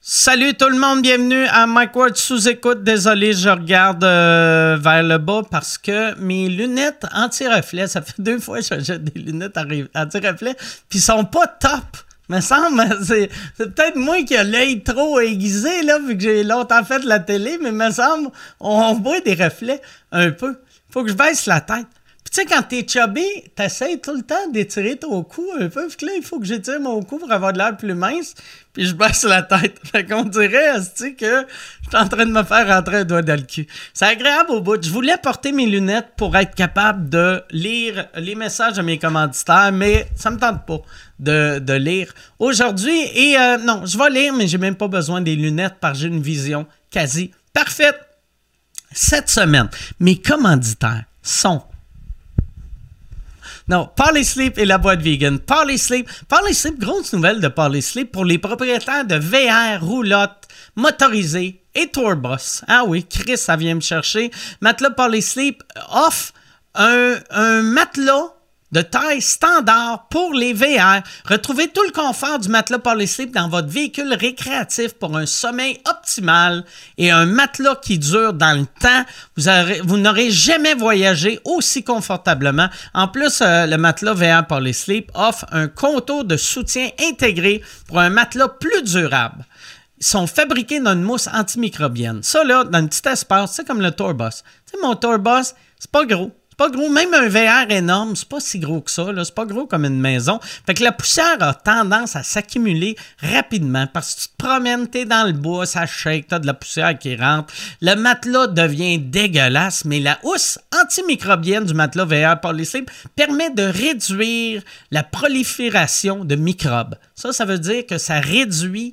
Salut tout le monde, bienvenue à Mike Ward sous-écoute. Désolé, je regarde vers le bas parce que mes lunettes anti-reflet, ça fait 2 fois que j'achète des lunettes anti-reflet, puis ils sont pas top. Me semble, c'est peut-être moi qui ai l'œil trop aiguisé, là, vu que j'ai longtemps fait de la télé, mais me semble, on voit des reflets un peu. Faut que je baisse la tête. Puis tu sais, quand t'es chubby, t'essayes tout le temps d'étirer ton cou un peu. Puis là, il faut que j'étire mon cou pour avoir de l'air plus mince. Puis je baisse la tête. Fait qu'on dirait, asti, que je suis en train de me faire rentrer un doigt dans le cul. C'est agréable au bout. Je voulais porter mes lunettes pour être capable de lire les messages de mes commanditaires, mais ça me tente pas de lire aujourd'hui. Et non, je vais lire, mais j'ai même pas besoin des lunettes parce que j'ai une vision quasi parfaite. Cette semaine, mes commanditaires sont... Non, Parley Sleep et la boîte vegan. Parley Sleep, grosse nouvelle de Parley Sleep pour les propriétaires de VR, roulottes, motorisées et tourbus. Ah oui, Chris, ça vient me chercher. Matelas Parley Sleep offre un matelas de taille standard pour les VR. Retrouvez tout le confort du matelas Parley Sleep dans votre véhicule récréatif pour un sommeil optimal et un matelas qui dure dans le temps. Vous n'aurez jamais voyagé aussi confortablement. En plus, le matelas VR Parley Sleep offre un contour de soutien intégré pour un matelas plus durable. Ils sont fabriqués dans une mousse antimicrobienne. Ça, là, dans un petit espace, c'est comme le tourbus. Tu sais, mon tourbus, c'est pas gros. Pas gros, même un VR énorme, c'est pas si gros que ça, là. C'est pas gros comme une maison. Fait que la poussière a tendance à s'accumuler rapidement parce que tu te promènes, t'es dans le bois, ça shake, t'as de la poussière qui rentre. Le matelas devient dégueulasse, mais la housse antimicrobienne du matelas VR Parley Sleep permet de réduire la prolifération de microbes. Ça veut dire que ça réduit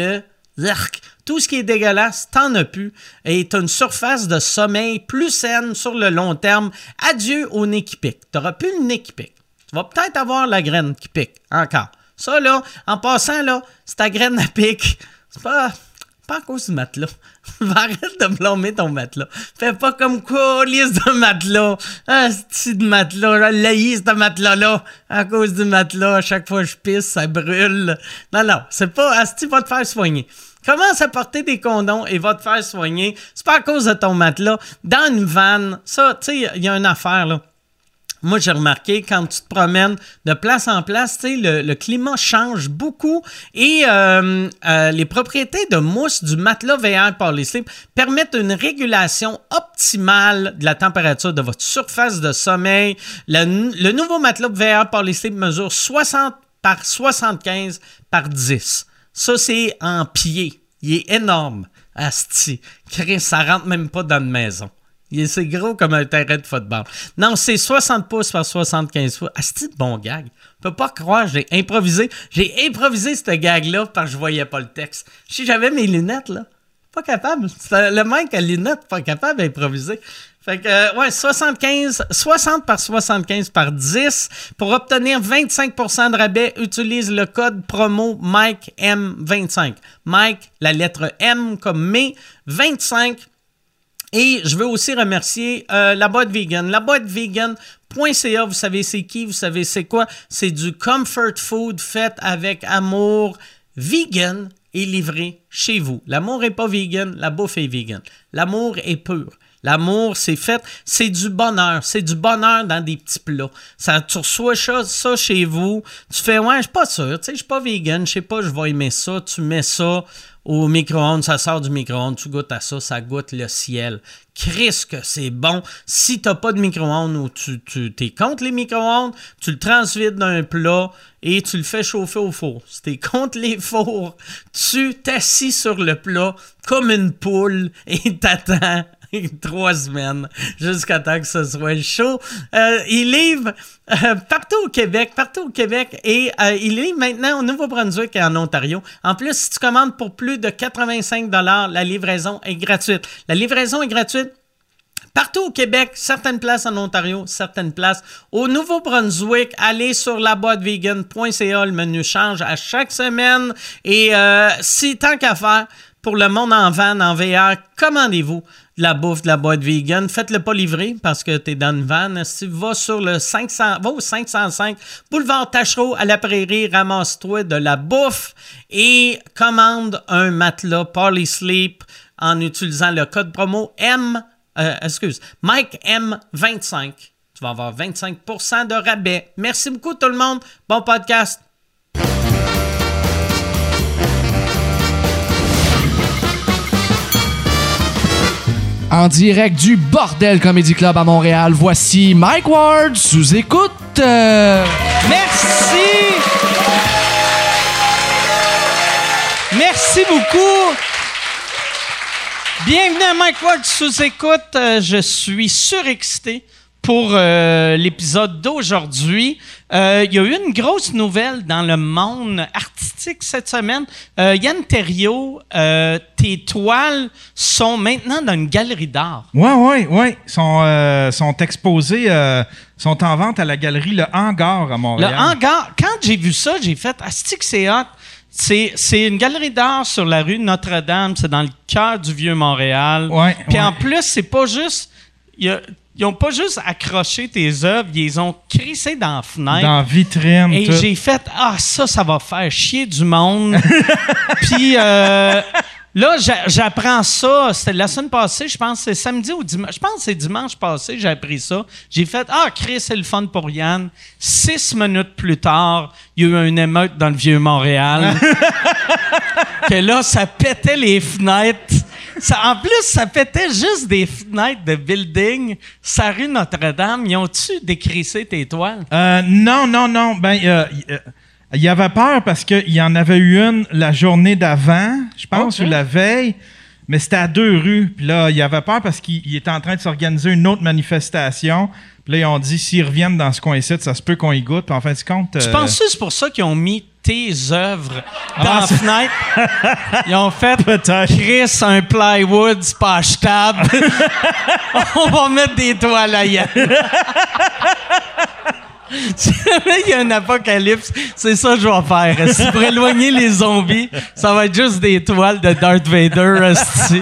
tout ce qui est dégueulasse, t'en as plus. Et t'as une surface de sommeil plus saine sur le long terme. Adieu au nez qui pique. T'auras plus le nez qui pique. Tu vas peut-être avoir la graine qui pique encore. Ça, là, en passant, là, si ta graine à pique, c'est pas à cause du matelas. Arrête de blâmer ton matelas. Fais pas comme quoi, liste de matelas. Ah, c'est de matelas. Laïs, ce matelas-là. À cause du matelas, à chaque fois que je pisse, ça brûle. Non, c'est pas... Asti va te faire soigner. Commence à porter des condoms et va te faire soigner. C'est pas à cause de ton matelas. Dans une vanne, ça, tu sais, il y a une affaire, là. Moi, j'ai remarqué, quand tu te promènes de place en place, tu sais, le climat change beaucoup et les propriétés de mousse du matelas VR Parley Sleep permettent une régulation optimale de la température de votre surface de sommeil. Le nouveau matelas VR Parley Sleep mesure 60 par 75 par 10. Ça, c'est en pied. Il est énorme. Asti. Chris, ça rentre même pas dans une maison. C'est gros comme un terrain de football. Non, c'est 60 pouces par 75 pouces. Asti de bon gag. Je peux pas croire, j'ai improvisé. J'ai improvisé ce gag-là parce que je voyais pas le texte. Si j'avais mes lunettes, là, pas capable. Le mec à lunettes, pas capable d'improviser. Fait que, 60 par 75 par 10. Pour obtenir 25% de rabais, utilise le code promo MikeM25. Mike, la lettre M comme mais, 25. Et je veux aussi remercier la boîte vegan. La boîte vegan.ca, vous savez c'est qui, vous savez c'est quoi. C'est du comfort food fait avec amour, vegan et livré chez vous. L'amour n'est pas vegan, la bouffe est vegan. L'amour est pur. L'amour, c'est fait, c'est du bonheur. C'est du bonheur dans des petits plats. Tu reçois ça chez vous. Tu fais, je suis pas sûr. Tu sais, je suis pas vegan. Je sais pas, je vais aimer ça. Tu mets ça au micro-ondes. Ça sort du micro-ondes. Tu goûtes à ça. Ça goûte le ciel. Christ que c'est bon. Si t'as pas de micro-ondes ou tu t'es contre les micro-ondes, tu le transvides d'un plat et tu le fais chauffer au four. Si t'es contre les fours, tu t'assis sur le plat comme une poule et t'attends 3 semaines jusqu'à temps que ce soit chaud. Il livre partout au Québec et il livre maintenant au Nouveau-Brunswick et en Ontario. En plus, si tu commandes pour plus de 85$, la livraison est gratuite. La livraison est gratuite partout au Québec, certaines places en Ontario, certaines places au Nouveau-Brunswick. Allez sur laboîtevegan.ca, le menu change à chaque semaine. Et si tant qu'à faire, Pour le monde en van, en VR, commandez-vous de la bouffe de la boîte vegan. Faites-le pas livrer parce que t'es dans une van. Si tu vas sur le 505 Boulevard Tachereau à la Prairie, ramasse-toi de la bouffe et commande un matelas Parley Sleep en utilisant le code promo Mike M25. Tu vas avoir 25% de rabais. Merci beaucoup tout le monde. Bon podcast. En direct du Bordel Comedy Club à Montréal, voici Mike Ward sous écoute. Merci! Merci beaucoup! Bienvenue à Mike Ward sous écoute. Je suis surexcité pour l'épisode d'aujourd'hui. Il y a eu une grosse nouvelle dans le monde artistique cette semaine. Yann Terriot, tes toiles sont maintenant dans une galerie d'art. Oui. Sont exposées, sont en vente à la galerie Le Hangar à Montréal. Le Hangar, quand j'ai vu ça, j'ai fait « Asti que c'est hot ». C'est une galerie d'art sur la rue Notre-Dame. C'est dans le cœur du Vieux-Montréal. Puis en plus, c'est pas juste... Ils ont pas juste accroché tes œuvres, ils les ont crissées dans la fenêtre. Dans la vitrine. Et tout. j'ai fait « Ah, ça va faire chier du monde. » Puis là, j'apprends ça. C'était la semaine passée, je pense c'est samedi ou dimanche. Je pense que c'est dimanche passé, j'ai appris ça. J'ai fait « Ah, Chris, c'est le fun pour Yann. » 6 minutes plus tard, il y a eu une émeute dans le Vieux-Montréal. Que là, ça pétait les fenêtres. En plus, ça pétait juste des fenêtres de building. Sa rue Notre-Dame, ils ont-tu décrissé tes toiles? Non. Ben, il y avait peur parce qu'il y en avait eu une la journée d'avant, je pense, ou la veille, mais c'était à 2 rues. Puis là, il y avait peur parce qu'il était en train de s'organiser une autre manifestation. Puis là, ils ont dit, s'ils reviennent dans ce coin-ci, ça se peut qu'on y goûte. Puis en fin de compte... Tu penses que c'est pour ça qu'ils ont mis tes œuvres dans la fenêtre? Ils ont fait Chris, un plywood, c'est pas achetable. On va mettre des toiles à Yann. Si jamais il y a un apocalypse, c'est ça que je vais faire. Pour éloigner les zombies, ça va être juste des toiles de Darth Vader.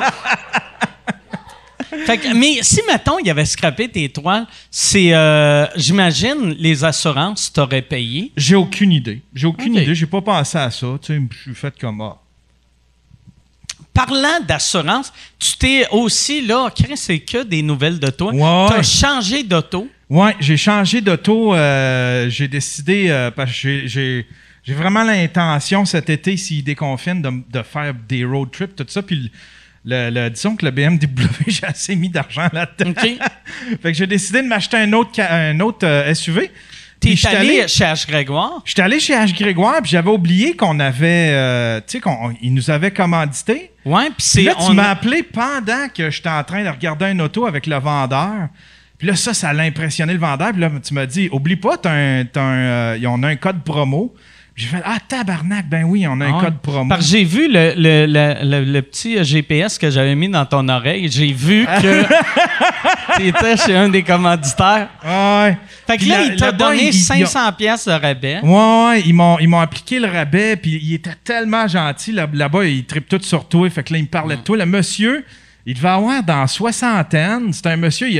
Fait que, mais si, mettons, il avait scrappé tes toiles, c'est, j'imagine, les assurances t'auraient payé. J'ai aucune idée. J'ai pas pensé à ça. Tu sais, je suis fait comme ça. Parlant d'assurance, tu t'es aussi, là, Chris, c'est que des nouvelles de toi. Ouais. T'as changé d'auto. Oui, j'ai changé d'auto. J'ai décidé, parce que j'ai vraiment l'intention cet été, s'il déconfine, de faire des road trips, tout ça. Puis disons que le BMW, j'ai assez mis d'argent là-dedans. Okay. Fait que j'ai décidé de m'acheter un autre SUV. T'es allé chez H. Grégoire? J'étais allé chez H. Grégoire, puis j'avais oublié qu'on avait... tu sais, qu'il nous avait commandité. Ouais, puis c'est... Là, tu m'as appelé pendant que j'étais en train de regarder un auto avec le vendeur. Puis là, ça l'a impressionné le vendeur. Puis là, tu m'as dit, oublie pas, on a un code promo. J'ai fait, tabarnak, ben oui, on a un code promo. Parce que j'ai vu le petit GPS que j'avais mis dans ton oreille. J'ai vu que tu étais chez un des commanditaires. Ouais. Fait que là, il t'a donné 500 pièces de rabais. Ouais, ils m'ont appliqué le rabais, puis il était tellement gentil. Là-bas, il tripe tout sur toi. Fait que là, il me parlait de toi. Le monsieur, il devait avoir dans la soixantaine. C'était un monsieur,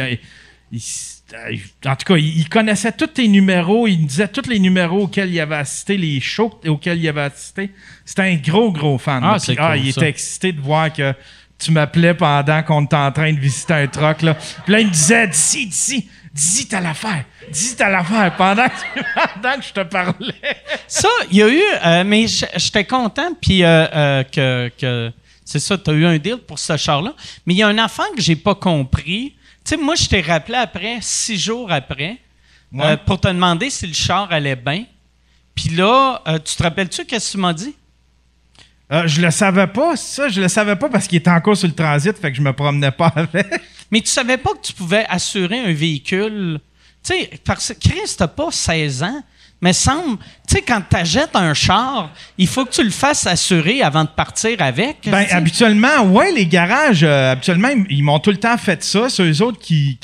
en tout cas, il connaissait tous tes numéros, il disait tous les numéros auxquels il avait assisté, les shows auxquels il avait assisté. C'était un gros fan. C'est cool, il était excité de voir que tu m'appelais pendant qu'on était en train de visiter un truck. Là. Puis là, il me disait, d'ici, t'as l'affaire. Pendant que je te parlais. Ça, il y a eu... mais j'étais content, puis que c'est ça, t'as eu un deal pour ce char-là. Mais il y a un enfant que j'ai pas compris. Tu sais, moi, je t'ai rappelé après, 6 jours après, pour te demander si le char allait bien. Puis là, tu te rappelles-tu qu'est-ce que tu m'as dit? Je le savais pas, ça. Je le savais pas parce qu'il était encore sur le transit, fait que je me promenais pas avec. Mais tu savais pas que tu pouvais assurer un véhicule. Tu sais, parce que Chris, t'as pas 16 ans. Mais semble, tu sais, quand tu achètes un char, il faut que tu le fasses assurer avant de partir avec. Ben, habituellement, ouais, les garages, habituellement, ils m'ont tout le temps fait ça. C'est eux autres qui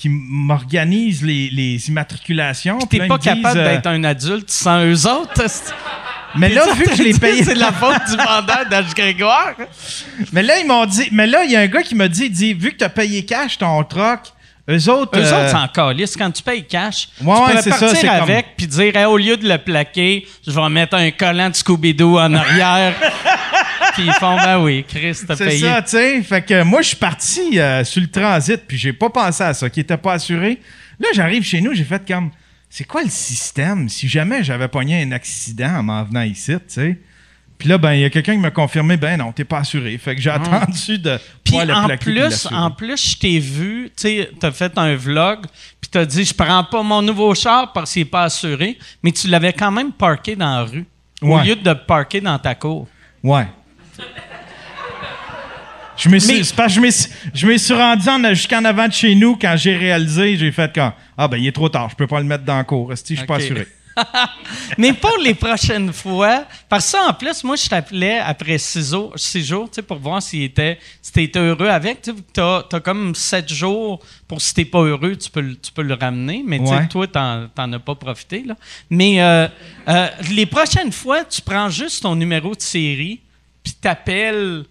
m'organisent les immatriculations. Puis t'es pas capable d'être un adulte sans eux autres? Mais là, vu que je l'ai payé... C'est la faute du vendeur d'H. Grégoire. Mais là, ils m'ont dit... Mais là, il y a un gars qui m'a dit, vu que tu as payé cash ton truck, eux autres, c'est encore lisse. Quand tu payes cash, tu ouais, pourrais c'est partir ça, c'est avec puis dire, hey, au lieu de le plaquer, je vais mettre un collant de Scooby-Doo en arrière. Puis ils font, ben oui, Chris, t'as payé. C'est ça, tu sais. Fait que moi, je suis parti sur le transit, puis j'ai pas pensé à ça, qui était pas assuré. Là, j'arrive chez nous, j'ai fait comme, c'est quoi le système si jamais j'avais pogné un accident en m'en venant ici, tu sais? Puis là, ben, il y a quelqu'un qui m'a confirmé, ben non, t'es pas assuré. Fait que j'ai attendu de pouvoir le plaquer. Puis en plus, je t'ai vu, tu sais, t'as fait un vlog, puis t'as dit, je prends pas mon nouveau char parce qu'il est pas assuré, mais tu l'avais quand même parké dans la rue, au lieu de le parker dans ta cour. Ouais. Je me suis rendu jusqu'en avant de chez nous quand j'ai réalisé, j'ai fait quand ben il est trop tard, je peux pas le mettre dans la cour, je suis pas assuré. Mais pour les prochaines fois, parce que ça, en plus, moi, je t'appelais après 6 jours, pour voir si t'étais heureux avec. Tu as comme 7 jours pour si t'es pas heureux, tu peux le ramener. Mais toi, t'en as pas profité. Là. Mais les prochaines fois, tu prends juste ton numéro de série puis t'appelles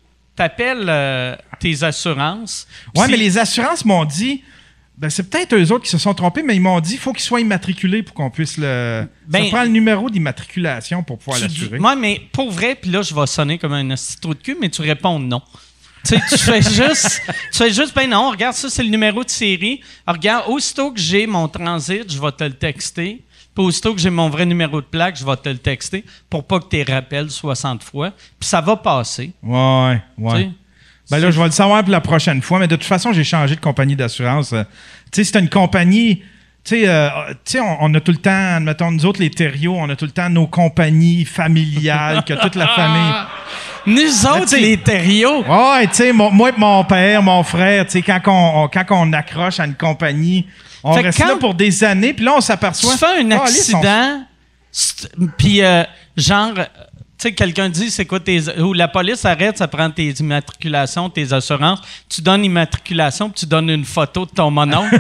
tes assurances. Ouais, mais les assurances m'ont dit... Ben, c'est peut-être eux autres qui se sont trompés, mais ils m'ont dit qu'il faut qu'ils soient immatriculés pour qu'on puisse le... ça prend le numéro d'immatriculation pour pouvoir l'assurer. Moi, mais pour vrai, puis là, je vais sonner comme un trou de cul, mais tu réponds non. Tu fais juste, ben non, regarde, ça, c'est le numéro de série. Regarde, aussitôt que j'ai mon transit, je vais te le texter. Puis aussitôt que j'ai mon vrai numéro de plaque, je vais te le texter pour pas que tu les rappelles 60 fois. Puis ça va passer. Ouais. T'sais? Ben là, je vais le savoir pour la prochaine fois, mais de toute façon, j'ai changé de compagnie d'assurance. Tu sais, c'est une compagnie... Tu sais, on a tout le temps, admettons, nous autres, les Thériault, on a tout le temps nos compagnies familiales, que toute la famille... Nous autres, les Thériault! Ouais, tu sais, moi et mon père, mon frère, tu sais, quand on accroche à une compagnie, on reste là pour des années, puis là, on s'aperçoit... Tu fais un accident, puis genre... Tu sais, quelqu'un dit, c'est quoi ou la police arrête, ça prend tes immatriculations, tes assurances. Tu donnes l'immatriculation, puis tu donnes une photo de ton mononcle.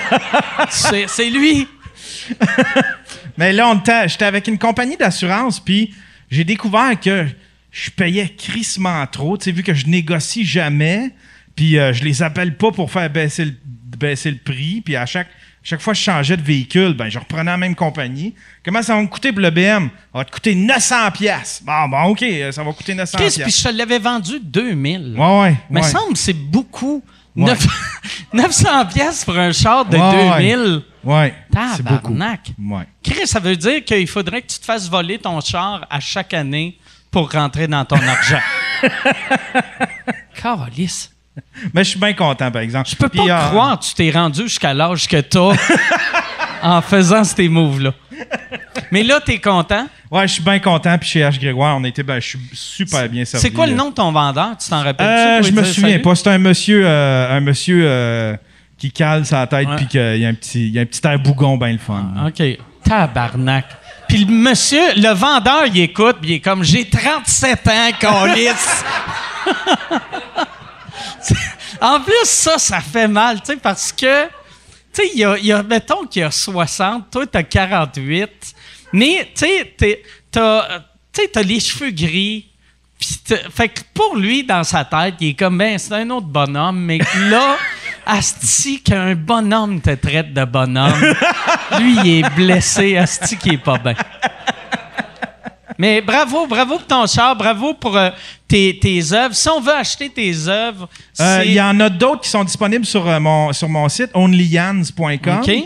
c'est lui. Mais là, j'étais avec une compagnie d'assurance, puis j'ai découvert que je payais crissement trop, tu sais, vu que je négocie jamais, puis je les appelle pas pour faire baisser le prix, puis à chaque fois que je changeais de véhicule, ben je reprenais la même compagnie. Comment ça va me coûter pour le BM? Ça va te coûter 900$. Bon, OK, ça va coûter 900$. Puis je te l'avais vendu 2000$. Ouais. Mais ça me semble que c'est beaucoup. Ouais. 900$ pour un char de 2000$. Ouais. C'est beaucoup. Tabarnak. Ouais. Chris, ça veut dire qu'il faudrait que tu te fasses voler ton char à chaque année pour rentrer dans ton argent. Calisse. Mais je suis bien content, par exemple. Je peux pas croire que tu t'es rendu jusqu'à l'âge que t'as en faisant ces moves-là. Mais là, t'es content? Ouais, je suis bien content. Puis chez H. Grégoire, je suis super bien servi. C'est quoi le nom de ton vendeur? Tu t'en rappelles-tu? Je me souviens pas. C'est un monsieur qui cale sa tête puis qu'il y a un petit air bougon bien le fun. OK. Tabarnak. Puis le vendeur, il écoute puis il est comme, j'ai 37 ans, câlisse. En plus, ça fait mal, tu sais, parce que, tu sais, mettons qu'il y a 60, toi, t'as 48, mais, tu sais, t'as les cheveux gris, pis fait que pour lui, dans sa tête, il est comme, ben, c'est un autre bonhomme, mais là, asti qu'un bonhomme te traite de bonhomme, lui, il est blessé, asti qu'il est pas bien. Mais bravo pour ton char, bravo pour tes œuvres. Si on veut acheter tes œuvres, il y en a d'autres qui sont disponibles sur mon site, onlyans.com. OK.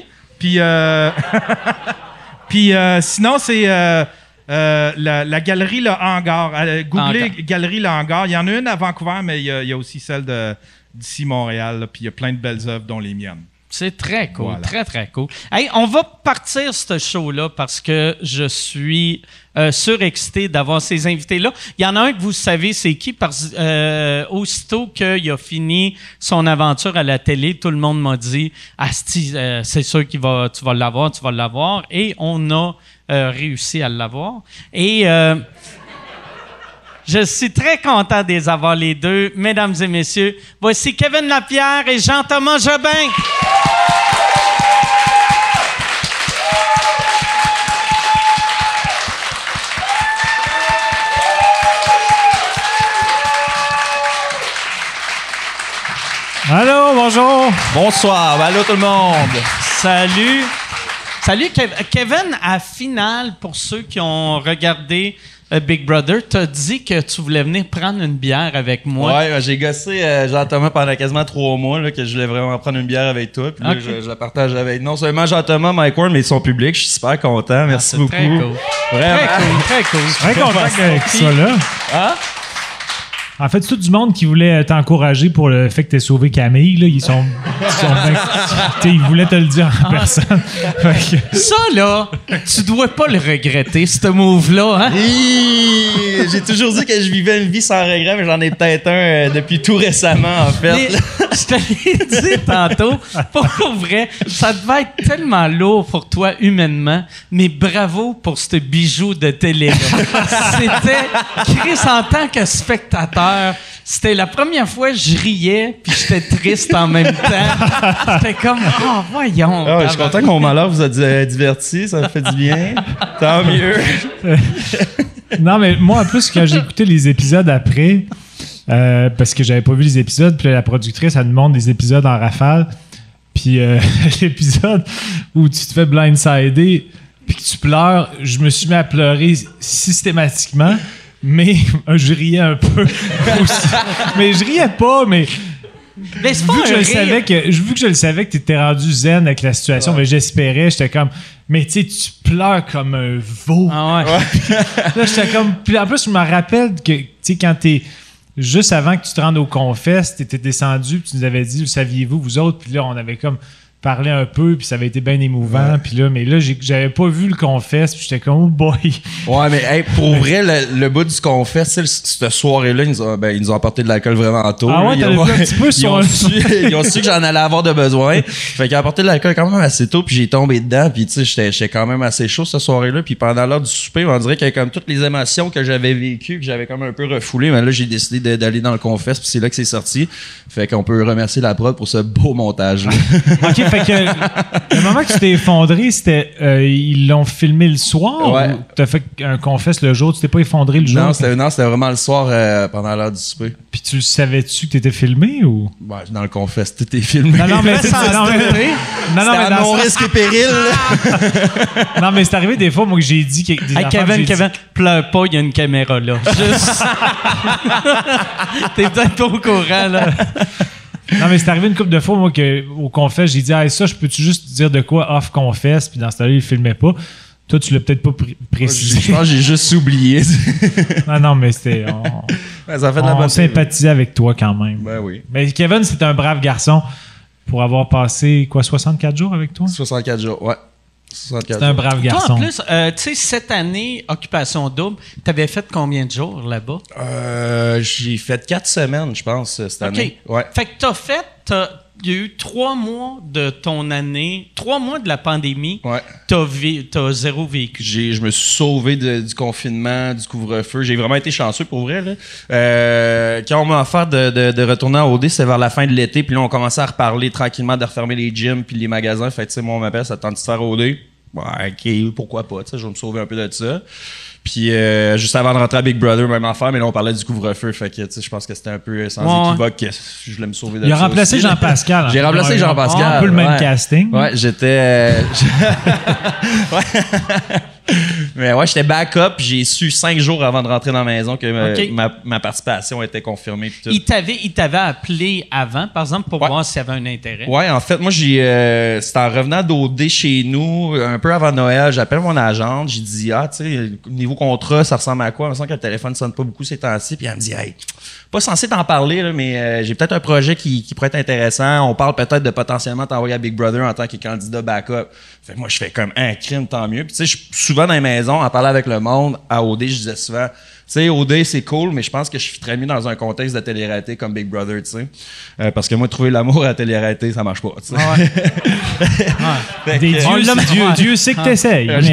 Puis sinon, c'est la galerie Le Hangar. Googlez Galerie Le Hangar. Il y en a une à Vancouver, mais il y a aussi celle d'ici Montréal. Puis il y a plein de belles œuvres, dont les miennes. C'est très cool, voilà. Très, très cool. Hey, on va partir ce show-là parce que je suis surexcité d'avoir ces invités-là. Il y en a un que vous savez c'est qui, parce aussitôt qu'il a fini son aventure à la télé, tout le monde m'a dit « Asti, c'est sûr tu vas l'avoir. » Et on a réussi à l'avoir. Et... je suis très content de les avoir les deux. Mesdames et messieurs, voici Kevin Lapierre et Jean-Thomas Jobin. Allô, bonjour. Bonsoir, allô tout le monde. Salut. Salut, Kevin, à finale, pour ceux qui ont regardé Big Brother, t'as dit que tu voulais venir prendre une bière avec moi. Ouais, j'ai gossé Jean-Thomas pendant quasiment 3 mois là, que je voulais vraiment prendre une bière avec toi. Puis là, je la partage avec non seulement Jean-Thomas, Mike Ward, mais son public. Je suis super content. Merci beaucoup. Très cool. Vraiment. Très cool. Très content que tu sois là. Hein? En fait, c'est tout du monde qui voulait t'encourager pour le fait que t'aies sauvé Camille. Là. Ils voulaient te le dire en personne. Ça, là, tu dois pas le regretter, ce move-là, hein? J'ai toujours dit que je vivais une vie sans regret, mais j'en ai peut-être un depuis tout récemment, en fait. Je te l'ai dit tantôt, pour vrai, ça devait être tellement lourd pour toi humainement, mais bravo pour ce bijou de télé-là. C'était, Chris, en tant que spectateur, c'était la première fois que je riais puis j'étais triste en même temps. C'était comme, voyons. Je suis content que mon malheur vous a diverti, ça me fait du bien. Tant mieux. Non, mais moi, en plus, quand j'ai écouté les épisodes après, parce que j'avais pas vu les épisodes, puis la productrice, elle nous montre des épisodes en rafale, puis l'épisode où tu te fais blindsider puis que tu pleures, je me suis mis à pleurer systématiquement. Mais je riais un peu aussi. Mais je riais pas, mais c'est pas vu que je le savais que tu étais rendu zen avec la situation, mais j'espérais, j'étais comme, mais tu sais, tu pleures comme un veau. Ah ouais. Là, j'étais comme, puis en plus, je me rappelle que, tu sais, quand t'es, juste avant que tu te rendes au Confess, t'étais descendu, puis tu nous avais dit, le saviez-vous, vous autres, puis là, on avait comme parlé un peu, puis ça avait été bien émouvant, puis là, mais là, j'avais pas vu le Confess, puis j'étais comme, oh boy. Ouais, mais hey, pour vrai, le bout du Confess, cette soirée-là, ils nous ont apporté de l'alcool vraiment tôt. Ah ouais, t'avais vu un petit peu sur ils ont su que j'en allais avoir de besoin. Fait qu'ils ont apporté de l'alcool quand même assez tôt, puis j'ai tombé dedans, puis tu sais, j'étais quand même assez chaud cette soirée-là, puis pendant l'heure du souper, on dirait qu'il y avait comme toutes les émotions que j'avais vécues, que j'avais comme un peu refoulées, mais là, j'ai décidé d'aller dans le Confess, puis c'est là que c'est sorti. Fait qu'on peut remercier la prod pour ce beau montage-là. OK, fait que le moment que tu t'es effondré, c'était ils l'ont filmé le soir Ouais. ou t'as fait un Confess le jour? Tu t'es pas effondré le jour? Non, c'était vraiment le soir pendant l'heure du souper. Puis tu savais-tu que t'étais filmé ou? Ouais, dans le Confess, tout est filmé. Non, mais c'est à mon risque et péril. Non, mais c'est arrivé des fois, moi, que j'ai dit que. Hey, Kevin, pleure pas, il y a une caméra là. Juste. T'es peut-être pas au courant, là. Non, mais c'est arrivé une couple de fois, moi, au Confess, j'ai dit, hey, ça, je peux-tu juste dire de quoi off Confess? Puis dans ce temps-là, il filmait pas. Toi, tu l'as peut-être pas précisé. Je pense que j'ai juste oublié. Non, mais c'était. Ça fait de la On bonne sympathisait avec toi quand même. Ben oui. Mais Kevin, c'est un brave garçon pour avoir passé, 64 jours avec toi? 64 jours, ouais. 64 C'est un brave Toi, garçon. en plus, tu sais, cette année, Occupation Double, t'avais fait combien de jours là-bas? J'ai fait 4 semaines, je pense, cette année. Ouais. Fait que il y a eu 3 mois de ton année, 3 mois de la pandémie. Ouais. T'as zéro vécu. Je me suis sauvé du confinement, du couvre-feu. J'ai vraiment été chanceux pour vrai. Là. Quand on m'a offert de retourner en OD, c'est vers la fin de l'été. Puis là, on commençait à reparler tranquillement de refermer les gyms puis les magasins. Fait que, tu sais, moi, on m'appelle, ça te tente de faire OD? Ouais, OK, pourquoi pas? Tu sais, je vais me sauver un peu de ça. Puis juste avant de rentrer à Big Brother, même affaire, mais là, on parlait du couvre-feu. Fait que, tu sais, je pense que c'était un peu sans équivoque que je voulais me sauver de ça. Il a remplacé aussi, Jean-Pascal. J'ai remplacé Jean-Pascal. Un peu le même casting. Ouais, j'étais... ouais. Mais ouais, j'étais backup. J'ai su 5 jours avant de rentrer dans la maison que ma participation était confirmée. Puis tout. Il t'avait appelé avant, par exemple, pour voir s'il y avait un intérêt. Ouais, en fait, moi, c'était en revenant d'OD chez nous, un peu avant Noël, j'appelle mon agente, j'ai dit, tu sais, niveau contrat, ça ressemble à quoi? Il me semble que le téléphone ne sonne pas beaucoup ces temps-ci. Puis elle me dit, hey, pas censé t'en parler, là, mais j'ai peut-être un projet qui pourrait être intéressant. On parle peut-être de potentiellement t'envoyer à Big Brother en tant que candidat backup. Fait que moi, je fais comme un crime, tant mieux. Puis tu sais, je suis souvent dans les maisons, en parlant avec le monde. À OD, je disais souvent, tu sais, OD, c'est cool, mais je pense que je suis très mieux dans un contexte de télé-réalité comme Big Brother, tu sais. Parce que moi, trouver l'amour à la télé-réalité, ça marche pas, tu sais. Dieu sait que t'essayes. Mais...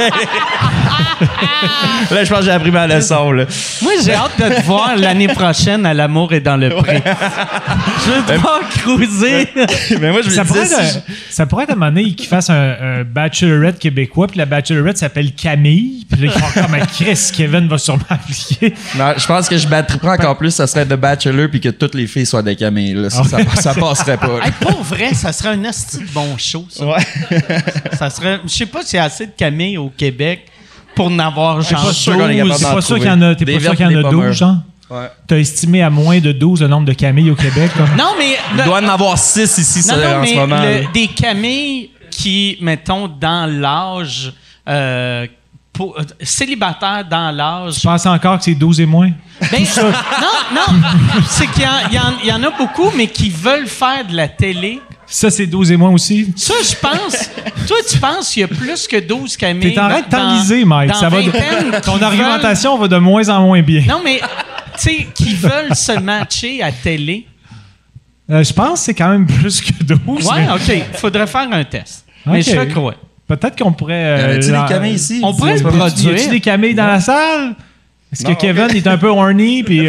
Là, je pense que j'ai appris ma leçon, là. Moi, j'ai hâte de te voir l'année prochaine à L'amour est dans le pré. Je veux te voir cruiser. Mais moi, je ça pourrait être à un moment donné qu'il fasse un bachelorette québécois, puis la bachelorette s'appelle Camille, puis là, il va comme Chris, Kevin va sûrement appeler expliquer. Non, je pense que je battrais encore plus, ça serait The Bachelor puis que toutes les filles soient des Camille. Là. Ça passerait pas. Hey, pour vrai, ça serait un asti de bon show, ça. Ouais. Ça serait... Je sais pas s'il y a assez de Camille au Québec pour en avoir genre pas sûr qu'on est 12. capable T'es d'en pas sûr trouver. qu'il y en a, Des vertes, des 12, pommeurs. genre? Ouais. T'as estimé à moins de 12 le nombre de Camille au Québec, là? Non, mais... Il doit en avoir 6 ici Non, en mais ce moment. là. des Camilles qui, mettons, dans l'âge... célibataires dans l'âge... Tu penses encore que c'est 12 et moins? Ben, non, c'est qu'il y en a beaucoup, mais qui veulent faire de la télé. Ça, c'est 12 et moins aussi? Ça, je pense... Toi, tu penses qu'il y a plus que 12 Camilles... T'es en train de t'enliser, Mike. dans Ça va vingtaine ton qui argumentation va de moins en moins bien. Non, mais, tu sais, qui veulent se matcher à télé. Je pense que c'est quand même plus que 12. Ouais, mais- OK. Faudrait faire un test. Mais Ok. je crois. Peut-être qu'on pourrait... Y en a-tu des Camille ici? On pourrait C'est le pas- produire. Y a-tu des Camilles dans la salle? Est-ce que Non, Kevin est un peu horny? Puis...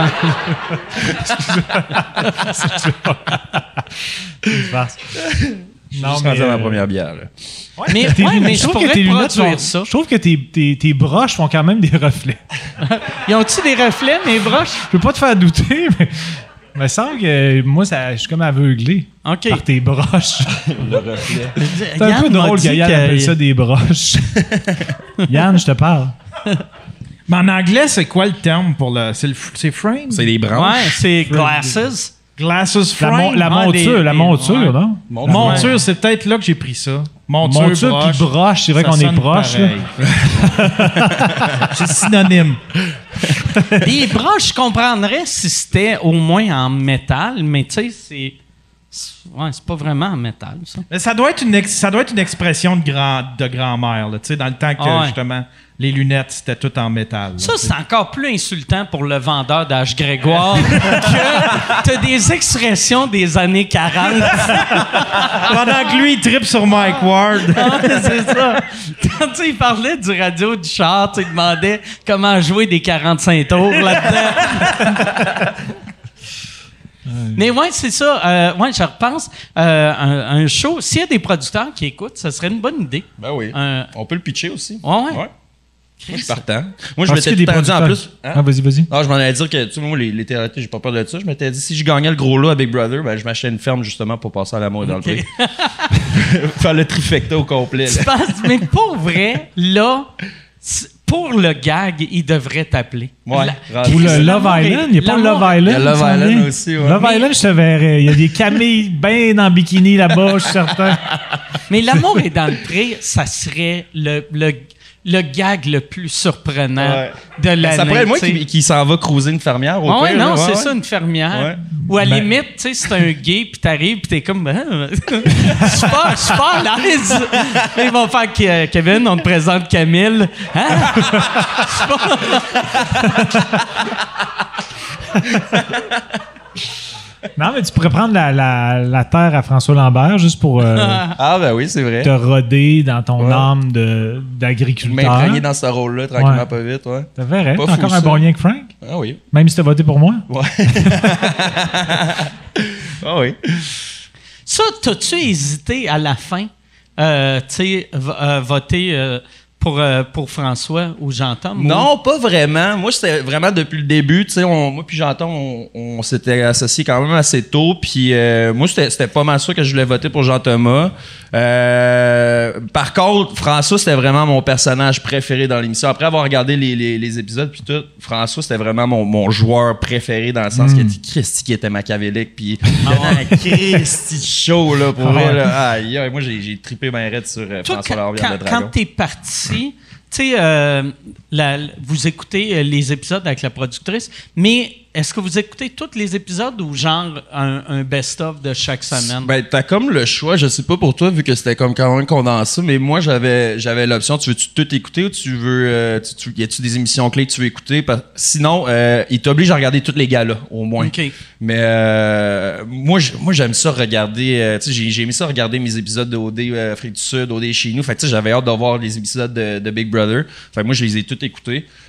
Non, Juste rendu à ma première bière. Là. Mais, tes ouais, lunettes- mais je je trouve que pourrais tes lunettes produire font- ça. Je trouve que tes broches font quand même des reflets. Ils ont-tu des reflets, mes broches? Je peux pas te faire douter, mais il me semble que moi, je suis comme aveuglé OK. par tes broches. Le reflet. C'est un peu drôle que Yann appelle ça des broches. Yann, je te parle. Mais en anglais, c'est quoi le terme pour le. C'est frame? C'est des branches. Ouais, c'est glasses. Glasses La, frame? la monture, la monture, ouais. non? Monture, c'est peut-être là que j'ai pris ça. Monture, Monture puis broche, c'est vrai ça qu'on est sonne proche. là. pareil. C'est synonyme. Des broches, je comprendrais si c'était au moins en métal, mais tu sais, c'est pas vraiment en métal, ça. Mais ça doit être une expression de grand-mère, là, tu sais, dans le temps que, Ah ouais. justement, les lunettes, c'était tout en métal. là, Ça, tu sais. c'est encore plus insultant pour le vendeur d'H. Grégoire que t'as des expressions des années 40. Pendant que lui, il tripe sur Mike Ward. Ah, c'est ça. Quand tu sais, il parlait du radio du char, tu sais, il demandait comment jouer des 45 tours là-dedans. Mais ouais, c'est ça. Ouais, je repense. Un show, s'il y a des producteurs qui écoutent, ça serait une bonne idée. Ben oui. On peut le pitcher aussi. Ouais. Moi, je suis partant. Moi, je Parce m'étais qu'il y tout a des le temps dit en producteurs. plus. Hein? Ah, vas-y. Non, je m'en allais dire que, tu sais, moi, les thérapeutes, j'ai pas peur de ça. Je m'étais dit, si je gagnais le gros lot à Big Brother, ben, je m'achetais une ferme justement pour passer à l'amour dans le prix. Faire le trifecta au complet. Tu Là. penses, mais pour vrai, là, pour le gag, il devrait t'appeler. Ouais. Ou le Chris, Love l'amour Island. Il n'y a pas le l'amour- Love Island. Il y a Love qui s'en Island vient. aussi, ouais. Love Island, je te verrais. Il y a des Camilles bien en bikini là-bas, je suis certain. Mais l'amour est dans le pré, ça serait le gag le plus surprenant Ouais. de l'année. Ça pourrait être moi tu sais. qui s'en va cruiser une fermière au Ah ouais, pire, non, là. c'est Ouais, ça, ouais. une fermière. Ouais. Ou à la Ben- limite, tu sais, c'est un gay, puis t'arrives, puis t'es comme, je suis pas à l'aise. Là, ils vont faire Kevin, on te présente Camille. Hein? Non, mais tu pourrais prendre la terre à François Lambert juste pour Ah, ben oui, c'est vrai. te roder dans ton Ouais. âme d'agriculteur. M'imprégner dans ce rôle-là, tranquillement, Ouais. pas vite, ouais. T'as verrais. Pas T'as fou, encore ça. un bon lien avec Frank? Ah oui. Même si t'as voté pour moi? Ah oui. Ça, t'as-tu hésité à la fin, tu sais, voter pour François ou Jean-Tom? Non, pas vraiment. Moi, c'était vraiment depuis le début. Tu sais, moi puis Jean-Tom, on s'était associés quand même assez tôt. Puis moi, c'était pas mal sûr que je voulais voter pour Jean-Thomas. Par contre, François, c'était vraiment mon personnage préféré dans l'émission. Après avoir regardé les épisodes puis tout, François, c'était vraiment mon joueur préféré dans le sens qu'il était Christy qui était machiavélique. Puis un Christy show, là, pour vrai. Là. Aïe, aïe, moi, j'ai trippé ma raide sur Toi, François Lambert le quand Dragon. t'es parti, tu sais, vous écoutez les épisodes avec la productrice, mais est-ce que vous écoutez tous les épisodes ou genre un best-of de chaque semaine? Ben, t'as comme le choix, je sais pas pour toi, vu que c'était comme quand même condensé, mais moi, j'avais l'option, tu veux-tu tout écouter ou tu veux, y a-tu des émissions clés que tu veux écouter? Sinon, il t'oblige à regarder tous les galas, au moins. OK. Mais moi, j'aime ça regarder, tu sais, j'ai aimé ça regarder mes épisodes de OD Afrique du Sud, OD chez nous, fait que tu sais, j'avais hâte de voir les épisodes de Big Brother. Fait que moi, je les ai tous écoutés.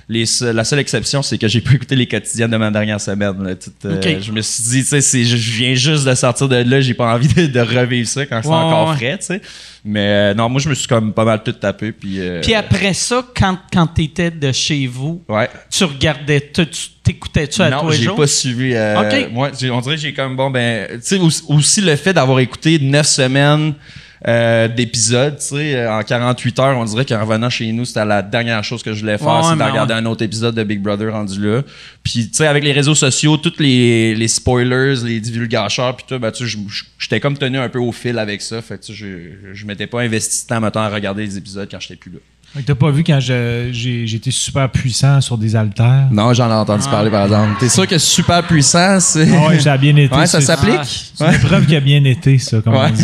La seule exception, c'est que j'ai pas écouté les quotidiennes de ma dernière semaine. Là. Je me suis dit, tu sais, je viens juste de sortir de là, j'ai pas envie de revivre ça quand c'est encore frais, tu sais. Mais non, moi, je me suis comme pas mal tout tapé. Puis après ça, quand t'étais de chez vous, tu regardais, t'écoutais-tu à tous les jours? Non, j'ai pas suivi. Moi, on dirait que j'ai comme, bon, ben, tu sais, aussi le fait d'avoir écouté 9 semaines d'épisodes, tu sais, en 48 heures, on dirait qu'en revenant chez nous, c'était la dernière chose que je voulais faire, c'est de regarder un autre épisode de Big Brother rendu là. Puis, tu sais, avec les réseaux sociaux, tous les spoilers, les divulgateurs, puis tout, ben, tu sais, j'étais comme tenu un peu au fil avec ça. Fait que, tu sais, je m'étais pas investi de temps, mettons, à regarder les épisodes quand j'étais plus là. T'as pas vu quand j'étais super puissant sur des haltères? Non, j'en ai entendu parler, par exemple. T'es sûr que super puissant, c'est... Ah ouais, ça a bien été. Ouais, ça s'applique? C'est une épreuve qui a bien été, ça, comme on dit.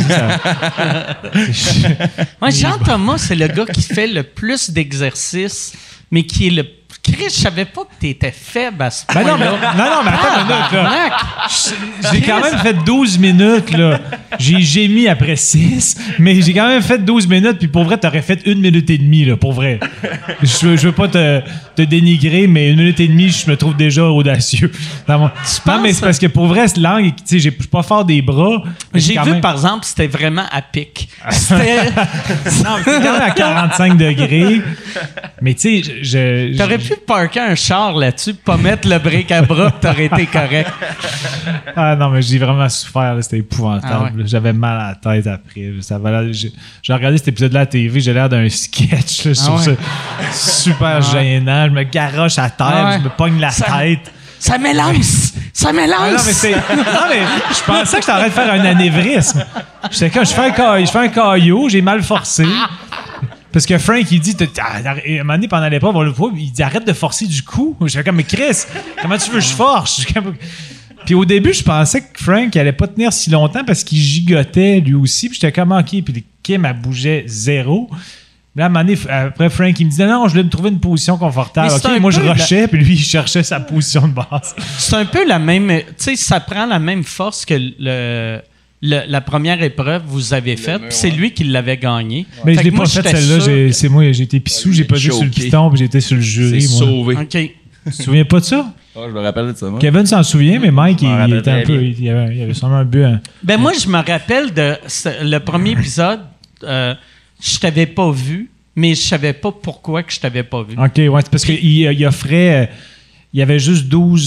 Jean-Thomas, c'est le gars qui fait le plus d'exercices, mais qui est le... Chris, je savais pas que t'étais faible à ce point-là. Non, mais attends une minute, là. J'ai quand même fait 12 minutes, là. J'ai gémi après 6, mais j'ai quand même fait 12 minutes, puis pour vrai, t'aurais fait 1 minute et demie, là, pour vrai. Je veux pas te dénigrer, mais 1 minute et demie, je me trouve déjà audacieux. Non, mais c'est parce que pour vrai, cette langue, tu sais, je suis pas fort des bras. J'ai vu, par exemple, c'était vraiment à pic. C'était quand même à 45 degrés. Mais tu sais, t'aurais pu parker un char là-dessus, pas mettre le bric-à-bras, t'aurais été correct. Ah non, mais j'ai vraiment souffert, là, c'était épouvantable. J'avais mal à la tête après. J'ai regardé cet épisode-là à la TV, j'ai l'air d'un sketch. Là, je trouve ça super gênant. Je me garoche à terre, je me pogne la tête. Ça m'élance! Ça m'élance! Non, mais je pensais que j'étais en train de faire un anévrisme. J'étais comme, je fais un caillot, j'ai mal forcé. Parce que Frank, il dit, à un moment donné, pendant l'épreuve, on le voit, il dit, arrête de forcer du coup. J'étais comme, mais Chris, comment tu veux que je force? Puis au début, je pensais que Frank allait pas tenir si longtemps parce qu'il gigotait lui aussi. Puis j'étais comme, OK. Puis Kim, elle bougeait zéro. Là, à un moment donné, après, Frank, il me disait, non, je voulais me trouver une position confortable. OK, moi, je rushais, puis lui, il cherchait sa position de base. C'est un peu la même... Tu sais, ça prend la même force que la première épreuve que vous avez faite. C'est lui qui l'avait gagné. Mais je l'ai pas faite, celle-là. C'est moi, j'ai été pissou, j'ai pas joué sur le piton, puis j'étais sur le jury. C'est sauvé. OK. Tu te souviens pas de ça? Je me rappelle de ça, moi. Kevin s'en souvient, mais Mike, il était un peu... Il avait sûrement un but. Ben moi, je me rappelle de le premier épisode. Je t'avais pas vu, mais je savais pas pourquoi que je t'avais pas vu. OK, ouais, c'est parce qu'il offrait... il y avait juste 12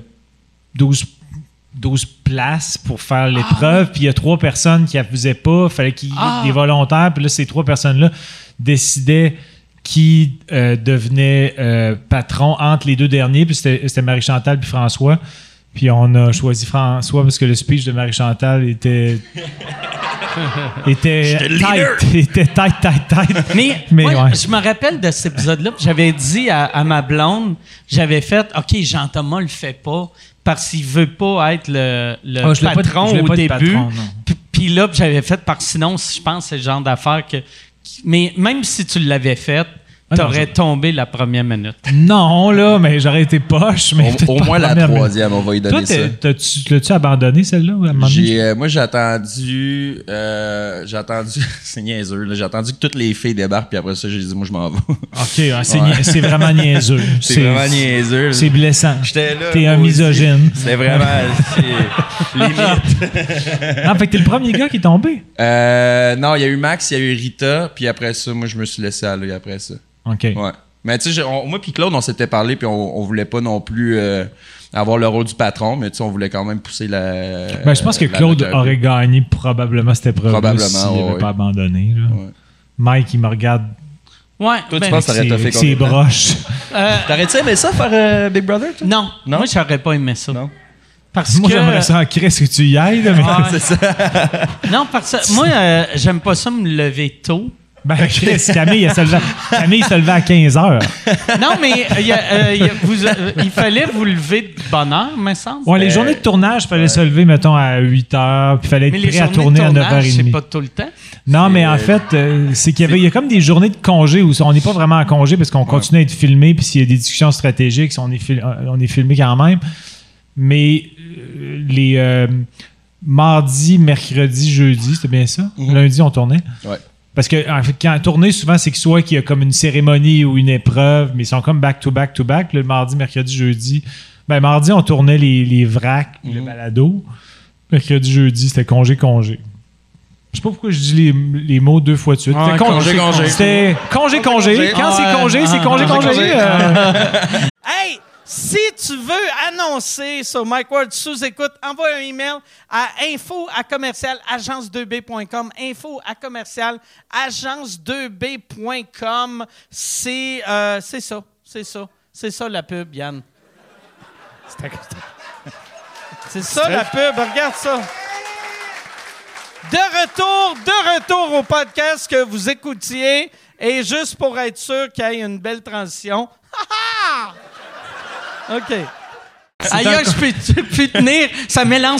places pour faire l'épreuve, puis il y a 3 personnes qui ne la faisaient pas. Il fallait qu'il y ait des volontaires, puis là, ces 3 personnes-là décidaient qui devenait patron entre les 2 derniers, puis c'était Marie-Chantal puis François. Puis on a choisi François parce que le speech de Marie-Chantal était tight. Mais moi, je me rappelle de cet épisode-là, puis j'avais dit à ma blonde, j'avais fait « OK, Jean-Thomas le fait pas parce qu'il veut pas être le patron au début. » Puis là, j'avais fait parce que sinon, je pense que c'est le genre d'affaire que... Mais même si tu l'avais fait, t'aurais tombé la première minute. Non, là, mais j'aurais été poche. Mais au moins la troisième, on va y donner ça. L'as-tu abandonné, celle-là? Moi, j'ai attendu... c'est niaiseux. J'ai attendu que toutes les filles débarquent, puis après ça, j'ai dit, moi, je m'en vais. OK, c'est vraiment niaiseux. C'est vraiment niaiseux. C'est blessant. J'étais là. T'es un misogyne. C'était vraiment... limite. Non, fait que t'es le premier gars qui est tombé. Non, il y a eu Max, il y a eu Rita, puis après ça, moi, je me suis laissé aller après ça. OK. Ouais. Mais tu sais, moi puis Claude, on s'était parlé, puis on voulait pas non plus avoir le rôle du patron, mais tu sais, on voulait quand même pousser la... je pense que Claude aurait gagné probablement cette épreuve-là s'il n'avait pas abandonné. Là. Ouais. Mike, il me regarde... Ouais, toi, tu penses que t'aurais fait ses broches. T'aurais-tu aimé ça, faire Big Brother, toi? Non, moi, j'aurais pas aimé ça. Non. Moi, j'aimerais ça en Chris que tu y ailles. Là, mais... c'est ça. Non, parce que moi, j'aime pas ça me lever tôt. Ben, Chris, Camille se levait à 15 heures. Non, mais il fallait vous lever de bonne heure, me semble. Ouais, les journées de tournage, il fallait se lever, mettons, à 8 heures, puis il fallait être prêt à tourner à 9h30. C'est pas tout le temps. Non, mais en fait, c'est qu'il y a comme des journées de congé où on n'est pas vraiment en congé parce qu'on continue à être filmé, puis s'il y a des discussions stratégiques, on est filmé quand même. Mais les mardi, mercredi, jeudi, c'était bien ça? Lundi, on tournait. Ouais. Parce que en fait, quand tourner, souvent, c'est que soit qu'il y a comme une cérémonie ou une épreuve, mais ils sont comme back-to-back. Le mardi, mercredi, jeudi. Ben, mardi, on tournait les vracs, le balado. Mercredi, jeudi, c'était congé. Je sais pas pourquoi je dis les mots deux fois de suite. Ah, congé. C'était congé. Quand c'est congé, c'est congé. Hey, si tu veux annoncer sur Mike Ward sous-écoute, envoie un email à info@agence2b.com. info@agence2b.com. C'est ça la pub, Yann. C'est ça la pub, regarde ça. De retour au podcast que vous écoutiez. Et juste pour être sûr qu'il y ait une belle transition. OK. Ailleurs, je peux tenir. Ça mélange.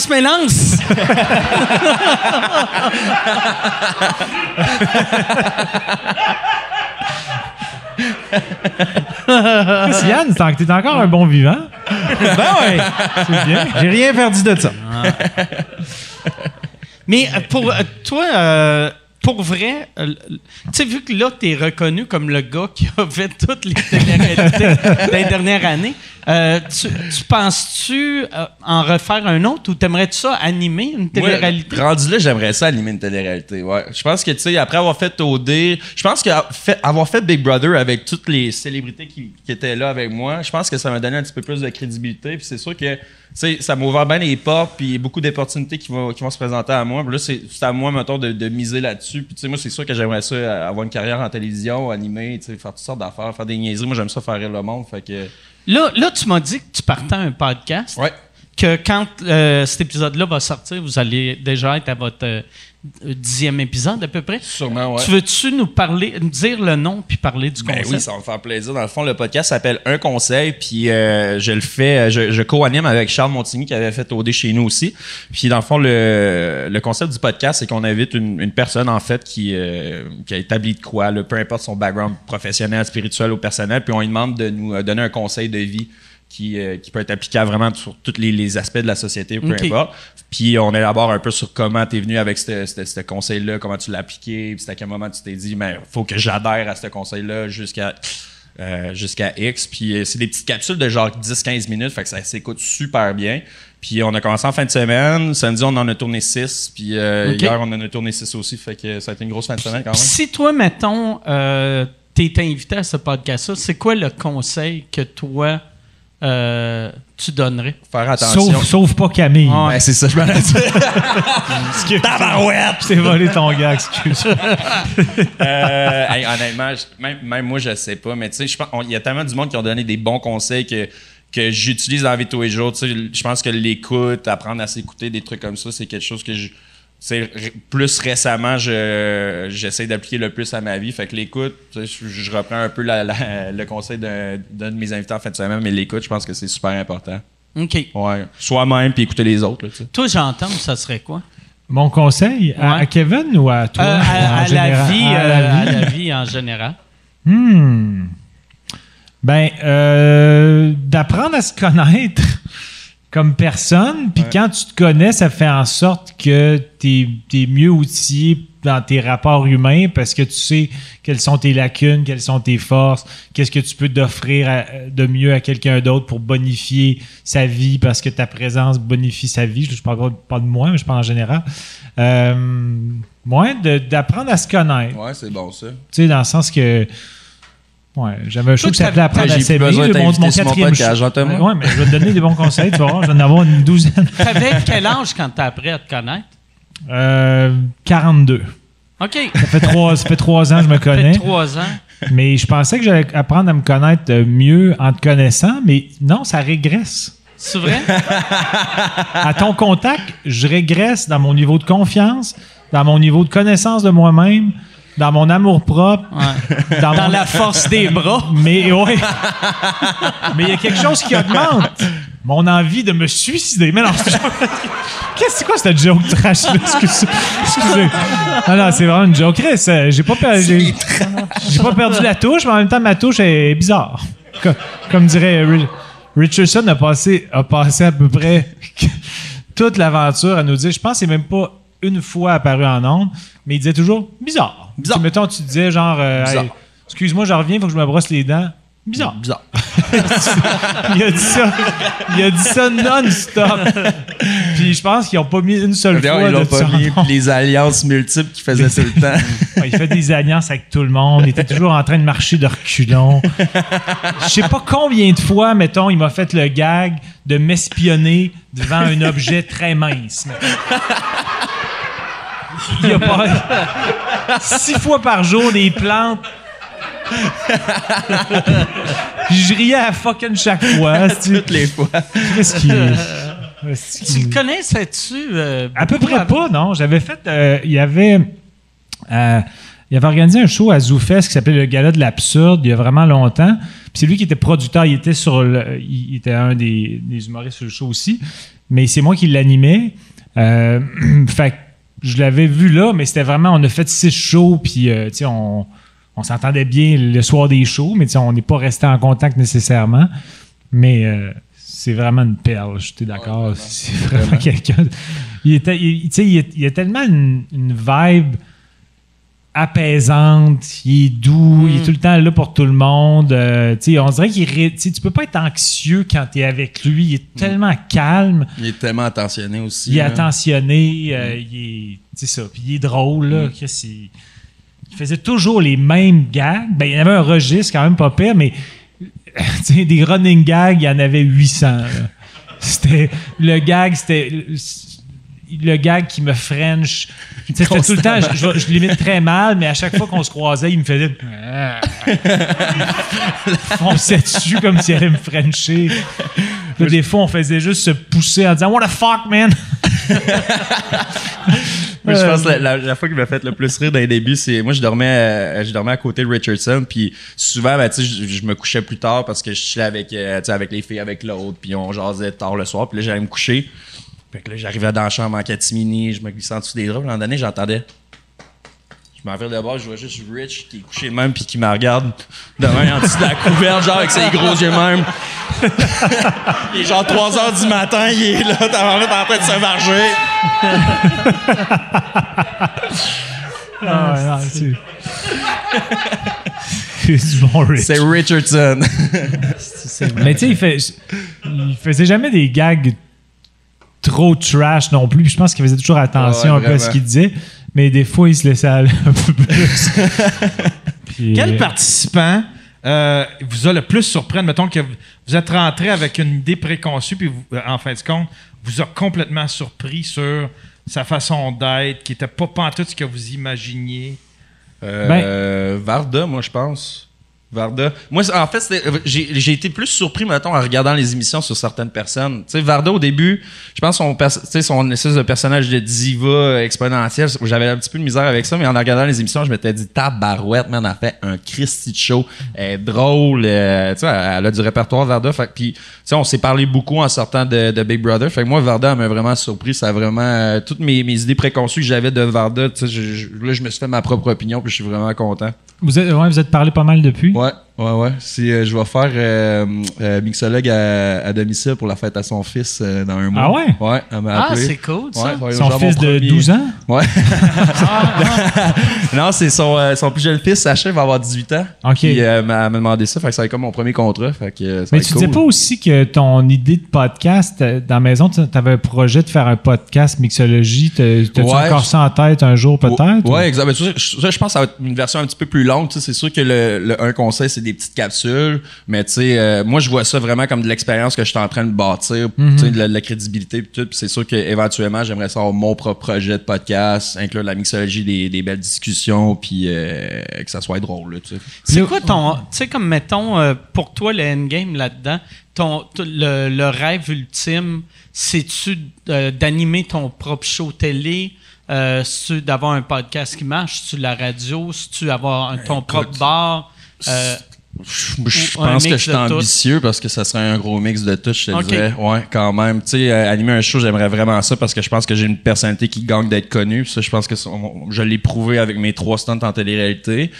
Yann, t'es encore un bon vivant. Ben ouais. C'est bien. J'ai rien perdu de ça. Mais pour toi, pour vrai, tu sais, vu que là, t'es reconnu comme le gars qui a fait toutes les télé-réalités des dernières années, tu penses-tu en refaire un autre ou t'aimerais-tu ça animer une télé-réalité? Rendu là, j'aimerais ça animer une télé-réalité, ouais. Je pense que, tu sais, après avoir fait OD, je pense qu'avoir fait Big Brother avec toutes les célébrités qui étaient là avec moi, je pense que ça m'a donné un petit peu plus de crédibilité. Puis c'est sûr que, tu sais, ça m'a ouvert bien les portes, puis beaucoup d'opportunités qui vont se présenter à moi. Puis là, c'est à moi, mettons, de miser là-dessus. Puis, tu sais, moi, c'est sûr que j'aimerais ça avoir une carrière en télévision, animer, tu sais, faire toutes sortes d'affaires, faire des niaiseries. Moi, j'aime ça faire rire le monde, fait que... Là, tu m'as dit que tu partais un podcast. Ouais. Que quand cet épisode-là va sortir, vous allez déjà être à votre 10e épisode à peu près. Sûrement, ouais. Tu veux-tu nous dire le nom puis parler du concept? Oui, ça va me faire plaisir. Dans le fond, le podcast s'appelle Un Conseil, puis je le fais, je co-anime avec Charles Montigny qui avait fait OD chez nous aussi. Puis dans le fond, le concept du podcast, c'est qu'on invite une personne en fait qui a établi de quoi, là, peu importe son background professionnel, spirituel ou personnel, puis on lui demande de nous donner un conseil de vie qui peut être applicable vraiment sur tous les aspects de la société, peu importe. Puis on élabore un peu sur comment tu es venu avec ce conseil-là, comment tu l'as appliqué, puis à quel moment tu t'es dit, mais faut que j'adhère à ce conseil-là jusqu'à X. Puis c'est des petites capsules de genre 10-15 minutes, fait que ça s'écoute super bien. Puis on a commencé en fin de semaine. Samedi, on en a tourné 6. Puis hier, on en a tourné 6 aussi, fait que ça a été une grosse fin de semaine quand même. Si toi, mettons, t'es invité à ce podcast-là, c'est quoi le conseil que toi... tu donnerais? Faire attention. Sauf pas Camille. Ah, ouais, c'est ça, je m'en ai dit. Tabarouette! Je t'ai volé ton gars, excuse. Honnêtement, même moi, je sais pas, mais tu sais, je pense il y a tellement du monde qui ont donné des bons conseils que j'utilise dans la vie de tous les jours. Tu sais, je pense que l'écoute, apprendre à s'écouter, des trucs comme ça, c'est quelque chose que plus récemment, j'essaie d'appliquer le plus à ma vie. Fait que l'écoute, je reprends un peu le conseil d'un de mes invités en fin de semaine, mais l'écoute, je pense que c'est super important. OK. Ouais. Soi-même puis écouter les autres. Là, toi, j'entends, ça serait quoi? Mon conseil? À Kevin ou à toi? À la vie en général. D'apprendre à se connaître comme personne, puis quand tu te connais, ça fait en sorte que t'es mieux outillé dans tes rapports humains parce que tu sais quelles sont tes lacunes, quelles sont tes forces, qu'est-ce que tu peux t'offrir de mieux à quelqu'un d'autre pour bonifier sa vie parce que ta présence bonifie sa vie. Je parle pas de moi, mais je parle en général. D'apprendre à se connaître. Ouais, c'est bon ça. Tu sais, dans le sens que ouais, j'avais un show qui s'appelait Apprendre à s'aimer. Mon quatrième show. Ouais, mais je vais te donner des bons conseils, tu vas voir, je vais en avoir une douzaine. T'avais quel âge quand t'as appris à te connaître? 42. OK. Ça fait 3 ans que je me connais. Ça fait 3 ans. Mais je pensais que j'allais apprendre à me connaître mieux en te connaissant, mais non, ça régresse. C'est vrai? À ton contact, je régresse dans mon niveau de confiance, dans mon niveau de connaissance de moi-même, dans mon amour-propre. Ouais. Dans la force des bras. Mais ouais. Mais il y a quelque chose qui augmente. Mon envie de me suicider. Mais non, c'est quoi cette joke trash là? Excusez. Non, c'est vraiment une joke. Chris, j'ai pas perdu la touche, mais en même temps, ma touche est bizarre. Comme dirait Richardson a passé à peu près toute l'aventure à nous dire, je pense que c'est même pas une fois apparu en ondes, mais il disait toujours bizarre. Bizarre. Mettons, tu disais genre, Bizarre. hey, excuse-moi, je reviens, il faut que je me brosse les dents. Bizarre. Bizarre. Il a dit ça non-stop. Puis je pense qu'ils n'ont pas mis une seule fois Ils l'ont de pas ça. mis, puis les alliances multiples qu'il faisait tout le temps. Ouais, il fait des alliances avec tout le monde. Il était toujours en train de marcher de reculons. Je sais pas combien de fois, mettons, il m'a fait le gag de m'espionner devant un objet très mince. Il a pas 6 fois par jour des plantes. Je riais à fucking chaque fois. Toutes les fois. Qu'est-ce qui... Tu le connaissais-tu? À peu beaucoup près avant? pas, non. J'avais fait... il avait organisé un show à ZooFest qui s'appelait le Gala de l'Absurde il y a vraiment longtemps. Puis c'est lui qui était producteur. Il était un des humoristes sur le show aussi. Mais c'est moi qui l'animais. Fait que je l'avais vu là, mais c'était vraiment... On a fait 6 shows, puis tu sais, on s'entendait bien le soir des shows, mais on n'est pas resté en contact nécessairement. Mais c'est vraiment une perle, je suis d'accord. Ouais, c'est vraiment quelqu'un... Il a tellement une vibe apaisante, il est doux, il est tout le temps là pour tout le monde. On dirait tu peux pas être anxieux quand tu es avec lui. Il est tellement calme. Il est tellement attentionné aussi. Il est hein. attentionné. Il est... C'est ça. Puis il est drôle, là. Il faisait toujours les mêmes gags. Ben, il y en avait un registre quand même pas pire, mais des running gags, il y en avait 800. Là. C'était le gag qui me French. C'était tout le temps, je l'imite très mal, mais à chaque fois qu'on se croisait, il me faisait il fonçait dessus comme s'il allait me Frencher. Puis des fois, on faisait juste se pousser en disant What the fuck, man? Moi, je pense que la fois qui m'a fait le plus rire dans les débuts, c'est moi je dormais à côté de Richardson, puis souvent ben, je me couchais plus tard parce que je chillais avec les filles avec l'autre, puis on jasait tard le soir, puis là j'allais me coucher. Fait que là j'arrivais dans la chambre en catimini, je me glissais en dessous des draps, l'an dernier j'entendais. Je m'en vais de bord, je vois juste Rich qui est couché de même puis qui me regarde de même en dessous de la couverte, genre avec ses gros yeux même. Il est genre 3h du matin, il est là, en train de se marger. C'est du bon Rich. C'est Richardson. Mais tu sais, il faisait jamais des gags trop trash non plus. Puis je pense qu'il faisait toujours attention un peu à ce qu'il disait. Mais des fois, il se laissait aller un peu plus. Puis, Quel participant vous a le plus surpris? Mettons que vous êtes rentré avec une idée préconçue, puis en fin de compte, vous a complètement surpris sur sa façon d'être, qui n'était pas pantoute ce que vous imaginiez. Varda, moi, je pense. Varda. Moi, en fait, j'ai été plus surpris, mettons, en regardant les émissions sur certaines personnes. Tu sais, Varda, au début, je pense son espèce de personnage de diva exponentielle, j'avais un petit peu de misère avec ça, mais en regardant les émissions, je m'étais dit, tabarouette, man, elle a fait un Christy de show. Elle est drôle, tu sais, elle a du répertoire, Varda. Puis, tu sais, on s'est parlé beaucoup en sortant de Big Brother. Fait que moi, Varda, elle m'a vraiment surpris. Ça a vraiment... toutes mes idées préconçues que j'avais de Varda, tu sais, là, je me suis fait ma propre opinion, puis je suis vraiment content. Vous êtes parlé pas mal depuis? Ouais. Je vais faire mixologue à domicile pour la fête à son fils dans un mois. Ah ouais? Ouais, elle m'a appelé. C'est cool, ça. Ouais, Son fils de 12 ans? Ouais. Non, c'est son plus jeune fils, Sacha, il va avoir 18 ans. OK. Puis elle m'a demandé ça, fait que ça va être comme mon premier contrat. Fait que, ça Mais va être tu cool. disais pas aussi que ton idée de podcast, dans la maison, tu avais un projet de faire un podcast mixologie. T'as-tu encore ça en tête un jour, peut-être? Ouais, exact. Mais ça, je pense que ça va être une version un petit peu plus longue. Tu sais, c'est sûr que le un conseil, c'est des petites capsules. Mais tu sais, moi, je vois ça vraiment comme de l'expérience que je suis en train de bâtir. Tu sais, de la crédibilité et tout. Puis c'est sûr qu'éventuellement, j'aimerais ça avoir mon propre projet de podcast, inclure la mixologie, des belles discussions, puis que ça soit drôle. Là, tu sais. C'est quoi ton... Tu sais, comme mettons, pour toi, le endgame là-dedans, le rêve ultime, c'est-tu d'animer ton propre show télé? C'est-tu d'avoir un podcast qui marche? C'est-tu la radio? C'est-tu avoir ton propre bar? Je pense que je suis ambitieux parce que ça serait un gros mix de tout, je te dirais. Ouais, quand même. Tu sais, animer un show, j'aimerais vraiment ça parce que je pense que j'ai une personnalité qui gagne d'être connue. Ça, je pense que je l'ai prouvé avec mes 3 stunts en télé-réalité.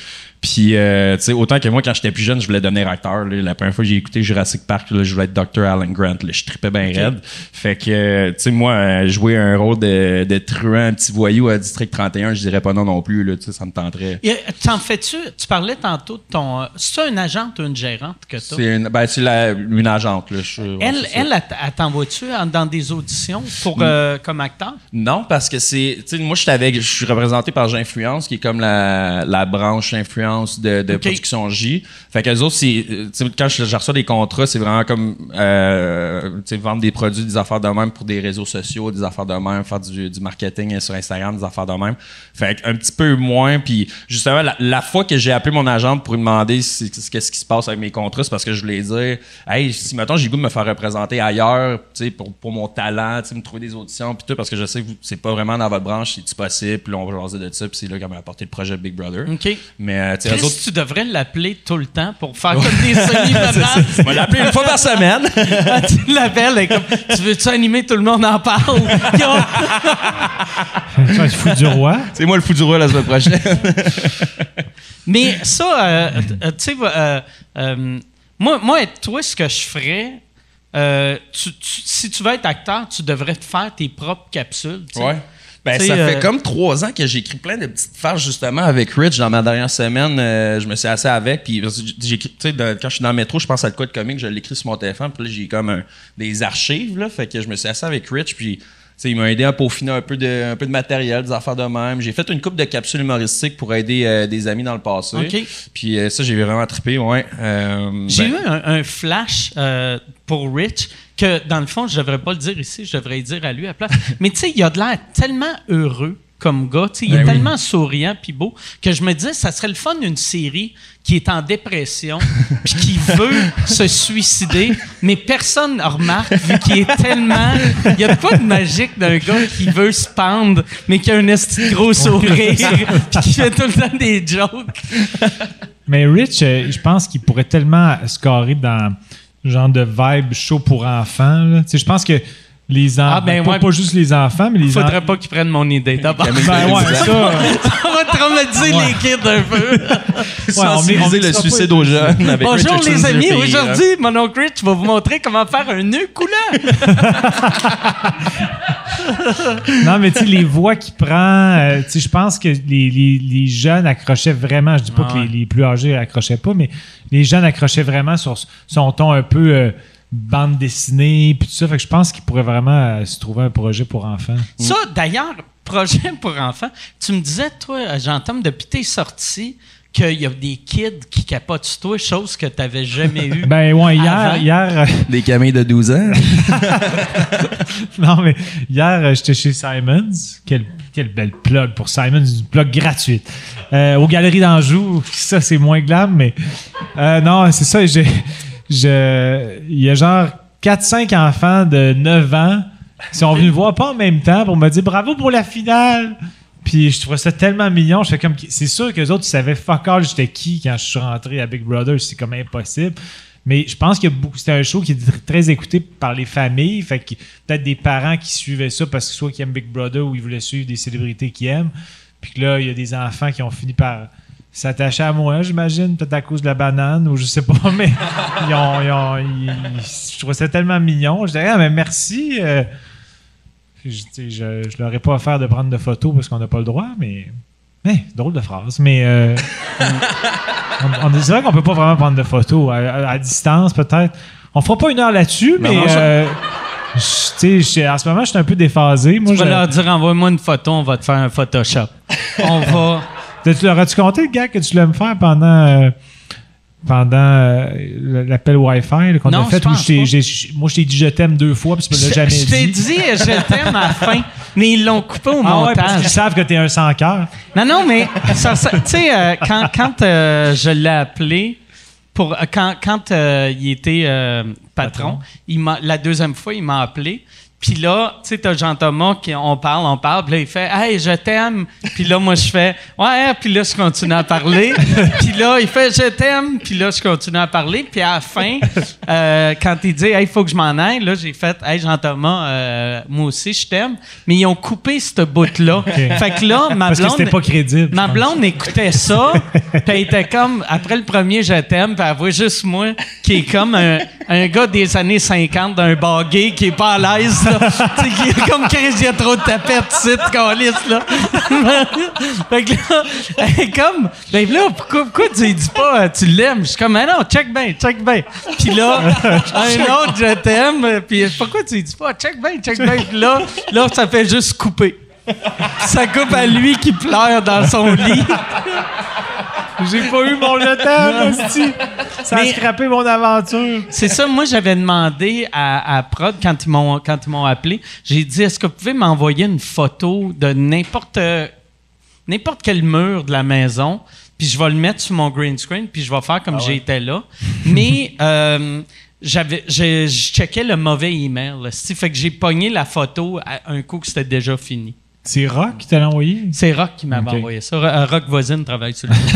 Puis, tu sais, autant que moi, quand j'étais plus jeune, je voulais devenir acteur. Là. La première fois que j'ai écouté Jurassic Park, là, je voulais être Dr. Alan Grant. Là. Je tripais bien raide. Fait que, tu sais, moi, jouer un rôle de truand, un petit voyou à District 31, je dirais pas non plus. Là, tu sais, ça me tenterait. T'en fais-tu? Tu parlais tantôt de ton... c'est une agente ou une gérante que t'as? C'est une agente. Là, Elle t'envoie-tu dans des auditions pour, comme acteur? Non, parce que c'est... Tu sais, moi, je suis représenté par J'Influence, qui est comme la branche influence de Production J. Fait qu'eux autres, quand je reçois des contrats, c'est vraiment comme vendre des produits, des affaires de même pour des réseaux sociaux, des affaires de même, faire du marketing sur Instagram, des affaires de même. Fait qu'un petit peu moins. Puis justement, la fois que j'ai appelé mon agente pour lui demander qu'est-ce qui se passe avec mes contrats, c'est parce que je voulais dire, hey, si mettons j'ai le goût de me faire représenter ailleurs, pour mon talent, me trouver des auditions, puis tout, parce que je sais que c'est pas vraiment dans votre branche, c'est-tu possible, puis là, on va jaser de ça, puis c'est là qu'on m'a apporté le projet Big Brother. OK. Mais Chris, tu devrais l'appeler tout le temps pour faire comme des semi-menaces. On va l'appeler une fois par semaine. Tu l'appelles et comme, tu veux-tu animer, tout le monde en parle? Tu vas être fou du roi. C'est moi le fou du roi la semaine prochaine. Mais ça, tu sais, moi, toi, ce que je ferais, si tu veux être acteur, tu devrais te faire tes propres capsules. T'sais. Ouais. Ben, ça fait comme 3 ans que j'ai écrit plein de petites farces justement avec Rich dans ma dernière semaine. Je me suis assis avec, puis quand je suis dans le métro, je pense à le code comique, je l'écris sur mon téléphone, puis là j'ai comme des archives, là, fait que je me suis assis avec Rich, puis il m'a aidé à peaufiner un peu de matériel, des affaires de même. J'ai fait une couple de capsules humoristiques pour aider des amis dans le passé. Okay. Puis ça, j'ai vraiment trippé, ouais. J'ai eu un flash pour Rich que, dans le fond, je devrais pas le dire ici, je devrais le dire à lui à la place. Mais tu sais, il a de l'air tellement heureux comme gars, il est tellement souriant puis beau que je me disais, ça serait le fun d'une série qui est en dépression puis qui veut se suicider, mais personne ne remarque vu qu'il est tellement... Il n'y a pas de magique d'un gars qui veut se pendre, mais qui a un esti de gros sourire puis qui fait tout le temps des jokes. Mais Rich, je pense qu'il pourrait tellement scorer dans le genre de vibe show pour enfants. Là. Je pense que les enfants, pas juste les enfants, mais les enfants. Faudrait pas qu'ils prennent mon idée d'abord. Ben ouais, ça va traumatiser les kids un peu. Sensibiliser le suicide aux jeunes. Avec bonjour Richard les amis, Pays, aujourd'hui, mon oncle Rich va vous montrer comment faire un nœud coulant. Non, mais tu sais, les voix qu'il prend, tu sais, je pense que les jeunes accrochaient vraiment. Je dis pas que les plus âgés accrochaient pas, mais les jeunes accrochaient vraiment sur son ton un peu bande dessinée, puis tout ça. Fait que je pense qu'il pourrait vraiment se trouver un projet pour enfants. Ça, d'ailleurs, projet pour enfants, tu me disais, toi, Jean-Tom, depuis tes sorties, qu'il y a des kids qui capotent sur toi, chose que tu n'avais jamais eue. Ben ouais, hier des Camilles de 12 ans. Non, mais hier, j'étais chez Simons. Quelle belle plug pour Simons, une plug gratuite. Aux Galeries d'Anjou, ça, c'est moins glam, mais non, c'est ça, il y a genre 4-5 enfants de 9 ans qui sont venus me voir pas en même temps pour me dire bravo pour la finale. Puis je trouvais ça tellement mignon. Je fais comme, c'est sûr qu'eux autres, ils savaient fuck all j'étais qui quand je suis rentré à Big Brother. C'est comme impossible. Mais je pense que c'était un show qui est très écouté par les familles. Fait que peut-être des parents qui suivaient ça parce que soit qu'ils aiment Big Brother ou ils voulaient suivre des célébrités qu'ils aiment. Puis que là, il y a des enfants qui ont fini par s'attacher à moi, j'imagine, peut-être à cause de la banane ou je sais pas, mais je trouvais ça tellement mignon. Je disais, mais merci. Je leur ai pas offert de prendre de photos parce qu'on n'a pas le droit, mais drôle de phrase. Mais c'est vrai qu'on peut pas vraiment prendre de photos à distance, peut-être. On fera pas 1 heure là-dessus, mais en ce moment, je suis un peu déphasé. Moi, tu vas leur dire, envoie-moi une photo, on va te faire un Photoshop. On va... Tu leur as-tu compté, le gars, que tu voulais me faire pendant l'appel Wi-Fi qu'on a fait? Moi, je t'ai dit je t'aime 2 fois, puis tu me l'as jamais dit. Je t'ai dit je t'aime à la fin, mais ils l'ont coupé au montage. Ouais, parce qu'ils savent que t'es un sans-cœur. Non, mais tu sais, quand je l'ai appelé, quand il était patron, la deuxième fois, il m'a appelé. Puis là, tu sais, t'as Jean-Thomas qui on parle, puis là, il fait « Hey, je t'aime ». Puis là, moi, je fais « Ouais », puis là, je continue à parler. Puis là, il fait « Je t'aime », puis là, je continue à parler. Puis à la fin, quand il dit « Hey, il faut que je m'en aille », là, j'ai fait « Hey, Jean-Thomas, moi aussi, je t'aime ». Mais ils ont coupé cette bout-là. Fait que là, ma Parce que blonde... c'était pas crédible. Ma blonde écoutait ça, puis elle était comme... Après le premier « Je t'aime », puis elle voit juste moi, qui est comme un gars des années 50 d'un bar gay qui est pas à l'aise, là. Tu sais, qui est comme Chris, il y a trop de tapettes, c'est câlisse, là. Fait que là, elle est comme, ben là, pourquoi tu dis pas, tu l'aimes? Je suis comme, mais non, check bien. Puis là, un autre, je t'aime, puis pourquoi tu dis pas, check bien. Puis là, ça fait juste couper. Ça coupe à lui qui pleure dans son lit. J'ai pas eu mon le temps, hostie. Ça a scrappé mon aventure. C'est ça, moi, j'avais demandé à Prod, quand ils m'ont appelé, j'ai dit, est-ce que vous pouvez m'envoyer une photo de n'importe quel mur de la maison, puis je vais le mettre sur mon green screen, puis je vais faire comme j'étais là. Mais je checkais le mauvais email. Fait que j'ai pogné la photo à un coup que c'était déjà fini. C'est Rock qui t'a envoyé? C'est Rock qui m'avait envoyé ça. Rock voisine travaille sur le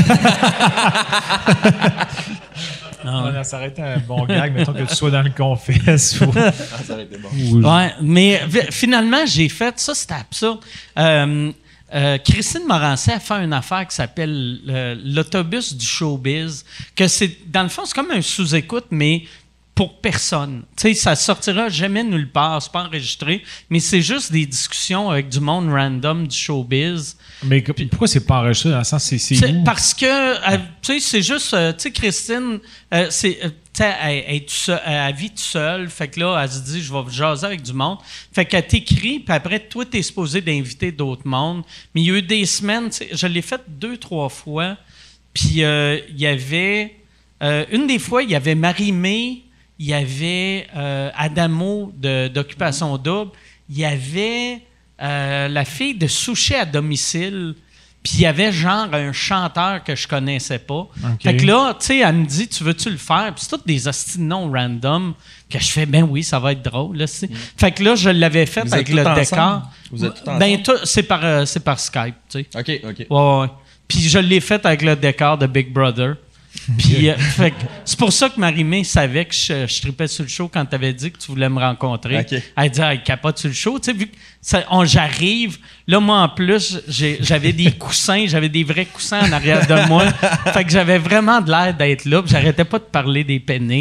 Ça aurait été un bon gag, mettons que tu sois dans le confesse. Ou... Ça aurait été bon. Ouais, mais finalement, j'ai fait... Ça, c'était absurde. Christine Morancet a fait une affaire qui s'appelle l'autobus du showbiz, que c'est, dans le fond, c'est comme un sous-écoute, mais pour personne. Tu sais, ça sortira jamais nulle part, c'est pas enregistré, mais c'est juste des discussions avec du monde random du showbiz. Mais pourquoi c'est pas enregistré dans le sens c'est où? Parce que, tu sais, c'est juste, tu sais, Christine, elle vit toute seule, fait que là, elle se dit, je vais jaser avec du monde. Fait qu'elle t'écrit, puis après, toi, t'es supposé d'inviter d'autres mondes. Mais il y a eu des semaines, tu sais, je l'ai fait 2-3 fois, puis il y avait, une des fois, il y avait Marie-Mé, il y avait Adamo d'Occupation Double, il y avait la fille de Sushi à domicile, puis il y avait genre un chanteur que je connaissais pas. Okay. Fait que là, tu sais, elle me dit, tu veux-tu le faire? Puis c'est tous des hosties de noms random que je fais, ben oui, ça va être drôle. Là, Fait que là, je l'avais fait vous avec le décor. Vous êtes tous ensemble? Ben, c'est par Skype, tu sais. OK. Ouais. Puis je l'ai fait avec le décor de Big Brother. Puis, fait que c'est pour ça que Marie-Mé savait que je tripais sur le show quand tu avais dit que tu voulais me rencontrer. Okay. Elle dit, elle capote sur le show. Tu sais, vu que j'arrive, là, moi, en plus, j'avais des coussins, j'avais des vrais coussins en arrière de moi. Fait que j'avais vraiment de l'air d'être là, puis j'arrêtais pas de parler des peinés.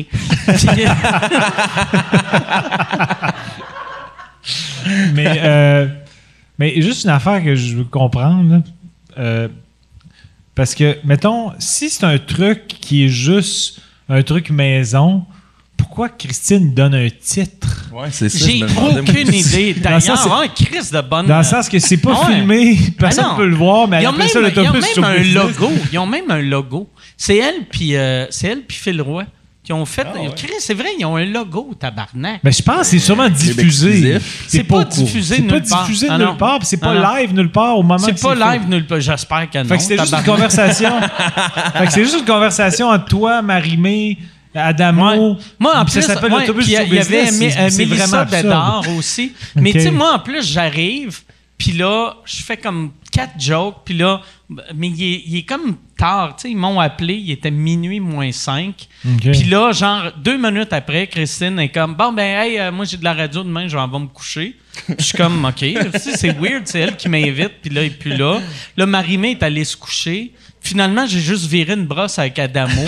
Mais juste une affaire que je veux comprendre, là. Parce que, mettons, si c'est un truc qui est juste un truc maison, pourquoi Christine donne un titre? Ouais, c'est ça. J'ai aucune idée. D'ailleurs, un Chris de bonne... Dans le sens que c'est pas filmé, personne ne peut le voir, mais après ça, l'autobus... Ils ont même un logo. C'est elle puis Phil Roy qui ont fait... Chris, c'est vrai, ils ont un logo, tabarnak. Mais je pense que c'est sûrement diffusé. C'est pas diffusé nulle part. C'est pas diffusé nulle part, puis c'est pas live nulle part au moment c'est pas live nulle part. J'espère que non. Fait que c'était juste une conversation. Fait que c'est juste une conversation entre toi, Marie-Mé, Adamo. Moi, en plus, ça s'appelle l'autobus du il y avait Mélissa absurde. Bédard aussi. Mais tu sais, moi, en plus, j'arrive, puis là, je fais comme 4 jokes, puis là, mais il est comme tard, tu sais, ils m'ont appelé, il était minuit moins 5. Puis là, genre, 2 minutes après, Christine est comme, bon, ben, hey, moi, j'ai de la radio demain, je vais me coucher. Je suis comme, OK, c'est weird, c'est elle qui m'invite, puis là, elle est plus là. Là, Marie-Mé est allée se coucher. Finalement, j'ai juste viré une brosse avec Adamo.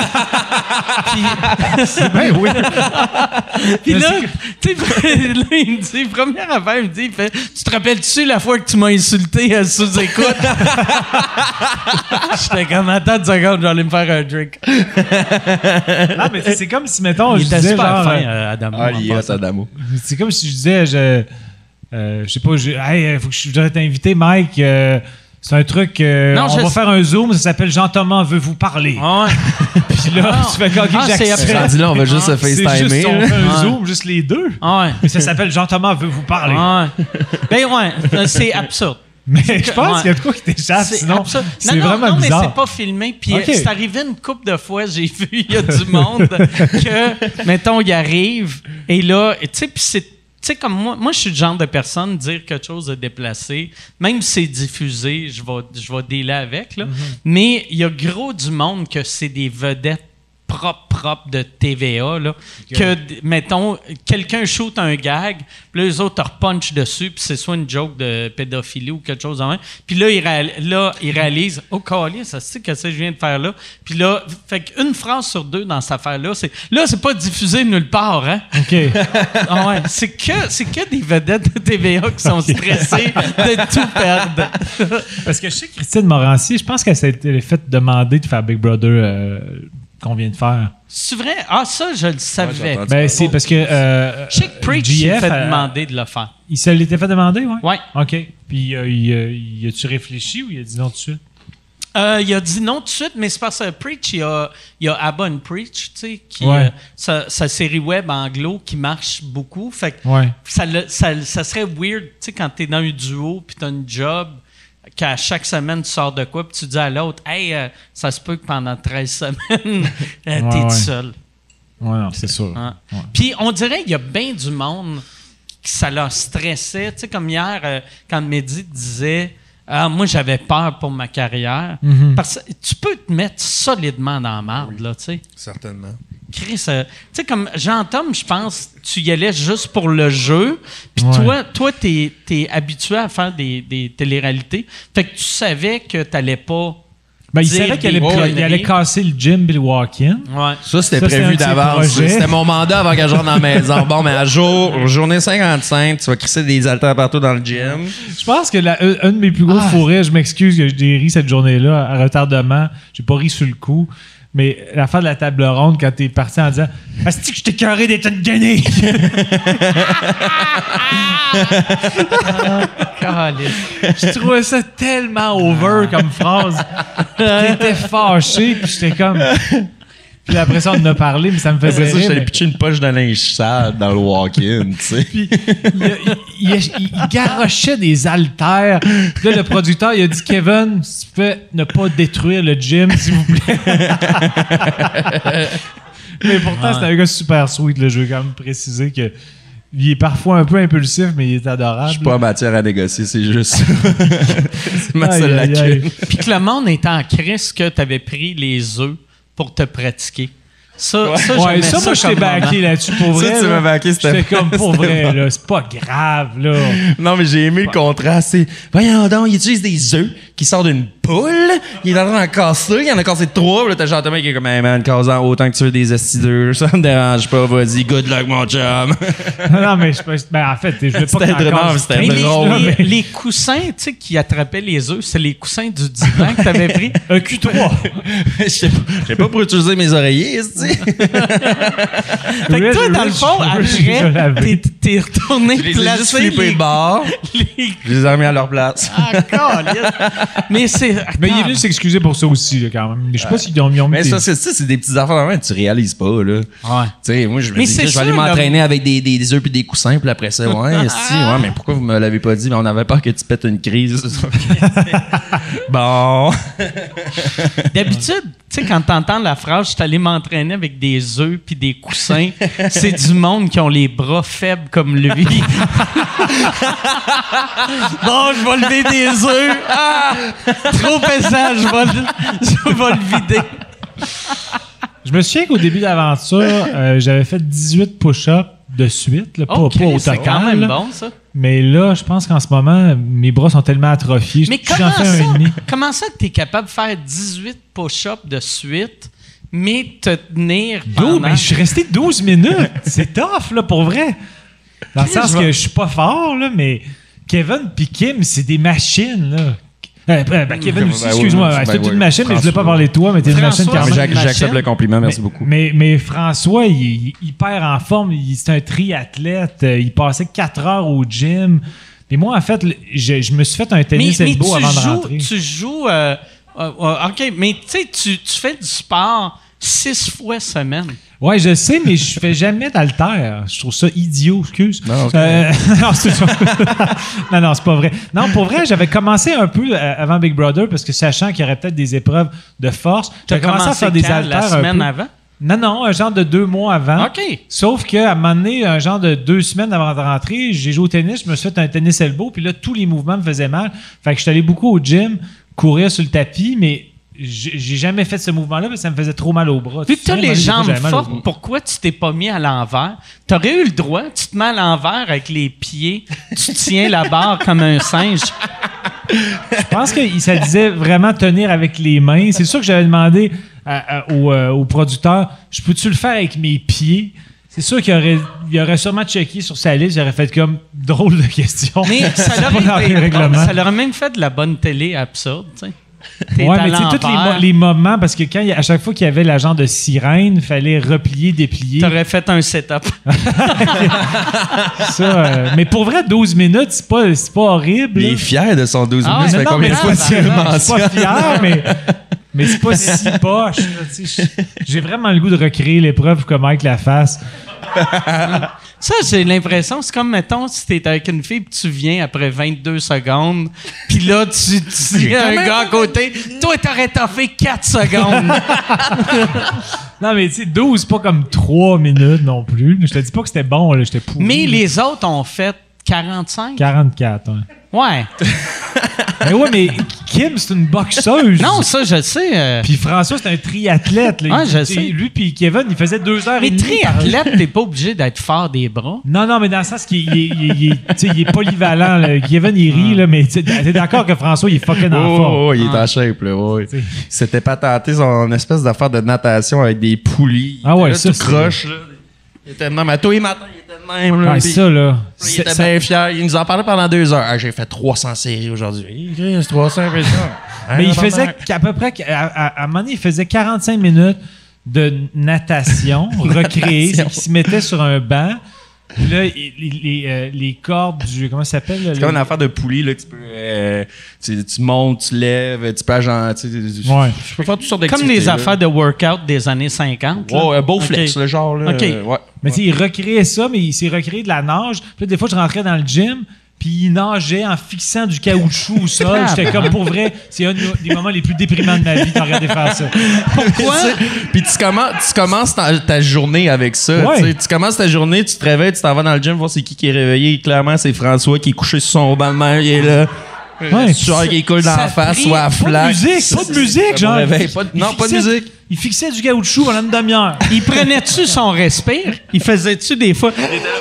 C'est bien weird. Puis là, tu sais, il me dit, première affaire, il me dit, il fait, tu te rappelles-tu la fois que tu m'as insulté sous-écoute? J'étais comme, attends 2 secondes, je vais aller me faire un drink. Non, mais c'est comme si, mettons, il je était disais super genre... fin, Adamo. Ah, il est Adamo. C'est comme si je disais, je sais pas, hey, faut que je voudrais t'inviter, Mike... c'est un truc, on va faire un Zoom, ça s'appelle Jean-Thomas veut vous parler. Ah ouais. Puis là, tu fais OK, j'accepte. Là, on va juste se FaceTimer. On fait un Zoom, juste les deux. Ah ouais. Mais ça s'appelle Jean-Thomas veut vous parler. Ah ouais. Ben ouais, c'est absurde. Mais je pense qu'il y a de quoi qui t'échappe, sinon c'est vraiment bizarre. Non, mais c'est pas filmé. Puis c'est arrivé une couple de fois, j'ai vu, il y a du monde que, mettons, il arrive, et là, tu sais, puis sais, comme moi, je suis le genre de personne, dire quelque chose de déplacé, même si c'est diffusé, je vais dealer avec, là. Mais il y a gros du monde que c'est des vedettes propre de TVA, là, que, mettons, quelqu'un shoot un gag, puis là, les autres repunchent dessus, puis c'est soit une joke de pédophilie ou quelque chose en même. Puis là, ils réalisent « Oh, câlisse, ça c'est que je viens de faire là? » Puis là, fait qu'une phrase sur deux dans cette affaire-là, c'est pas diffusé nulle part, hein? OK. Ah ouais, c'est que des vedettes de TVA qui sont stressées de tout perdre. Parce que je sais que Christine Morancy, je pense qu'elle s'est fait demander de faire Big Brother qu'on vient de faire. C'est vrai? Ah, ça, je le savais. Ben, c'est parce que je sais que Preach s'est GF fait demander de le faire. Il se l'était fait demander, ouais? Ouais. OK. Puis, il a-tu réfléchi ou il a dit non tout de suite? Il a dit non tout de suite, mais c'est parce que Preach, il y a Abba and Preach, tu sais, qui sa série web anglo qui marche beaucoup. Fait que ça serait weird, tu sais, quand t'es dans un duo puis t'as une job, qu'à chaque semaine, tu sors de quoi, puis tu dis à l'autre, « Hey, ça se peut que pendant 13 semaines, t'es tout seul. » Ouais, non, c'est sûr. Hein? Ouais. Puis on dirait qu'il y a bien du monde qui ça leur stressait. Tu sais, comme hier, quand Mehdi disait, « moi, j'avais peur pour ma carrière. Parce que tu peux te mettre solidement dans la marde, là, tu sais. Certainement. Chris, tu sais, comme Jean-Tom, je pense, tu y allais juste pour le jeu. Puis toi, t'es habitué à faire des téléréalités. Fait que tu savais que t'allais pas. Ben, il savait qu'il allait casser le gym et le walk-in. Ouais. Ça, c'était prévu d'avance. C'était mon mandat avant que je rentre dans la maison. Bon, mais journée 55, tu vas crisser des haltères partout dans le gym. Je pense que un de mes plus gros fourrés, je m'excuse que j'ai ri cette journée-là, à retardement. J'ai pas ri sur le coup. Mais l'affaire de la table ronde, quand t'es parti en disant « Asti que je t'ai carré d'être une guenille! » Je trouvais ça tellement over comme phrase. J'étais fâché, puis j'étais comme... Puis après ça, on en a parlé, mais ça me faisait rire. Après ça, j'allais pitcher une poche de linge sale dans le walk-in, tu sais. Puis il garochait des haltères. Puis là, le producteur, il a dit « Kevin, tu peux ne pas détruire le gym, s'il vous plaît. » Mais pourtant, c'est un gars super sweet, là. Je veux quand même préciser que il est parfois un peu impulsif, mais il est adorable. Je suis pas en matière à négocier, c'est juste ça. C'est ma seule lacune. Puis que le monde était en crise que t'avais pris les œufs pour te pratiquer. Ça, moi, je t'ai backé là-dessus, pour vrai. Ça, tu m'as backé, c'était comme pour vrai, là. C'est pas grave, là. Non, mais j'ai aimé le contraste. C'est, voyons donc, il utilise des œufs qui sortent d'une poule. Il est en train d'en casser. Il en a cassé 3. Puis là, t'as Jean-Thomas qui est comme, hey man, casse-en autant que tu veux des esti d'œufs. Ça me dérange pas. Vas-y, good luck, mon chum. Non, mais en fait, je veux pas c'était drôle. Les coussins, tu sais, qui attrapaient les œufs, c'est les coussins du divan que t'avais pris. Un Q3. Je sais pas pour utiliser mes oreillers, fait que toi, dans le fond, après, t'es retourné placer. Je les ai juste flippés de bord. Je les ai remis à leur place. Mais c'est. Mais il est venu s'excuser pour ça aussi, là, quand même. Je sais pas s'ils ont mis. Mais ça, c'est des petites affaires que tu réalises pas, là. Ouais. Tu sais, moi, je me dis, je vais aller m'entraîner avec des œufs puis des coussins, puis après ça, mais pourquoi vous me l'avez pas dit? Mais on avait peur que tu pètes une crise. Bon. D'habitude, tu sais, quand t'entends la phrase, je suis allé m'entraîner avec des œufs puis des coussins, c'est du monde qui ont les bras faibles comme lui. Bon, je vais lever des œufs. Trop pesant, je vais le vider. Je me souviens qu'au début de l'aventure, j'avais fait 18 push-ups de suite, là, pas au total. C'est quand même bon, ça. Mais là, je pense qu'en ce moment, mes bras sont tellement atrophiés. Mais comment ça que tu es capable de faire 18 push-ups de suite, mais te tenir pendant... mais je suis resté 12 minutes. C'est tough, là, pour vrai. Dans le sens que je suis pas fort, là, mais Kevin et Kim, c'est des machines, là. Kevin aussi, excuse-moi, c'est une machine, mais je voulais pas parler de toi, mais t'es une machine quand même. J'accepte le compliment, merci beaucoup. Mais François, il perd en forme, c'est un triathlète, il passait 4 heures au gym. Et moi, en fait, je me suis fait un tennis elbow avant de rentrer. Tu joues... OK, mais tu sais, tu fais du sport 6 fois semaine. Ouais, je sais, mais je fais jamais d'haltère. Je trouve ça idiot, excuse. Non, non, c'est pas vrai. Non, pour vrai, j'avais commencé un peu avant Big Brother parce que sachant qu'il y aurait peut-être des épreuves de force, j'avais commencé à faire des haltères la semaine avant? Non, un genre de 2 mois avant. OK. Sauf qu'à un moment donné, un genre de 2 semaines avant de rentrer, j'ai joué au tennis, je me suis fait un tennis elbow, puis là, tous les mouvements me faisaient mal. Fait que je suis allé beaucoup au gym, courir sur le tapis, mais j'ai jamais fait ce mouvement-là parce que ça me faisait trop mal au bras. Vu que tu as les jambes fortes, pourquoi tu t'es pas mis à l'envers? Tu aurais eu le droit, tu te mets à l'envers avec les pieds, tu tiens la barre comme un singe. Je pense que ça disait vraiment tenir avec les mains. C'est sûr que j'avais demandé au producteur, je peux-tu le faire avec mes pieds? C'est sûr qu'il aurait sûrement checké sur sa liste, il aurait fait comme drôle de question. Mais ça leur a même fait de la bonne télé absurde, tu sais. Ouais, mais tu sais, tous les moments, parce que à chaque fois qu'il y avait la genre de sirène, il fallait replier, déplier. T'aurais fait un setup. Mais pour vrai, 12 minutes, c'est pas horrible. Il est fier de son 12 minutes. Ça fait combien de fois tu le mentionnes? Je suis pas fier, mais c'est pas si poche. J'ai vraiment le goût de recréer l'épreuve comme Mike la fasse. Ça, j'ai l'impression, c'est comme, mettons, si t'es avec une fille puis tu viens après 22 secondes, puis là, tu dis à un gars à côté, toi, t'aurais toffé 4 secondes. Non, mais tu sais, 12, c'est pas comme 3 minutes non plus. Je te dis pas que c'était bon, là, j'étais pourri. Mais les autres ont fait 45? 44, ouais. Ouais. Mais ouais, mais Kim, c'est une boxeuse. Non, ça, je sais. Puis François, c'est un triathlète. Là. Ouais, je sais. Lui puis Kevin, il faisait 2 heures et Mais demie. triathlète, t'es pas obligé d'être fort des bras. Non, mais dans le sens qu'il est polyvalent. Là. Kevin, il rit, là, mais t'es d'accord que François, il est fucking en forme. Oh, il est en shape, là. Ouais. C'était patenté son espèce d'affaire de natation avec des poulies. Ah ouais, là, ça, tout croche, là. Il était de même. À tous les matins, il était de même. Là, Ouais, ça, là. Il était bien fier. Il nous en parlait pendant 2 heures. Ah, j'ai fait 300 séries aujourd'hui. Il 300 Mais il faisait à peu près, à un moment donné, il faisait 45 minutes de natation recréée. C'est qu'il se mettait sur un banc. Puis là, les cordes du... Comment ça s'appelle? C'est comme une affaire de poulie, là, que tu peux... tu montes, tu lèves, tu peux agenter... Ouais. Je peux faire toutes sortes d'activités. Comme les là. affaires de workout des années 50. Là. Ouais, beau flex, le genre, là. OK. Ouais. Mais tu sais, il recréait ça, mais il s'est recréé de la nage. Puis là, des fois, je rentrais dans le gym, puis il nageait en fixant du caoutchouc au sol. J'étais comme, pour vrai, c'est un des moments les plus déprimants de ma vie de regarder faire ça. Pourquoi? Puis tu commences ta journée avec ça. Ouais. Tu commences ta journée, tu te réveilles, tu t'en vas dans le gym, voir c'est qui est réveillé. Clairement, c'est François qui est couché sur son banc de mer, il est là. Ouais, Soit qui coule dans la face, soit à pas de flac. musique, pas de musique, genre. Pas de musique. Il fixait du caoutchouc pendant une demi-heure. Il prenait-tu son respire? Il faisait-tu des fois...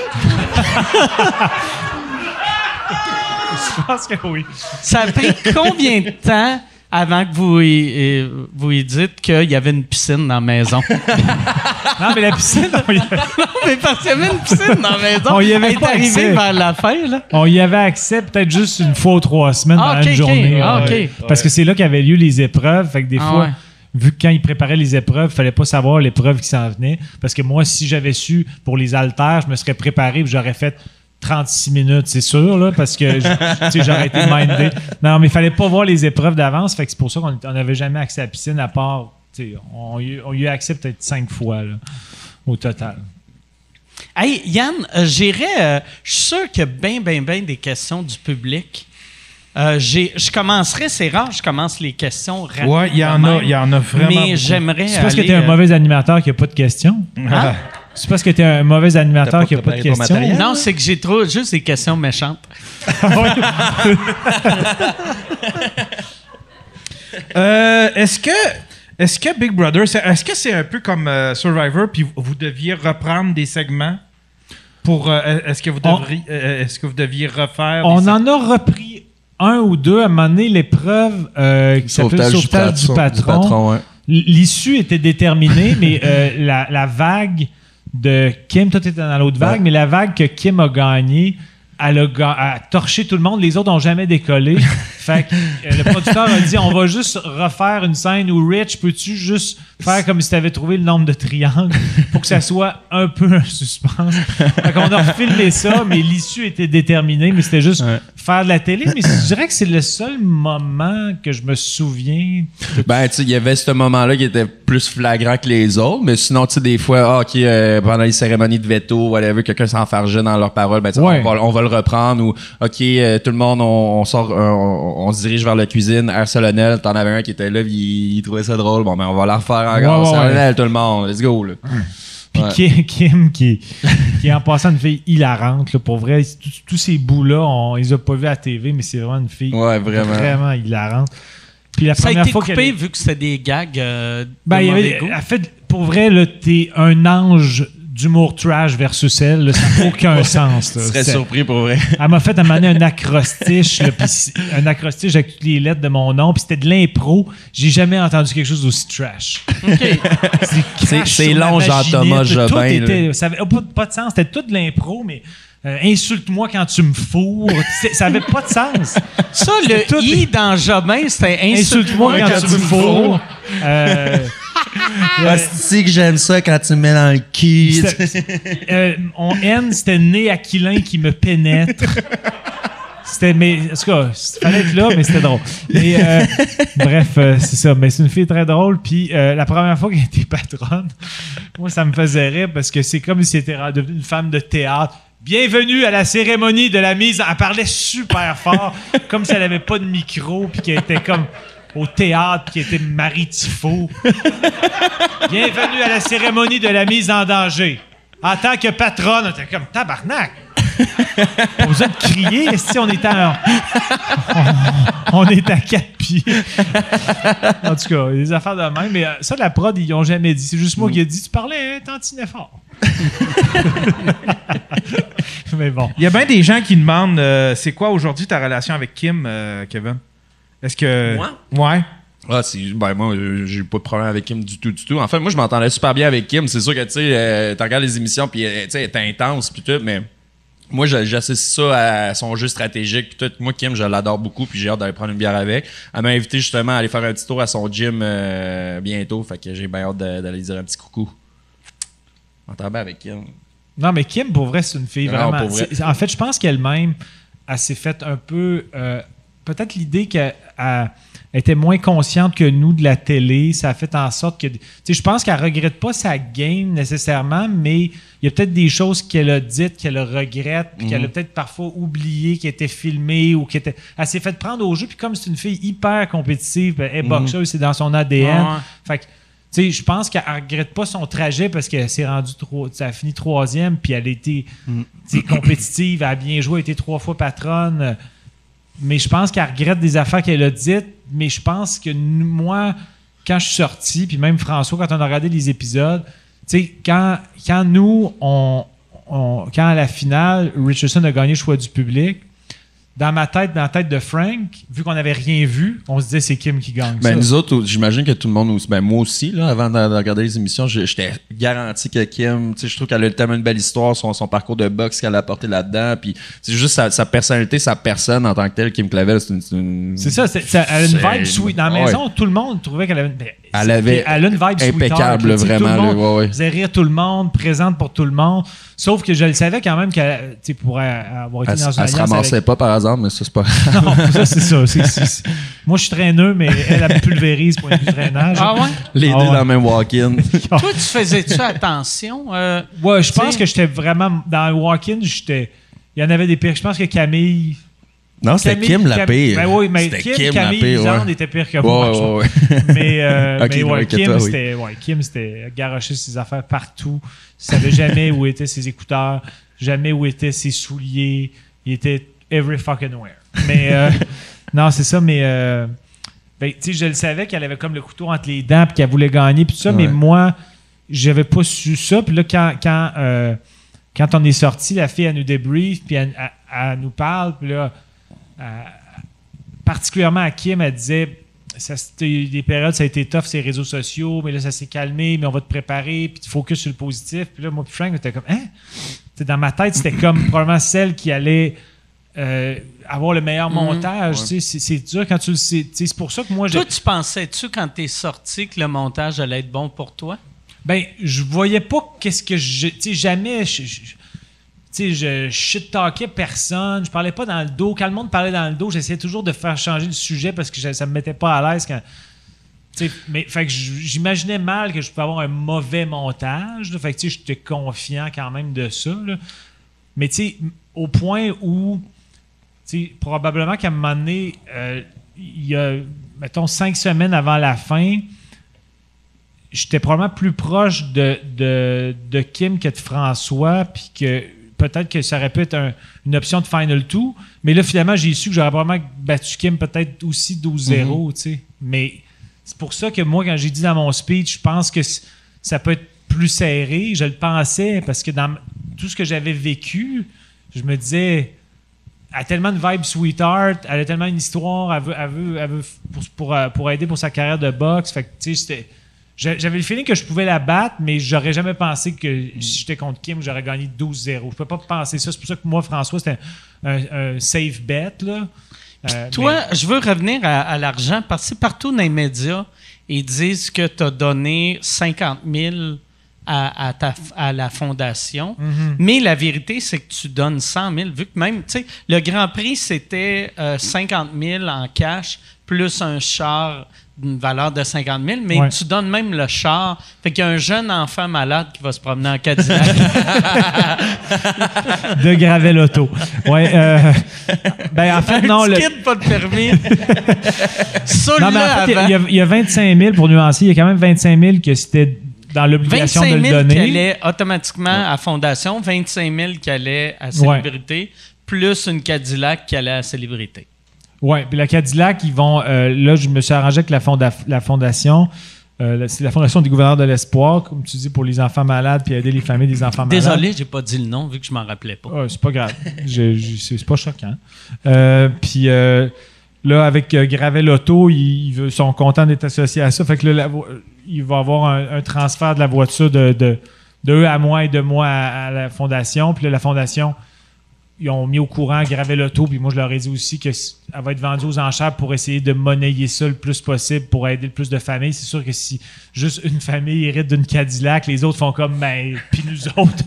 Je pense que oui. Ça a pris combien de temps avant que vous lui dites qu'il y avait une piscine dans la maison? Non, mais la piscine, Non, mais parce qu'il y avait une piscine dans la maison. On y avait Elle est pas arrivée accès. vers la fin, là. on y avait accès peut-être juste une fois ou 3 semaines Ah, dans ok, une journée. ok. Ah, ok. Ouais. Parce que c'est là qu'avaient lieu les épreuves. Fait que des Ah, fois, ouais. vu que quand ils préparaient les épreuves, il fallait pas savoir l'épreuve qui s'en venait. Parce que moi, si j'avais su pour les haltères, je me serais préparé et j'aurais fait 36 minutes, c'est sûr, là, parce que j'aurais été mindé. Non, mais il fallait pas voir les épreuves d'avance. Fait que c'est pour ça qu'on n'avait jamais accès à la piscine, à part, on y a eu accès peut-être 5 fois là, au total. Hey, Yann, j'irais... je suis sûr qu'il y a bien des questions du public. Je commencerai, c'est rare, je commence les questions rapidement. Ouais, il y en a vraiment. Mais beaucoup. j'aimerais C'est parce que aller, tu es un mauvais animateur qui n'a pas de questions. Hein? C'est parce que tu es un mauvais animateur T'as qui n'a pas pas de préparé ton questions. matériel? Non, c'est que j'ai trop juste des questions méchantes. Est-ce que Big Brother, est-ce que c'est un peu comme Survivor, puis vous deviez reprendre des segments pour est-ce que vous deviez refaire des On segments? en a repris 1 ou 2 à un moment donné, l'épreuve qui s'appelle Sauvetage du patron. ouais. L'issue était déterminée, mais la vague de Kim, toi, t'étais dans l'autre vague, mais la vague que Kim a gagnée, elle a torché tout le monde. Les autres n'ont jamais décollé. Fait que le producteur a dit, on va juste refaire une scène où Rich, peux-tu juste faire comme si tu avais trouvé le nombre de triangles pour que ça soit un peu un suspense. Fait qu'on a refilmé ça, mais l'issue était déterminée, mais c'était juste faire de la télé. Mais je dirais que c'est le seul moment que je me souviens. Ben, tu sais, il y avait ce moment-là qui était plus flagrant que les autres, mais sinon, tu sais, des fois, pendant les cérémonies de veto, whatever, quelqu'un s'enfargeait dans leurs paroles, ben, tu sais, Ouais. on va le reprendre, ou, OK, tout le monde, on sort, on se dirige vers la cuisine, air solennel, t'en avais un qui était là, il trouvait ça drôle. Bon, ben, on va la refaire encore. Solennel, tout le monde, let's go, là. Puis Kim, qui est en passant une fille hilarante, là, pour vrai, tous ces bouts-là, on les a pas vus à la TV, mais c'est vraiment une fille vraiment hilarante. Puis la ça a première été fois coupé vu que c'était des gags ben, il y avait, en fait, pour vrai, là, t'es un ange d'humour trash versus elle, là, ça n'a aucun sens. Là. Tu serais surpris pour vrai. Elle m'a fait amener un acrostiche, là, un acrostiche avec toutes les lettres de mon nom, puis c'était de l'impro. J'ai jamais entendu quelque chose d'aussi trash. OK. C'est long, Jean-Thomas Jobin. Ça avait pas de sens, c'était tout de l'impro, mais insulte-moi quand tu me fourres. Ça avait pas de sens. Ça, le I dans Jobin, c'était insulte-moi quand tu me fourres. C'est que j'aime ça quand tu me mets dans le cul. On N, c'était né aquilin qui me pénètre. Mais en tout cas, il fallait être là, mais c'était drôle. Mais, bref, c'est ça. Mais c'est une fille très drôle. Puis la première fois qu'elle était patronne, moi, ça me faisait rire parce que c'est comme si c'était devenue une femme de théâtre. Bienvenue à la cérémonie de la mise. Elle parlait super fort, comme si elle n'avait pas de micro, puis qu'elle était comme au théâtre, qui était Marie Tifo. Bienvenue à la cérémonie de la mise en danger. En tant que patronne, on était comme tabarnak. Pas besoin de crier, si on est on est à 4 pieds. En tout cas, il y a des affaires de même, mais ça, la prod, ils n'ont jamais dit. C'est juste moi qui ai dit, tu parlais un tantinet fort. Mais bon. Il y a bien des gens qui demandent, c'est quoi aujourd'hui ta relation avec Kim, Kevin? Est-ce que... Moi? Ouais. Moi, j'ai eu pas de problème avec Kim du tout. En fait, moi, je m'entendais super bien avec Kim. C'est sûr que, tu sais, tu regardes les émissions, puis, tu sais, elle est intense, puis tout, mais moi, j'associe ça à son jeu stratégique, puis tout. Moi, Kim, je l'adore beaucoup, puis j'ai hâte d'aller prendre une bière avec. Elle m'a invité, justement, à aller faire un petit tour à son gym bientôt, fait que j'ai bien hâte d'aller dire un petit coucou. Je m'entends bien avec Kim. Non, mais Kim, pour vrai, c'est une fille Non, vraiment... pour vrai. En fait, je pense qu'elle-même, elle s'est faite un peu... peut-être l'idée qu'elle était moins consciente que nous de la télé, ça a fait en sorte que... Tu sais, je pense qu'elle regrette pas sa game nécessairement, mais il y a peut-être des choses qu'elle a dites, qu'elle regrette, puis qu'elle a peut-être parfois oublié, qui étaient filmées, ou qui étaient... Elle s'est fait prendre au jeu, puis comme c'est une fille hyper compétitive, elle est boxeuse, c'est dans son ADN. Ouais. Fait que, tu sais, je pense qu'elle regrette pas son trajet parce qu'elle s'est rendue ça a fini 3e, puis elle a été compétitive, elle a bien joué, elle a été 3 fois patronne. Mais je pense qu'elle regrette des affaires qu'elle a dites. Mais je pense que moi, quand je suis sorti, puis même François, quand on a regardé les épisodes, tu sais, quand nous, quand à la finale, Richardson a gagné le choix du public, dans la tête de Frank, vu qu'on n'avait rien vu, on se disait c'est Kim qui gagne. Ben, ça. nous autres, j'imagine que tout le monde aussi. Ben, moi aussi, là, avant de regarder les émissions, j'étais garanti que Kim, tu sais, je trouve qu'elle a tellement une belle histoire, son parcours de boxe qu'elle a apporté là-dedans, puis c'est juste sa personnalité, sa personne en tant que telle, Kim Clavel, c'est une... C'est ça, elle a une vibe sweet. Dans la maison, tout le monde trouvait qu'elle avait elle a une vibe impeccable, sweetheart, vraiment. Elle faisait rire tout le monde, présente pour tout le monde. Sauf que je le savais quand même qu'elle pourrait avoir été dans une elle se ramassait pas par hasard, mais ça, c'est pas... Non, ça, c'est ça. Moi, je suis traîneux, mais elle pulvérise pour un traînage. Ah ouais? Les deux dans le même walk-in. Toi, tu faisais-tu attention? Ouais, je pense que j'étais vraiment... Dans le walk-in, il y en avait des pires. Je pense que Camille... Non, c'était Kim la pire. Ben oui, mais Kim Camille la pire, Lisande était pire que moi. Ouais. Mais Kim, Kim, c'était garocher ses affaires partout. Il savait jamais où étaient ses écouteurs, jamais où étaient ses souliers. Il était every fucking where. Mais non, c'est ça, mais tu sais, je le savais qu'elle avait comme le couteau entre les dents puis qu'elle voulait gagner puis tout ça, mais moi, j'avais pas su ça. Puis là, quand on est sorti, la fille, elle nous débrief puis elle nous parle, puis là, particulièrement à Kim, elle disait des périodes, ça a été tough, ces réseaux sociaux, mais là, ça s'est calmé, mais on va te préparer, puis tu focus sur le positif. Puis là, moi, puis Frank, on était comme, hein? T'sais, dans ma tête, c'était comme probablement celle qui allait avoir le meilleur montage. C'est dur quand tu le sais. C'est pour ça que moi, toi, tu pensais-tu, quand t'es sorti, que le montage allait être bon pour toi? Ben, je voyais pas qu'est-ce que je... Tu sais, jamais... je shit-talkais personne, je parlais pas dans le dos. Quand le monde parlait dans le dos, j'essayais toujours de faire changer le sujet parce que ça me mettait pas à l'aise quand... Mais fait que j'imaginais mal que je pouvais avoir un mauvais montage. Là, fait que j'étais confiant quand même de ça. Là. Mais au point où sais, probablement qu'à un moment donné, il y a, mettons, 5 semaines avant la fin, j'étais probablement plus proche de Kim que de François, puis que peut-être que ça aurait pu être une option de Final 2, mais là, finalement, j'ai su que j'aurais probablement battu Kim peut-être aussi 12-0, tu sais. Mais c'est pour ça que moi, quand j'ai dit dans mon speech, je pense que ça peut être plus serré. Je le pensais, parce que dans tout ce que j'avais vécu, je me disais, elle a tellement de vibe sweetheart, elle a tellement une histoire, elle veut pour aider pour sa carrière de boxe. Fait que, tu sais, j'avais le feeling que je pouvais la battre, mais j'aurais jamais pensé que si j'étais contre Kim, j'aurais gagné 12-0. Je peux pas penser ça. C'est pour ça que moi, François, c'était un safe bet, là. Toi, je veux revenir à l'argent, parce que partout dans les médias, ils disent que tu as donné 50 000 à la fondation. Mm-hmm. Mais la vérité, c'est que tu donnes 100 000, vu que même, tu sais, le Grand Prix, c'était 50 000 en cash, plus un char d'une valeur de 50 000, mais tu donnes même le char. Fait qu'il y a un jeune enfant malade qui va se promener en Cadillac. De Gravel Auto. Ouais. Ben, en fait, non. Le kid, pas de permis. Non, mais en fait, il y a 25 000 pour nuancer. Il y a quand même 25 000 que c'était dans l'obligation de le donner. 25 000 qui allait automatiquement à Fondation, 25 000 qui allait à Célébrité, plus une Cadillac qui allait à Célébrité. Oui, puis la Cadillac, ils vont... là, je me suis arrangé avec la fondation. C'est la Fondation des gouverneurs de l'espoir, comme tu dis, pour les enfants malades puis aider les familles des enfants malades. Désolé, j'ai pas dit le nom, vu que je m'en rappelais pas. C'est pas grave. C'est pas choquant. Puis là, avec Gravel Auto, ils sont contents d'être associés à ça. Fait que là, il va y avoir un transfert de la voiture de eux à moi et de moi à la Fondation. Puis là, la Fondation... Ils ont mis au courant Gravel Auto, puis moi, je leur ai dit aussi qu'elle va être vendue aux enchères pour essayer de monnayer ça le plus possible pour aider le plus de familles. C'est sûr que si juste une famille hérite d'une Cadillac, les autres font comme, ben, puis nous autres.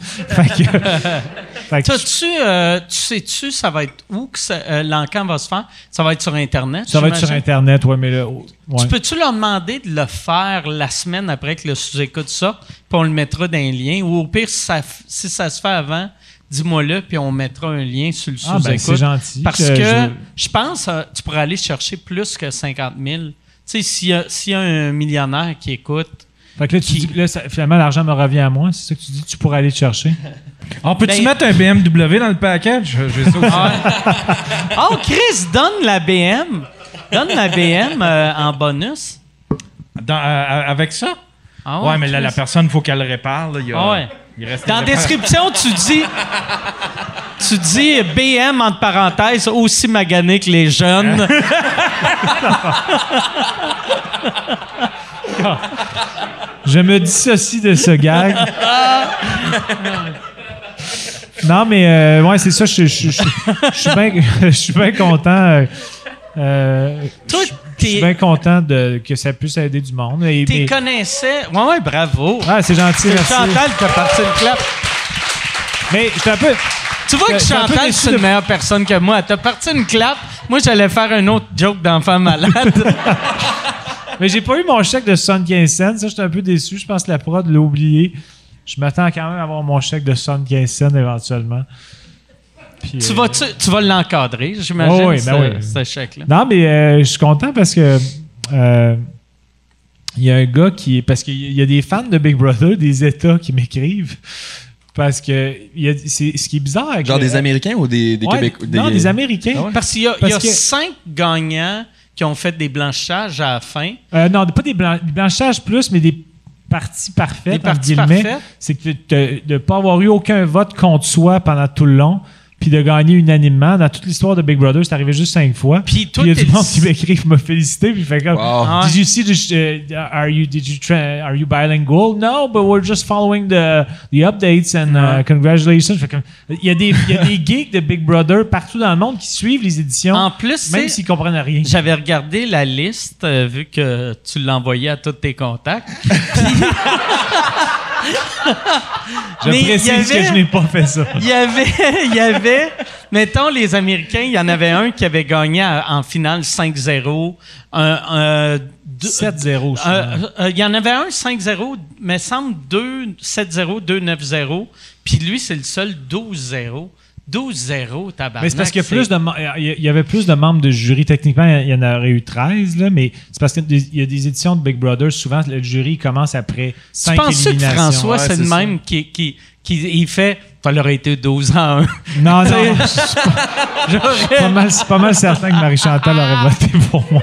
Tu sais-tu, ça va être où que l'encan va se faire? Ça va être sur Internet? Ça va être sur Internet, oui, mais là... Ouais. Tu peux-tu leur demander de le faire la semaine après que le sous-écoute sorte, puis on le mettra dans un lien? Ou au pire, si ça se fait avant... Dis-moi-le, puis on mettra un lien sur le sous-écoute. Ben c'est gentil. Parce que je pense tu pourrais aller chercher plus que 50 000. Tu sais, s'il y a un millionnaire qui écoute... Fait que là, tu dis que finalement, l'argent me revient à moi. C'est ça que tu dis? Tu pourrais aller le chercher? On peut-tu mettre un BMW dans le package? J'ai ça aussi. Oh, Chris, donne la BM. Donne la BM en bonus. Avec ça? Ah ouais, mais là, la personne, il faut qu'elle le répare. Là, dans la description, tu dis BM entre parenthèses, aussi magané que les jeunes. Je me dissocie de ce gag. Non, mais ouais, c'est ça. Je suis bien content. Je suis bien content que ça puisse aider du monde. Tu connaissais... Ouais, bravo. Ah, c'est gentil, merci. Chantal qui a parti une clap. Mais j'étais un peu... Tu vois que Chantal, c'est une meilleure personne que moi. T'as parti une clap. Moi, j'allais faire un autre joke d'enfant malade. Mais j'ai pas eu mon chèque de 75 cents. Ça, j'étais un peu déçu. Je pense que la prod l'a oublié. Je m'attends quand même à avoir mon chèque de 75 cents éventuellement. Puis, tu vas l'encadrer, j'imagine, ce chèque-là. Non, mais je suis content parce que il y a un gars qui... Parce qu'il y a des fans de Big Brother des États qui m'écrivent. Parce que ce qui est bizarre avec... Genre des Américains ou des Québécois? Non, des Américains. Ah ouais? Parce qu'il y a 5 gagnants qui ont fait des blanchissages à la fin. Non, pas des blanchissages plus, mais des parties parfaites. Des parties parfaites. C'est que de ne pas avoir eu aucun vote contre soi pendant tout le long. Puis de gagner unanimement. Dans toute l'histoire de Big Brother, c'est arrivé juste 5 fois. Puis il y a du monde qui m'écrit, qui m'a félicité. Puis il fait comme, Did you see are you bilingual? No, but we're just following the updates and congratulations. Fait comme, il y a des geeks de Big Brother partout dans le monde qui suivent les éditions. En plus, même s'ils comprennent rien. J'avais regardé la liste, vu que tu l'as envoyé à tous tes contacts. Je précise que je n'ai pas fait ça. Il y avait, mettons, les Américains, il y en avait un qui avait gagné en finale 5-0. 7-0, il y en avait un 5-0, mais semble 2-7-0, 2-9-0. Puis lui, c'est le seul 12-0. 12-0, tabarnak. Mais c'est parce qu'il y avait plus de membres de jury. Techniquement, il y en aurait eu 13, là, mais c'est parce qu'il y a des éditions de Big Brother. Souvent, le jury commence après 5 éliminations. Tu penses que François, Ouais, c'est le ça. même qui il fait... Ça aurait été 12 ans. Non, c'est pas mal certain que Marie-Chantal aurait voté pour moi.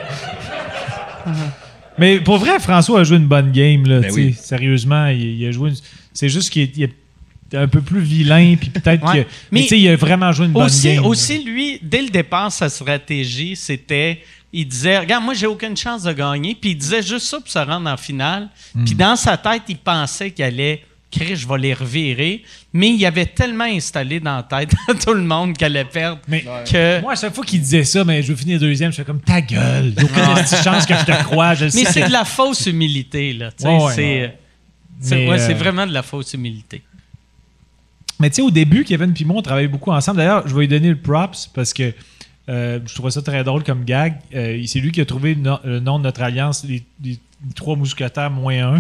Mais pour vrai, François a joué une bonne game. Là, Oui. Sérieusement, il a joué... C'est juste qu'il est un peu plus vilain, puis peut-être Ouais. que... Mais tu sais, il a vraiment joué une bonne game. Aussi, lui, dès le départ, sa stratégie, c'était... Il disait, regarde, moi, j'ai aucune chance de gagner. Puis il disait juste ça pour se rendre en finale. Puis dans sa tête, il pensait qu'il allait... Je vais les revirer. Mais il avait tellement installé dans la tête à tout le monde qu'elle allait perdre Mais que... moi, à chaque fois qu'il disait ça, mais je veux finir deuxième, je fais comme ta gueule. Il n'y a aucune petite chance que je te croie. Je le Mais sais. c'est de la fausse humilité, là. Tu sais, Ouais. Mais, c'est vraiment de la fausse humilité. Mais tu sais, au début, Kevin et moi, on travaillait beaucoup ensemble. D'ailleurs, je vais lui donner le props parce que je trouvais ça très drôle comme gag. C'est lui qui a trouvé le nom de notre alliance, les Trois Mousquetaires moins 1. Moi,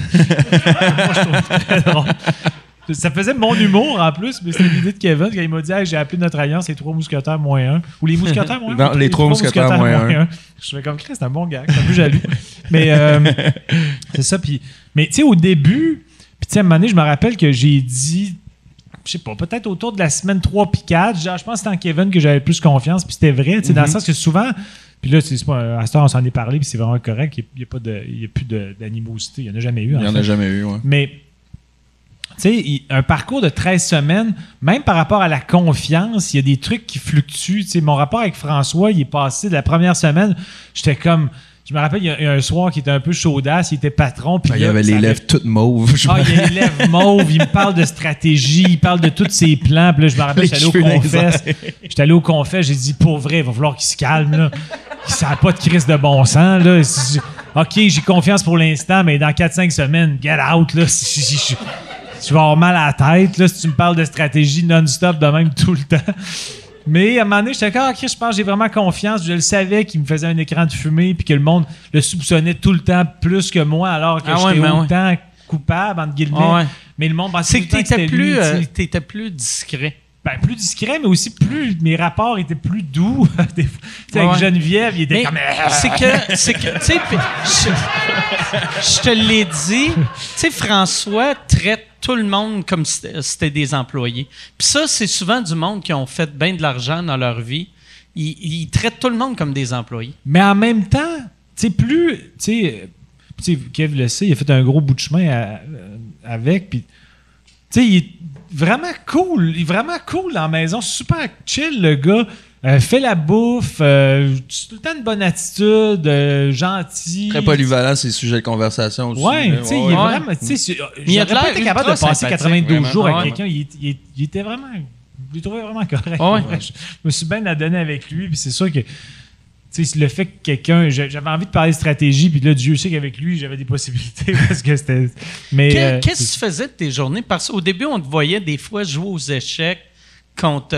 je trouve ça très drôle. Ça faisait mon humour en plus, mais c'était l'idée de Kevin quand il m'a dit hey, j'ai appelé notre alliance les Trois Mousquetaires moins 1. Ou les Mousquetaires moins 1. Non, les Trois Mousquetaires moins 1. Je fais comme Chris, c'est un bon gag, c'est un peu jaloux. Mais c'est ça. Mais tu sais, au début, puis tu sais, à un moment donné, je me rappelle que j'ai dit, je sais pas, peut-être autour de la semaine 3 puis 4, genre, je pense que c'était en Kevin que j'avais le plus confiance, puis c'était vrai, tu sais, dans le sens que souvent, puis là, c'est pas, à ce temps, on s'en est parlé, puis c'est vraiment correct, il n'y a plus d'animosité, il n'y en a jamais eu. Il n'y en a jamais eu, ouais. Mais, tu sais, un parcours de 13 semaines, même par rapport à la confiance, il y a des trucs qui fluctuent. Tu sais, mon rapport avec François, il est passé de la première semaine, j'étais comme... Je me rappelle, il y a un soir qui était un peu chaudasse, il était patron. Puis il y avait les lèvres toutes mauves. Il y a les lèvres mauves, il me parle de stratégie, il parle de tous ses plans. Puis là, je me rappelle, j'étais allé au Confesse, j'ai dit, pour vrai, il va falloir qu'il se calme, là. Ça n'a pas de crise de bon sens, là. OK, j'ai confiance pour l'instant, mais dans 4-5 semaines, get out, là. Je vais avoir mal à la tête, là, si tu me parles de stratégie non-stop de même tout le temps. Mais à un moment donné, j'étais comme, OK, je pense que j'ai vraiment confiance. Je le savais qu'il me faisait un écran de fumée puis que le monde le soupçonnait tout le temps plus que moi, alors que j'étais autant coupable, entre guillemets. Ah ouais. Mais le monde pensait C'est tout le temps que t'étais plus discret. Ben, plus discret, mais aussi mes rapports étaient plus doux. Avec Geneviève, il était comme... C'est que tu sais, je te l'ai dit, tu sais, François traite tout le monde comme si c'était des employés. Puis ça, c'est souvent du monde qui ont fait bien de l'argent dans leur vie. Ils traitent tout le monde comme des employés. Mais en même temps, tu sais, Kev le sait, il a fait un gros bout de chemin avec, puis tu sais, il est vraiment cool. Il est vraiment cool dans la maison. Super chill, le gars. Fait la bouffe. Tout le temps une bonne attitude. Gentil. Très polyvalent, ces sujets de conversation aussi. Ouais, tu sais, il est vraiment... J'aurais pas été capable de passer 92 jours avec quelqu'un. Il était vraiment... Je l'ai trouvé vraiment correct. Ouais. Je me suis bien adonné avec lui. Puis c'est sûr que... Tu sais, le fait que quelqu'un... J'avais envie de parler de stratégie, puis là, Dieu sait qu'avec lui, j'avais des possibilités parce que c'était... Mais qu'est-ce que tu faisais de tes journées? Parce qu'au début, on te voyait des fois jouer aux échecs contre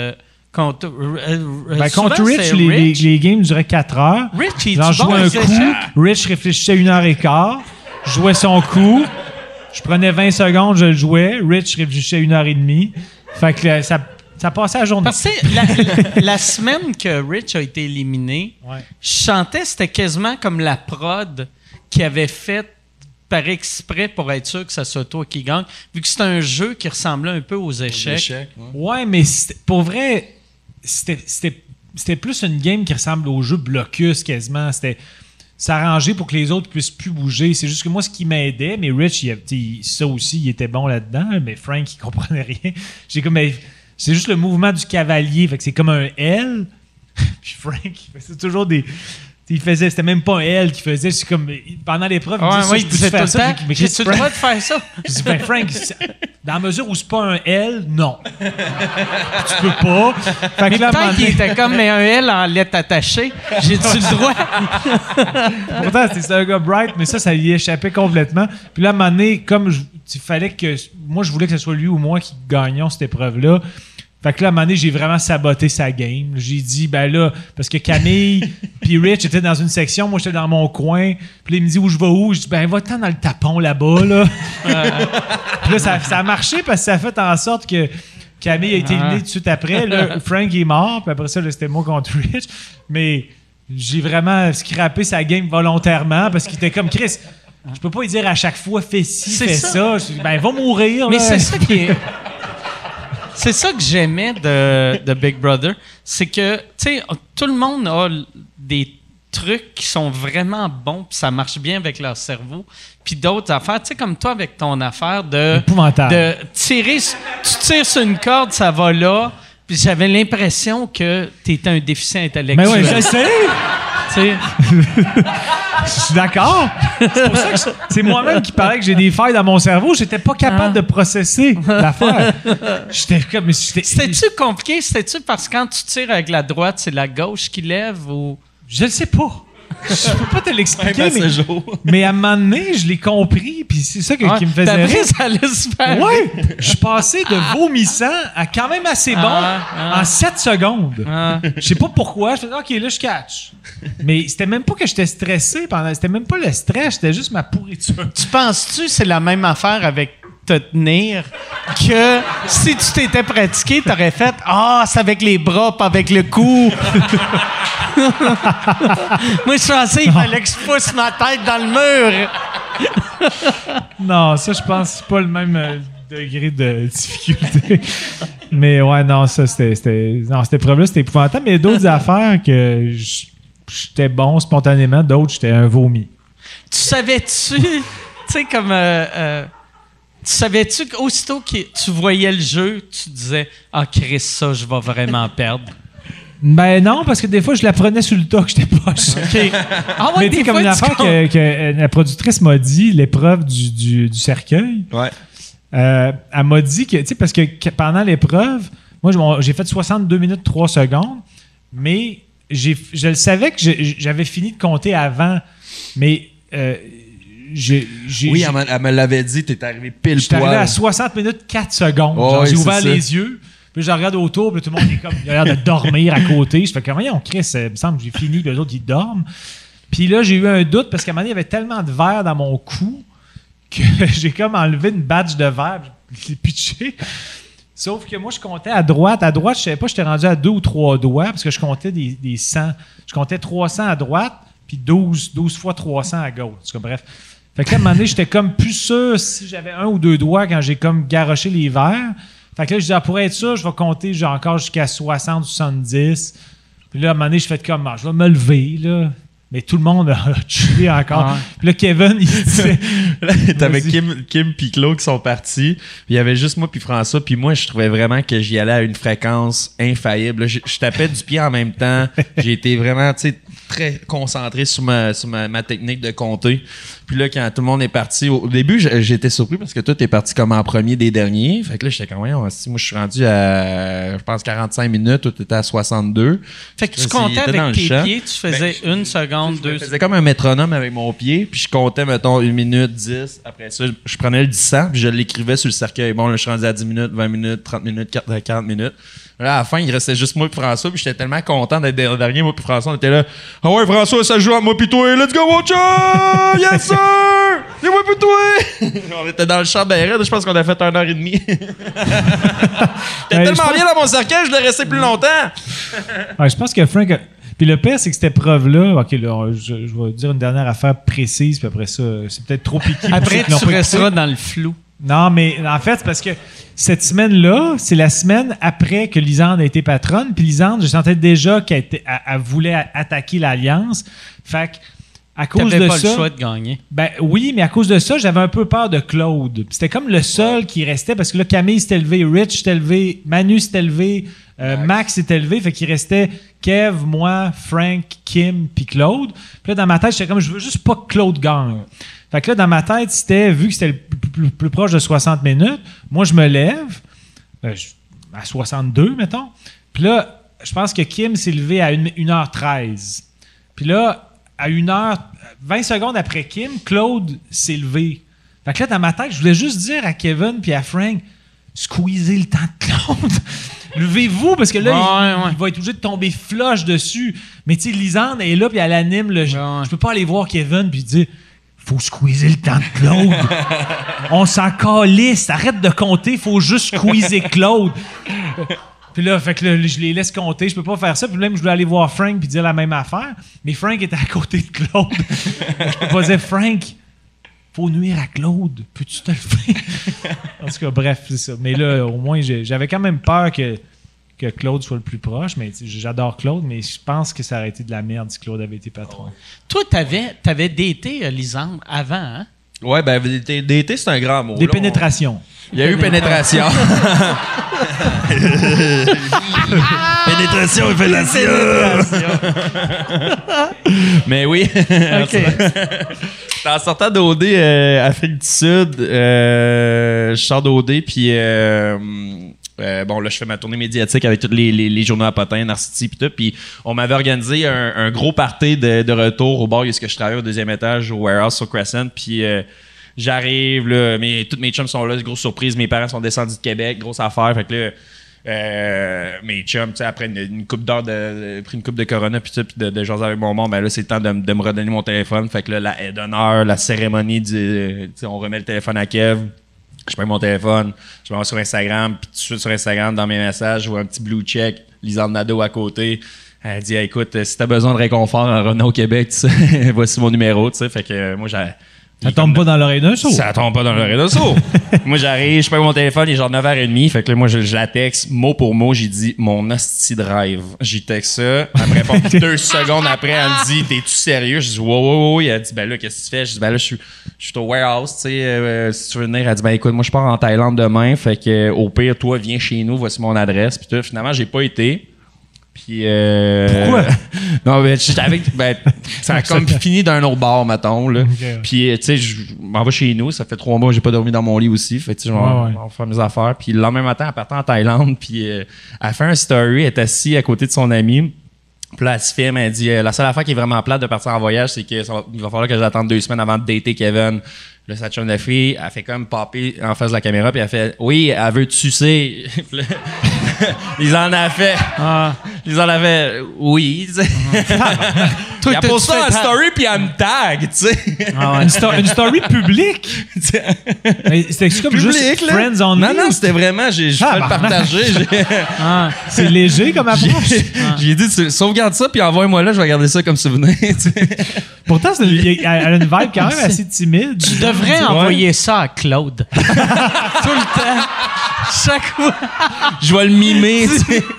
Rich, les games duraient 4 heures. Rich, il jouait un coup. Rich réfléchissait 1h15. Jouait son coup. Je prenais 20 secondes, je le jouais. Rich réfléchissait 1h30. Fait que ça passait la journée. Parce que la semaine que Rich a été éliminé, je sentais c'était quasiment comme la prod qui avait fait par exprès pour être sûr que ça soit toi qui gagne, vu que c'était un jeu qui ressemblait un peu aux échecs. Ouais, mais pour vrai, c'était plus une game qui ressemble au jeu Blocus quasiment. C'était s'arranger pour que les autres puissent plus bouger. C'est juste que moi, ce qui m'aidait, mais Rich, ça aussi, il était bon là-dedans, mais Frank, il comprenait rien. C'est juste le mouvement du cavalier, fait que c'est comme un L. Puis Frank, il faisait toujours des... C'était même pas un L qu'il faisait, c'est comme... Pendant l'épreuve, il disait faire ça. J'ai-tu le droit de faire ça? Je dis, ben Frank, dans la mesure où c'est pas un L, non. Tu peux pas. Fait mais peut-être qu'il était comme, mais un L en lettres attachées. J'ai-tu le droit? Pourtant, c'était un gars bright, mais ça y échappait complètement. Puis là, à un moment donné, comme il fallait que... Moi, je voulais que ce soit lui ou moi qui gagnions cette épreuve-là. Fait que là, à un moment donné, j'ai vraiment saboté sa game. J'ai dit, ben là, parce que Camille puis Rich étaient dans une section, moi j'étais dans mon coin. Puis là, il me dit, où je vais où? Je dis, ben va-t'en dans le tapon là-bas, là. Puis là, ça a marché parce que ça a fait en sorte que Camille a été éliminé tout de suite après. Là, Frank est mort, puis après ça, là, c'était moi contre Rich. Mais j'ai vraiment scrappé sa game volontairement parce qu'il était comme Chris. Je peux pas lui dire à chaque fois fais ci, fais ça. Ben, va mourir. Mais là. c'est ça qui est. C'est ça que j'aimais de Big Brother. C'est que, tu sais, tout le monde a des trucs qui sont vraiment bons, puis ça marche bien avec leur cerveau. Puis d'autres affaires, tu sais, comme toi avec ton affaire épouvantable. de tirer. Tu tires sur une corde, ça va là. Puis j'avais l'impression que tu étais un déficient intellectuel. Mais ouais, je sais. Tu sais. Je suis d'accord. C'est pour ça que c'est moi-même qui parlais que j'ai des failles dans mon cerveau. J'étais pas capable de processer l'affaire. J'étais comme... C'était-tu compliqué? C'était-tu parce que quand tu tires avec la droite, c'est la gauche qui lève ou... Je le sais pas. Je peux pas te l'expliquer, Même à ce jour. mais à un moment donné, je l'ai compris, puis c'est ça qui me faisait Après, rire. ça allait super Ouais, je suis passé de vomissant à quand même assez bon en 7 secondes. Je sais pas pourquoi. Je faisais OK, là, je catch. Mais c'était même pas que j'étais stressé pendant. C'était même pas le stress, c'était juste ma pourriture. Tu penses-tu que c'est la même affaire avec te tenir que si tu t'étais pratiqué, t'aurais fait « Ah, c'est avec les bras, pas avec le cou. » Moi, je pensais qu'il fallait que je pousse ma tête dans le mur. Non, ça, je pense que c'est pas le même degré de difficulté. Mais ouais, non, ça, c'était preuve-là, c'était épouvantable. Mais il y a d'autres affaires que j'étais bon spontanément, d'autres, j'étais un vomi. Tu savais-tu, tu sais, comme... tu savais-tu qu'aussitôt que tu voyais le jeu, tu disais « Ah, Chris, ça, je vais vraiment perdre. » Ben non, parce que des fois, je la prenais sur le tas que j'étais poche. Okay. Ah ouais, mais tu sais, comme une affaire que la productrice m'a dit, l'épreuve du cercueil, Ouais. elle m'a dit que, tu sais, parce que pendant l'épreuve, moi, j'ai fait 62 minutes 3 secondes, mais je le savais que j'avais fini de compter avant, mais Oui, elle me l'avait dit, t'es arrivé pile j'étais poil. arrivé à 60 minutes 4 secondes. Oh, Genre, oui, j'ai c'est ouvert ça. les yeux. Puis je regarde autour, puis tout le monde est comme, il a l'air de dormir à côté. Je fais comme, voyons, Chris, il me semble que j'ai fini, puis les autres, ils dorment. Puis là, j'ai eu un doute, parce qu'à un moment donné, il y avait tellement de verre dans mon cou que j'ai comme enlevé une badge de verre, puis je l'ai pitché. Sauf que moi, je comptais à droite. À droite, je savais pas, j'étais rendu à 2 ou 3 doigts, parce que je comptais des 100. Je comptais 300 à droite, puis 12 fois 300 à gauche. En tout cas, bref. Fait que là, à un moment donné, j'étais comme plus sûr si j'avais 1 ou 2 doigts quand j'ai comme garoché les verres. Fait que là, je dis, pour être sûr, je vais compter genre encore jusqu'à 60, 70. Puis là, à un moment donné, je fais comme, je vais me lever, là. Mais tout le monde a tué encore. Ouais. Puis là, Kevin, il disait... T'avais Vas-y. Kim puis Claude qui sont partis. Puis il y avait juste moi puis François. Puis moi, je trouvais vraiment que j'y allais à une fréquence infaillible. Là, je tapais du pied en même temps. J'ai été vraiment, tu sais, très concentré sur ma technique de compter. Puis là, quand tout le monde est parti, au début, j'étais surpris parce que toi, t'es parti comme en premier des derniers. Fait que là, j'étais comme, voyons, si moi, je suis rendu à, je pense, 45 minutes. Toi, t'étais à 62. Fait que tu Il comptais était dans avec le tes champ. pieds, tu faisais 1 seconde, 2 Je faisais comme un métronome avec mon pied, puis je comptais, mettons, 1 minute, 10. Après ça, je prenais le 10 puis je l'écrivais sur le cercueil. Bon, là, je suis rendu à 10 minutes, 20 minutes, 30 minutes, 40 minutes. Là, à la fin, il restait juste moi et François, puis j'étais tellement content d'être dernier. Moi et François, on était là. Ah ouais, François, ça joue à moi pis toi. Let's go, watch out! Yes, sir! C'est moi pis toi! On était dans le champ d'air, je pense qu'on a fait 1h30. J'étais tellement bien dans mon cercueil, je l'ai resté plus longtemps. Ouais, je pense que Frank... Puis le pire, c'est que cette épreuve-là... OK, là, je vais dire une dernière affaire précise, puis après ça, c'est peut-être trop piqué. Après, Ceux qui l'ont tu pas resteras écouté. dans le flou. Non, mais en fait, c'est parce que cette semaine-là, c'est la semaine après que Lisande a été patronne. Puis Lisande, je sentais déjà qu'elle voulait attaquer l'Alliance. Fait que, à cause T'avais de pas ça... le choix de gagner. Ben oui, mais à cause de ça, j'avais un peu peur de Claude. Puis c'était comme le seul qui restait, parce que là, Camille s'était levé, Rich s'était levé, Manu s'était levé, Max s'était levé. Fait qu'il restait Kev, moi, Frank, Kim, puis Claude. Puis là, dans ma tête, j'étais comme, je veux juste pas que Claude gagne. Fait que là, dans ma tête, c'était, vu que c'était le plus proche de 60 minutes, moi, je me lève à 62, mettons. Puis là, je pense que Kim s'est levé à 1h13. Puis là, à 20 secondes après Kim, Claude s'est levé. Fait que là, dans ma tête, je voulais juste dire à Kevin puis à Frank, squeezez le temps de Claude. Levez-vous, parce que là, il va être obligé de tomber flush dessus. Mais tu sais, Lisande est là, puis elle anime. Je peux pas aller voir Kevin puis dire, faut squeezer le temps de Claude. On s'en calisse. Arrête de compter, faut juste squeezer Claude. Puis là, fait que là, je les laisse compter. Je peux pas faire ça. Puis même, je voulais aller voir Frank puis dire la même affaire. Mais Frank était à côté de Claude. Je peux pas dire, Frank, faut nuire à Claude. Peux-tu te le faire? En tout cas, bref, c'est ça. Mais là, au moins, j'avais quand même peur que Claude soit le plus proche. Mais j'adore Claude, mais je pense que ça aurait été de la merde si Claude avait été patron. Toi, t'avais daté Lisandre avant, hein? Ouais, ben, d'été, c'est un grand mot. Des là. pénétrations. Il y a eu pénétration. Pénétration et fellation. Mais oui. OK. En sortant d'OD, Afrique du Sud, je sors d'OD, puis bon, là, je fais ma tournée médiatique avec tous les journaux à potins, Narcity, puis tout. Puis on m'avait organisé un gros party de retour au bar où est-ce que je travaille au 2e étage, au warehouse sur Crescent. Puis j'arrive, là, tous mes chums sont là, grosse surprise. Mes parents sont descendus de Québec, grosse affaire. Fait que là, mes chums, tu sais, après une coupe d'heure pris une coupe de Corona, puis de jaser avec mon monde, ben là, c'est le temps de me redonner mon téléphone. Fait que là, la aide d'honneur, la cérémonie, on remet le téléphone à Kev. Je prends mon téléphone, je m'en vais sur Instagram, puis tout de suite sur Instagram, dans mes messages, je vois un petit blue check, Lisandre Nadeau à côté. Elle dit, écoute, si t'as besoin de réconfort en revenant au Québec, tu sais, voici mon numéro, tu sais. Fait que moi, Ça tombe pas dans l'oreille d'un sourd. Ça tombe pas dans l'oreille d'un sourd. Moi, j'arrive, je prends mon téléphone, il est genre 9h30. Fait que là, moi, je la texte mot pour mot. J'ai dit, mon hostie de rêve. J'ai texte ça. Elle me répond 2 secondes après. Elle me dit, t'es-tu sérieux? Je dis, ouais. Elle dit, ben là, qu'est-ce que tu fais? Je dis, ben là, je suis au warehouse, tu sais. Si tu veux venir, elle dit, ben écoute, moi, je pars en Thaïlande demain. Fait que, au pire, toi, viens chez nous. Voici mon adresse. Puis finalement, j'ai pas été. Puis Pourquoi? Non, mais j'étais avec. Ben, ça a comme fini d'un autre bar, mettons. Là. Okay. Puis, tu sais, je m'en vais chez nous. Ça fait 3 mois que j'ai pas dormi dans mon lit aussi. Fait que, tu sais, je vais faire mes affaires. Puis, le lendemain matin, elle partait en Thaïlande. Puis, elle fait un story. Elle est assise à côté de son ami. Puis là, elle se filme. Elle dit, la seule affaire qui est vraiment plate de partir en voyage, c'est qu'il va falloir que j'attende 2 semaines avant de dater Kevin. Là, sa chum de fille, elle fait comme popper en face de la caméra, puis elle fait « Oui, elle veut te sucer. » Ils en ont fait. Ils en avaient « Oui. » Il a posté un story, puis elle me tag, tu sais. Une story publique? C'était comme Public, juste là. Friends on Non, j'ai fait le partager. C'est léger comme approche. J'ai dit « Sauvegarde ça, puis envoie-moi là, je vais garder ça comme souvenir. » Pourtant, elle a une vibe quand même assez timide. Tu devrais envoyer ça à Claude. Tout le temps. Chaque fois. Je vais le mimer, tu sais.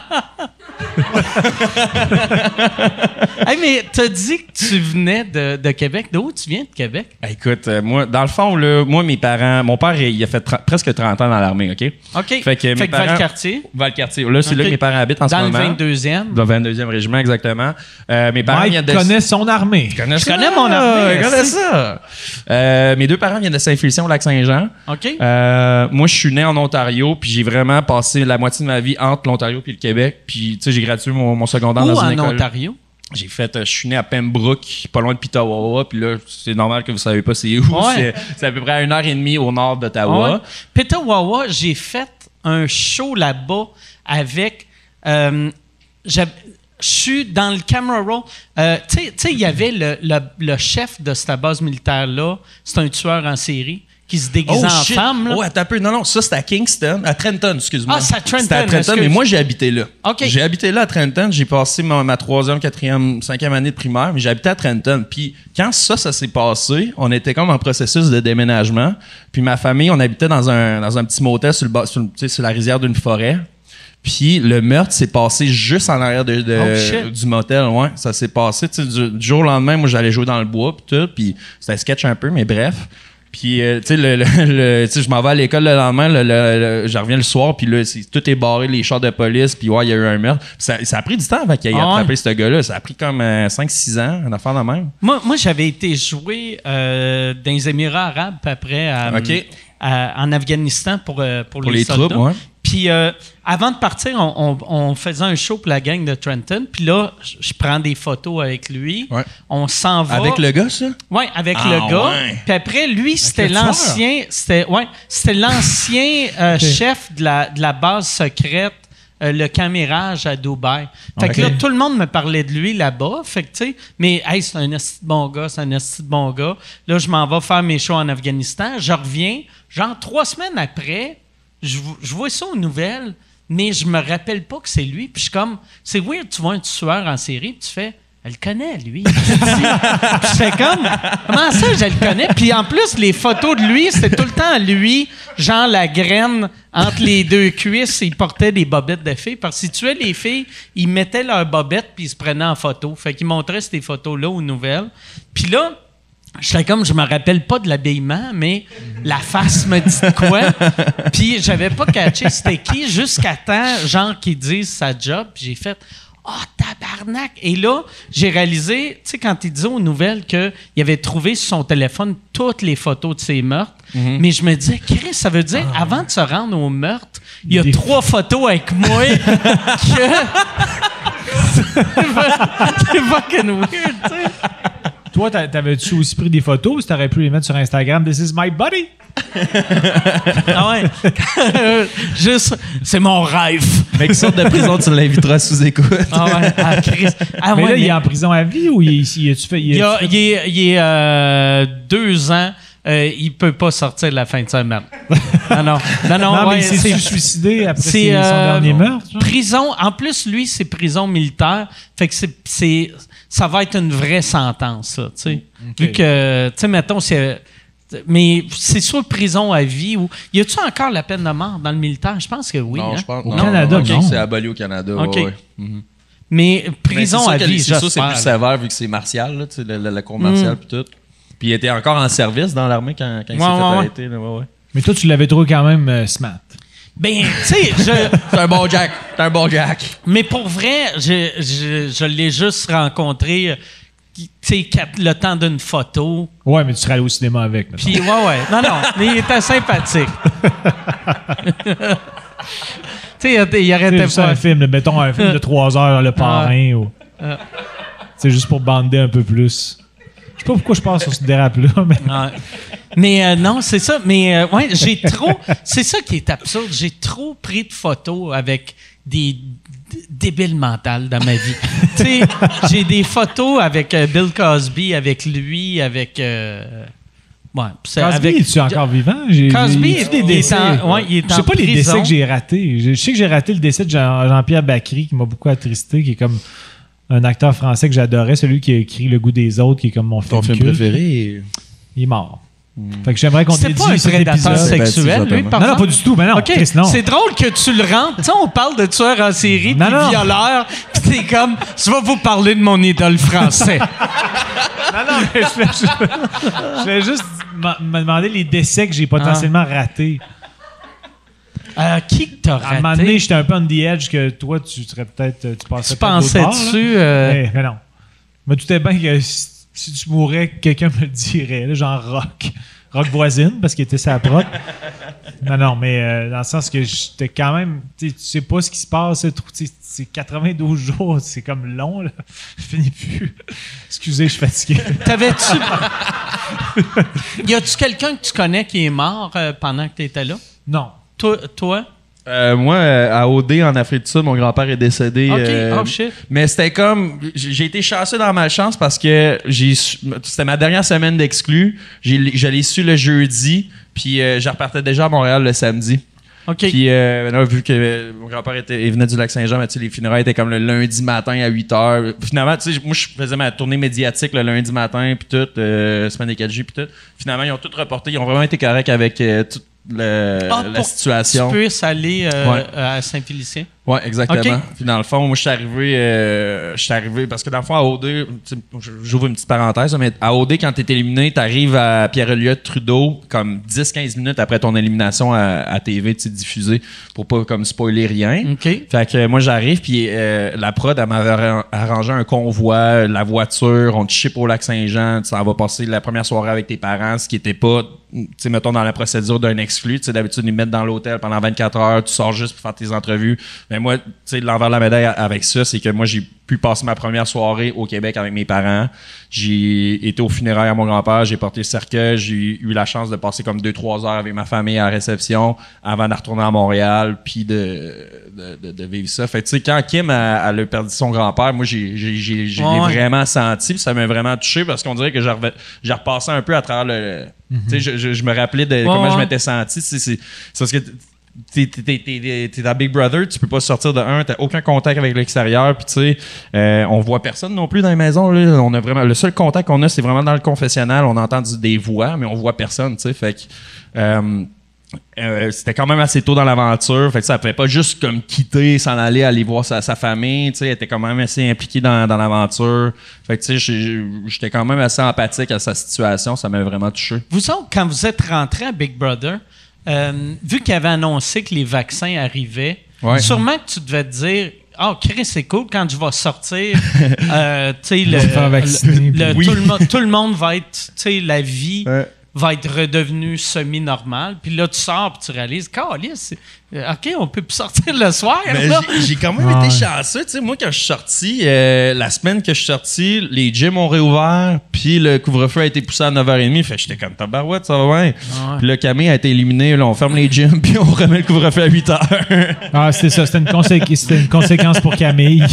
Hey, mais t'as dit que tu venais de Québec. D'où tu viens de Québec? Écoute, moi, dans le fond, là, moi, mes parents... Mon père, il a fait presque 30 ans dans l'armée, OK? OK. Fait que mes parents... Valcartier. Valcartier. Là, c'est là que mes parents habitent en ce moment. Dans le 22e. Dans le 22e régiment, exactement. Mes parents Mike viennent de... connaît son armée. Je connais mon armée. Je connais ça. Mes 2 parents viennent de Saint-Félicien au Lac-Saint-Jean. OK. Moi, je suis né en Ontario, puis j'ai vraiment passé la moitié de ma vie entre l'Ontario et le Québec. Puis, tu sais, j'ai gradué mon secondaire Où dans une en école. Ontario? Je suis né à Pembroke, pas loin de Petawawa, puis là, c'est normal que vous savez pas c'est où. Ouais. C'est à peu près à 1h30 au nord d'Ottawa. Ouais. Petawawa, j'ai fait un show là-bas avec... je suis dans le camera roll. Tu sais, il y avait le chef de cette base militaire-là. C'est un tueur en série qui se déguisait en femme. Là. Ouais, attends un peu. Non, ça, c'était à Kingston. À Trenton, excuse-moi. Ah, c'est à Trenton. C'était à Trenton, excuse. mais moi, j'ai habité là. OK. J'ai habité là à Trenton. J'ai passé ma 3e, 4e, 5e année de primaire, mais j'ai habité à Trenton. Puis quand ça s'est passé, on était comme en processus de déménagement. Puis ma famille, on habitait dans un petit motel sur la rizière d'une forêt. Puis le meurtre s'est passé juste en arrière du motel, ouais. Ça s'est passé, tu sais, du jour au lendemain, moi, j'allais jouer dans le bois, puis tout, puis c'était sketch un peu, mais bref. Puis, tu sais, je m'en vais à l'école le lendemain, je reviens le soir, puis là, tout est barré, les chars de police, puis ouais, il y a eu un meurtre. Ça a pris du temps avant qu'il ait attrapé ce gars-là. Ça a pris comme 5-6 ans, une affaire de même. Moi, j'avais été joué dans les Émirats arabes, puis après, en Afghanistan pour les soldats. Troupes, ouais. Puis avant de partir, on faisait un show pour la gang de Trenton. Puis là, je prends des photos avec lui. Ouais. On s'en va. Avec le gars, ça? Oui, avec le gars. Ouais. Puis après, lui, c'était l'ancien... C'était l'ancien chef de la base secrète le camérage à Dubaï. Fait que là, tout le monde me parlait de lui là-bas. Fait que, tu sais, mais hey, c'est un esti de bon gars, c'est un esti de bon gars. Là, je m'en vais faire mes shows en Afghanistan. Je reviens, genre 3 semaines après, je vois ça aux nouvelles, mais je me rappelle pas que c'est lui. Puis je suis comme, c'est weird, tu vois un tueur en série, puis tu fais, elle le connaît, lui. Puis je fais comme, comment ça, je le connais? Puis en plus, les photos de lui, c'était tout le temps lui, genre la graine entre les 2 cuisses, il portait des bobettes de filles. Parce qu'il tuait les filles, ils mettaient leurs bobettes puis ils se prenaient en photo. Fait qu'il montrait ces photos-là aux nouvelles. Puis là, j'étais comme, je me rappelle pas de l'habillement, mais la face me dit de quoi. Puis j'avais pas catché c'était qui jusqu'à temps, genre, qu'ils disent sa job. Puis j'ai fait... « Ah, tabarnak! » Et là, j'ai réalisé, tu sais, quand il disait aux nouvelles qu'il avait trouvé sur son téléphone toutes les photos de ses meurtres, mais je me disais, Chris, ça veut dire, avant de se rendre au meurtre, il y a 3 photos avec moi que... C'est fucking weird, tu sais. Toi, t'avais-tu aussi pris des photos ou t'aurais pu les mettre sur Instagram? This is my buddy! Ah ouais. Juste, c'est mon rêve. Mec, sorte de prison, tu l'inviteras sous écoute. Ah ouais. Ah, Chris. Ah, Mais ouais, là, il est en prison à vie ou il est 2 ans. Il peut pas sortir de la fin de semaine. Non, Non, ouais, mais il s'est suicidé après son dernier meurtre. Genre? Prison. En plus, lui, c'est prison militaire. Fait que ça va être une vraie sentence, ça, tu sais. Vu que, tu sais, mettons, mais c'est soit prison à vie ou... Y a-tu encore la peine de mort dans le militaire? Je pense que oui. Non, hein? je pense Au Canada, non. non. C'est aboli au Canada. OK. Ouais. Mais prison à vie, c'est sûr, c'est j'espère. plus sévère vu que c'est martial, là, tu sais, la cour martiale puis tout. Puis il était encore en service dans l'armée quand il s'est fait arrêter. Là, ouais. Mais toi, tu l'avais trouvé quand même smart. Ben, tu sais, C'est un bon Jack. T'es un bon Jack. Mais pour vrai, je l'ai juste rencontré, tu sais, le temps d'une photo. Ouais, mais tu serais allé au cinéma avec, mettons. Puis, ouais. Non, mais il était sympathique. Tu sais, il arrêtait C'est pas. un film, mettons un film de 3 heures, Le Parrain. Ou... C'est juste pour bander un peu plus. Je sais pas pourquoi je passe sur ce dérape-là, mais... Ouais. Mais non, c'est ça. Mais ouais, j'ai trop... C'est ça qui est absurde. J'ai trop pris de photos avec des débiles mentales dans ma vie. Tu sais, j'ai des photos avec Bill Cosby, avec lui, avec... Ouais, Cosby, es-tu encore vivant? Cosby, des décès. Il est en je sais pas les prison. décès que j'ai ratés. Je sais que j'ai raté le décès de Jean-Pierre Bacry, qui m'a beaucoup attristé, qui est comme un acteur français que j'adorais, celui qui a écrit Le goût des autres, qui est comme mon film culte. préféré? Il est mort. Fait que j'aimerais qu'on C'est dédie pas un cet prédateur épisode. sexuel, lui, par Non, exemple? pas du tout. Ben non, OK, Chris, non. c'est drôle que tu le rentres. Tu sais, on parle de tueur en série, puis Non. violeur, puis t'es comme, je vais vous parler de mon idole français. Non, mais je vais juste me demander les décès que j'ai potentiellement ratés. Qui que t'as À un moment donné, raté? j'étais un peu on the edge que toi, tu serais peut-être... Tu passerais Tu peut-être pensais d'autre bord, là. dessus? Mais non. Je me doutais bien que si tu mourrais, quelqu'un me le dirait, là, genre rock voisine, parce qu'il était sa prod. Non, mais dans le sens que j'étais quand même... Tu sais pas ce qui se passe, c'est 92 jours, c'est comme long, là. Je finis plus. Excusez, je suis fatigué. T'avais-tu... Y a-tu quelqu'un que tu connais qui est mort pendant que t'étais là? Non. Toi? Moi, à OD, en Afrique du Sud, mon grand-père est décédé. OK, oh shit. Mais c'était comme... J'ai été chanceux dans ma chance parce que c'était ma dernière semaine d'exclus. Je l'ai su le jeudi, puis je repartais déjà à Montréal le samedi. OK. Puis là, vu que mon grand-père il venait du Lac-Saint-Jean, mais, les funérailles étaient comme le lundi matin à 8h. Finalement, tu sais, moi, je faisais ma tournée médiatique le lundi matin, puis tout, semaine des 4G, puis tout. Finalement, ils ont tout reporté. Ils ont vraiment été corrects avec toute la situation. Tu puisses aller à Saint-Félicien. Ouais, exactement. Okay. Puis dans le fond, moi, je suis arrivé parce que dans le fond, à OD, j'ouvre une petite parenthèse, mais à OD, quand t'es éliminé, t'arrives à Pierre-Éliott Trudeau comme 10-15 minutes après ton élimination à TV, tu sais, diffusée, pour pas comme spoiler rien. OK. Fait que moi, j'arrive, puis la prod, elle m'avait arrangé un convoi, la voiture, on te ship au Lac-Saint-Jean, tu s'en vas passer la première soirée avec tes parents, ce qui était pas, tu sais, mettons, dans la procédure d'un exclu. Tu sais, d'habitude, ils mettent dans l'hôtel pendant 24 heures, tu sors juste pour faire tes entrevues. Mais moi, tu sais, l'envers de la médaille avec ça, c'est que moi, j'ai pu passer ma première soirée au Québec avec mes parents. J'ai été au funérailles à mon grand-père, j'ai porté le cercueil, j'ai eu la chance de passer comme 2-3 heures avec ma famille à la réception avant de retourner à Montréal, puis de vivre ça. Fait que, tu sais, quand Kim elle a perdu son grand-père, moi, j'ai vraiment senti, puis ça m'a vraiment touché parce qu'on dirait que j'ai repassé un peu à travers le... Tu sais, je me rappelais de comment je m'étais senti. C'est parce que t'es dans Big Brother, tu peux pas sortir de un, t'as aucun contact avec l'extérieur, puis tu sais, on voit personne non plus dans les maisons. Là. On a vraiment, le seul contact qu'on a, c'est vraiment dans le confessionnal. On entend des voix, mais on voit personne. Tu sais, fait que c'était quand même assez tôt dans l'aventure. Fait que ça pouvait pas juste comme quitter, s'en aller voir sa famille. Tu sais, elle était quand même assez impliquée dans l'aventure. Fait que tu sais, j'étais quand même assez empathique à sa situation. Ça m'a vraiment touché. Vous autres, quand vous êtes rentrés à Big Brother, vu qu'il avait annoncé que les vaccins arrivaient, sûrement que tu devais te dire « Ah, Chris, c'est cool, quand je vais sortir, tu sais, tout le monde va être, tu sais, la vie va être redevenue semi-normale. Puis là, tu sors et tu réalises, câlisse, OK, on peut plus sortir le soir. Mais j'ai quand même été chanceux. Tu sais, moi, quand je suis sorti, la semaine que je suis sorti, les gyms ont réouvert, puis le couvre-feu a été poussé à 9h30. Fait que j'étais comme tabarouette, ça va bien. Puis le Camille a été éliminé. Là, on ferme les gyms, puis on remet le couvre-feu à 8h. Ah, c'était ça. C'était une conséquence pour Camille.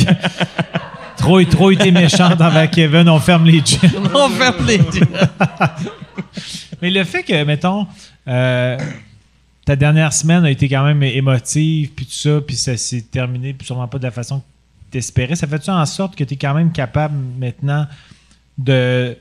Trop été méchante envers Kevin. On ferme les gyms. On ferme les gyms. Mais le fait que, mettons, ta dernière semaine a été quand même émotive, puis tout ça, puis ça s'est terminé, puis sûrement pas de la façon que tu espérais, ça fait-tu en sorte que tu es quand même capable maintenant de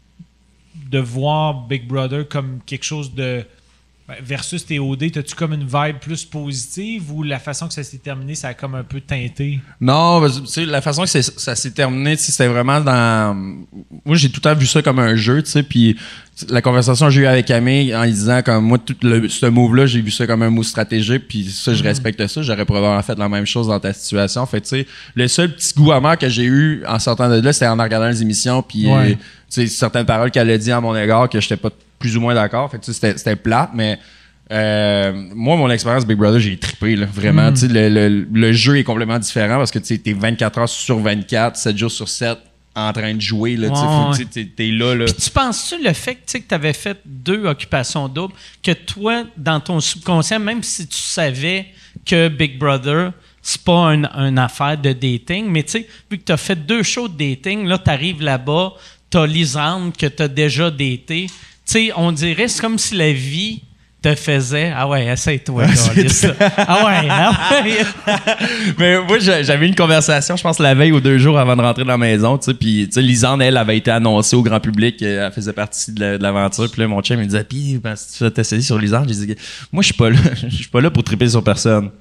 voir Big Brother comme quelque chose de... versus tes OD, t'as-tu comme une vibe plus positive ou la façon que ça s'est terminé, ça a comme un peu teinté? Non, tu sais, la façon que ça s'est terminé, c'était vraiment dans... Moi, j'ai tout le temps vu ça comme un jeu, tu sais, puis la conversation que j'ai eue avec Camille en lui disant comme moi, ce move-là, j'ai vu ça comme un move stratégique, puis ça, je respecte ça. J'aurais probablement fait la même chose dans ta situation. Fait tu sais, le seul petit goût amer que j'ai eu en sortant de là, c'était en regardant les émissions, puis tu sais, certaines paroles qu'elle a dit à mon égard que j'étais pas plus ou moins d'accord. Fait que tu sais, c'était plate, mais moi, mon expérience Big Brother, j'ai trippé, là, vraiment. Tu sais, le jeu est complètement différent parce que tu sais, t'es 24 heures sur 24, 7 jours sur 7 en train de jouer. Là, t'es là. Puis tu penses-tu le fait que tu avais fait 2 occupations doubles, que toi, dans ton subconscient, même si tu savais que Big Brother, c'est pas une affaire de dating, mais tu sais, vu que tu as fait 2 shows de dating, là, tu arrives là-bas, tu as Lisande que tu as déjà daté. Tu sais, on dirait, c'est comme si la vie te faisait. Ah ouais, essaye-toi. Ah ouais. Mais moi, j'avais une conversation, je pense, la veille ou 2 jours avant de rentrer dans la maison, tu sais, puis tu sais, Lisande, elle avait été annoncée au grand public, elle faisait partie de l'aventure, puis là, mon chum, il me disait, puis, tu t'as essayé sur Lisande? J'ai dit, moi, je suis pas là pour triper sur personne.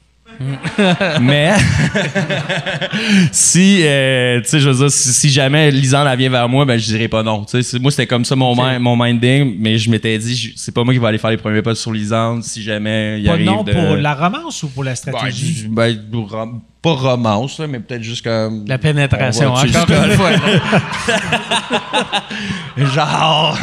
Mais si tu sais, je veux dire, si jamais Lisande elle vient vers moi, ben je dirais pas non. Tu sais, moi c'était comme ça mon minding, mais je m'étais dit c'est pas moi qui vais aller faire les premiers pas sur Lisande si jamais il arrive. Pas non pour la romance ou pour la stratégie? Pas romance, là, mais peut-être juste comme la pénétration. Encore une fois. Genre.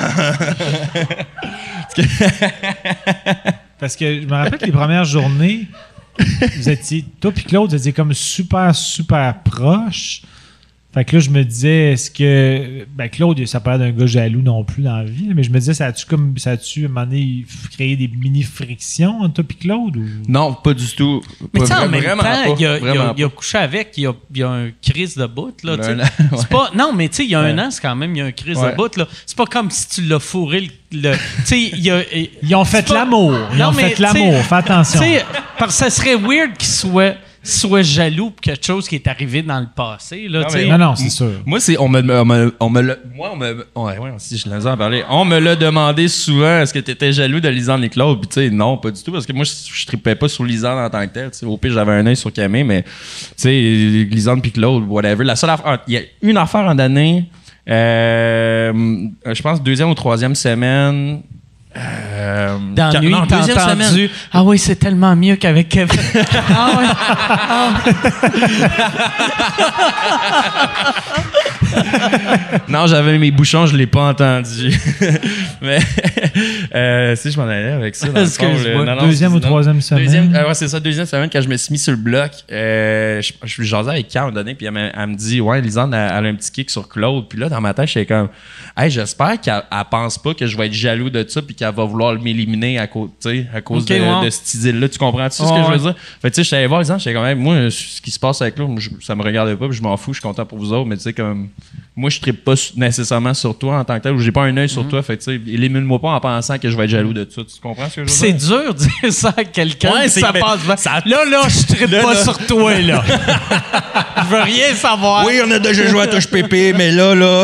Parce que je me rappelle que les premières journées, vous étiez, toi et Claude, vous étiez comme super, super proches. Fait que là, je me disais, est-ce que. Ben, Claude, ça pas l'air d'un gars jaloux non plus dans la vie, mais je me disais, ça a-tu, à un moment donné, créé des mini-frictions entre toi et Claude? Ou... Non, pas du tout. Mais tu sais, en même temps, il a couché avec, il y a un crise de bout, là. C'est pas, non, mais tu sais, il y a un an, c'est quand même, il y a un crise de bout, là. C'est pas comme si tu l'as fourré tu sais, ils ont fait l'amour. Ils ont fait l'amour. Fais attention. Parce que ça serait weird qu'il soit jaloux pour quelque chose qui est arrivé dans le passé. Là, non, c'est sûr. Moi, si je l'ai en parler. On me l'a demandé souvent, est-ce que tu étais jaloux de Lisande et Claude? Puis tu sais, non, pas du tout, parce que moi, je trippais pas sur Lisande en tant que tel. T'sais. Au pire, j'avais un œil sur Camille, mais tu sais, Lisande puis Claude, whatever. La seule affaire, il y a une affaire en année, je pense 2e ou 3e semaine, Dans la nuit, t'as entendu « Ah oui, c'est tellement mieux qu'avec Kevin. » Ah oui. Non, j'avais mes bouchons, je l'ai pas entendu. Mais si je m'en allais avec ça. Dans le fond, deuxième ou troisième semaine. Ouais, c'est ça, deuxième semaine quand je me suis mis sur le bloc. Je suis jasé avec Kat à un moment donné, puis elle me dit ouais, Lisanne, elle a un petit kick sur Claude. Puis là, dans ma tête, j'étais comme hey, j'espère qu'elle pense pas que je vais être jaloux de ça, puis qu'elle va vouloir m'éliminer à cause de cette idylle-là. Tu comprends-tu ce que je veux dire? Fait tu sais, j'étais allé voir Lisanne, j'étais comme hey, moi, ce qui se passe avec Claude, ça me regardait pas, puis je m'en fous, je suis content pour vous autres, mais tu sais, comme moi, je trippe pas nécessairement sur toi en tant que tel, ou j'ai pas un œil sur toi. Fait tu sais, élimine-moi pas en pensant que je vais être jaloux de ça. Tu comprends ce que je veux dire? C'est dur de dire ça à quelqu'un. Ouais, ça passe bien. Là, je trippe pas sur toi, là. Je veux rien savoir. Oui, on a déjà joué à touche pépé, mais là.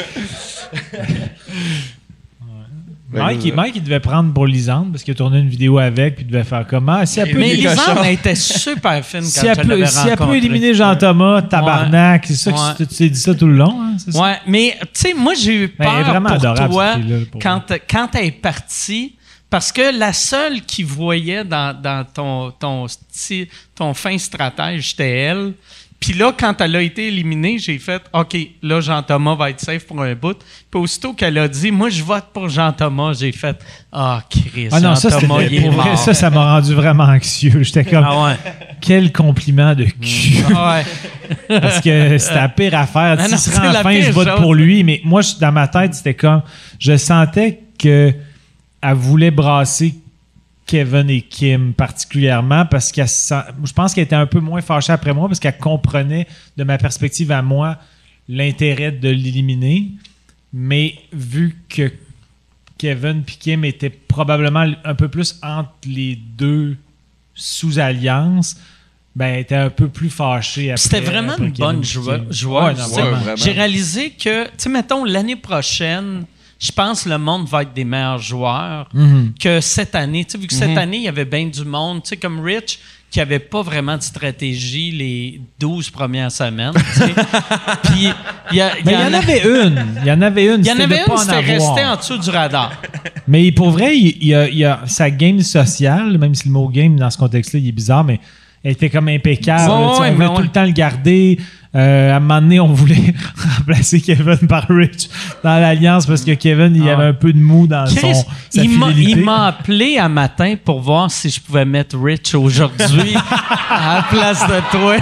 Mike, il devait prendre pour Lisande parce qu'il a tourné une vidéo avec puis il devait faire comment. Si mais Lisande, elle était super fine quand si elle peut éliminer Jean-Thomas, tabarnak, c'est ça que tu t'es dit ça tout le long. Hein, c'est ça? Ouais, mais tu sais, moi, j'ai eu peur pour toi pour quand elle est partie. Parce que la seule qui voyait dans ton fin stratège, c'était elle. Puis là, quand elle a été éliminée, j'ai fait « OK, là, Jean-Thomas va être safe pour un bout. » Puis aussitôt qu'elle a dit « Moi, je vote pour Jean-Thomas », j'ai fait « Ah, Chris, Jean-Thomas, il est mort. » Ça m'a rendu vraiment anxieux. J'étais comme « Quel compliment de cul! » Parce que c'était la pire affaire. Si se rend à la fin, je vote pour lui. Mais moi, dans ma tête, c'était comme... Je sentais qu'elle voulait brasser Kevin et Kim particulièrement parce que je pense qu'elle était un peu moins fâchée après moi parce qu'elle comprenait de ma perspective à moi l'intérêt de l'éliminer, mais vu que Kevin et Kim étaient probablement un peu plus entre les deux sous-alliances, ben elle était un peu plus fâchée après. C'était vraiment une bonne joueuse. J'ai réalisé que, tu sais, mettons, l'année prochaine, je pense que le monde va être des meilleurs joueurs que cette année. Tu sais, vu que cette année, il y avait bien du monde, tu sais, comme Rich, qui n'avait pas vraiment de stratégie les 12 premières semaines. Puis il y en avait une. Il y en avait une, c'était resté en dessous du radar. Mais pour vrai, il y a sa game sociale, même si le mot game, dans ce contexte-là, il est bizarre, mais elle était comme impeccable. On voulait tout le temps le garder. À un moment donné, on voulait remplacer Kevin par Rich dans l'Alliance parce que Kevin, il avait un peu de mou dans sa fidélité. Il m'a appelé un matin pour voir si je pouvais mettre Rich aujourd'hui à la place de toi.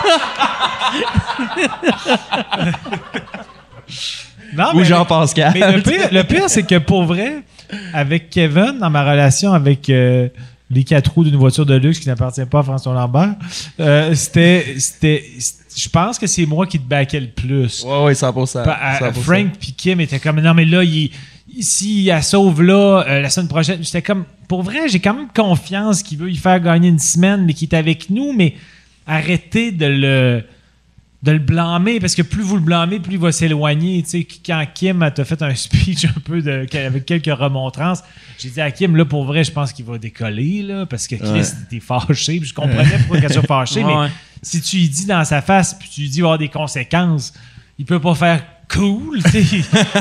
Ou Jean-Pascal. Mais le pire, c'est que pour vrai, avec Kevin, dans ma relation avec les 4 roues d'une voiture de luxe qui n'appartient pas à François Lambert, je pense que c'est moi qui te backais le plus. Oui, 100%. Frank puis Kim étaient comme, non, mais là, si elle sauve là, la semaine prochaine, j'étais comme, pour vrai, j'ai quand même confiance qu'il veut y faire gagner une semaine, mais qu'il est avec nous, mais arrêtez de le blâmer, parce que plus vous le blâmez, plus il va s'éloigner. Tu sais, quand Kim t'a fait un speech un peu avec quelques remontrances, j'ai dit à Kim, là, pour vrai, je pense qu'il va décoller, là, parce que Chris, t'es fâché, puis je comprenais pourquoi qu'elle soit fâchée, mais si tu lui dis dans sa face, puis tu lui dis qu'il va y avoir des conséquences, il peut pas faire cool, tu sais.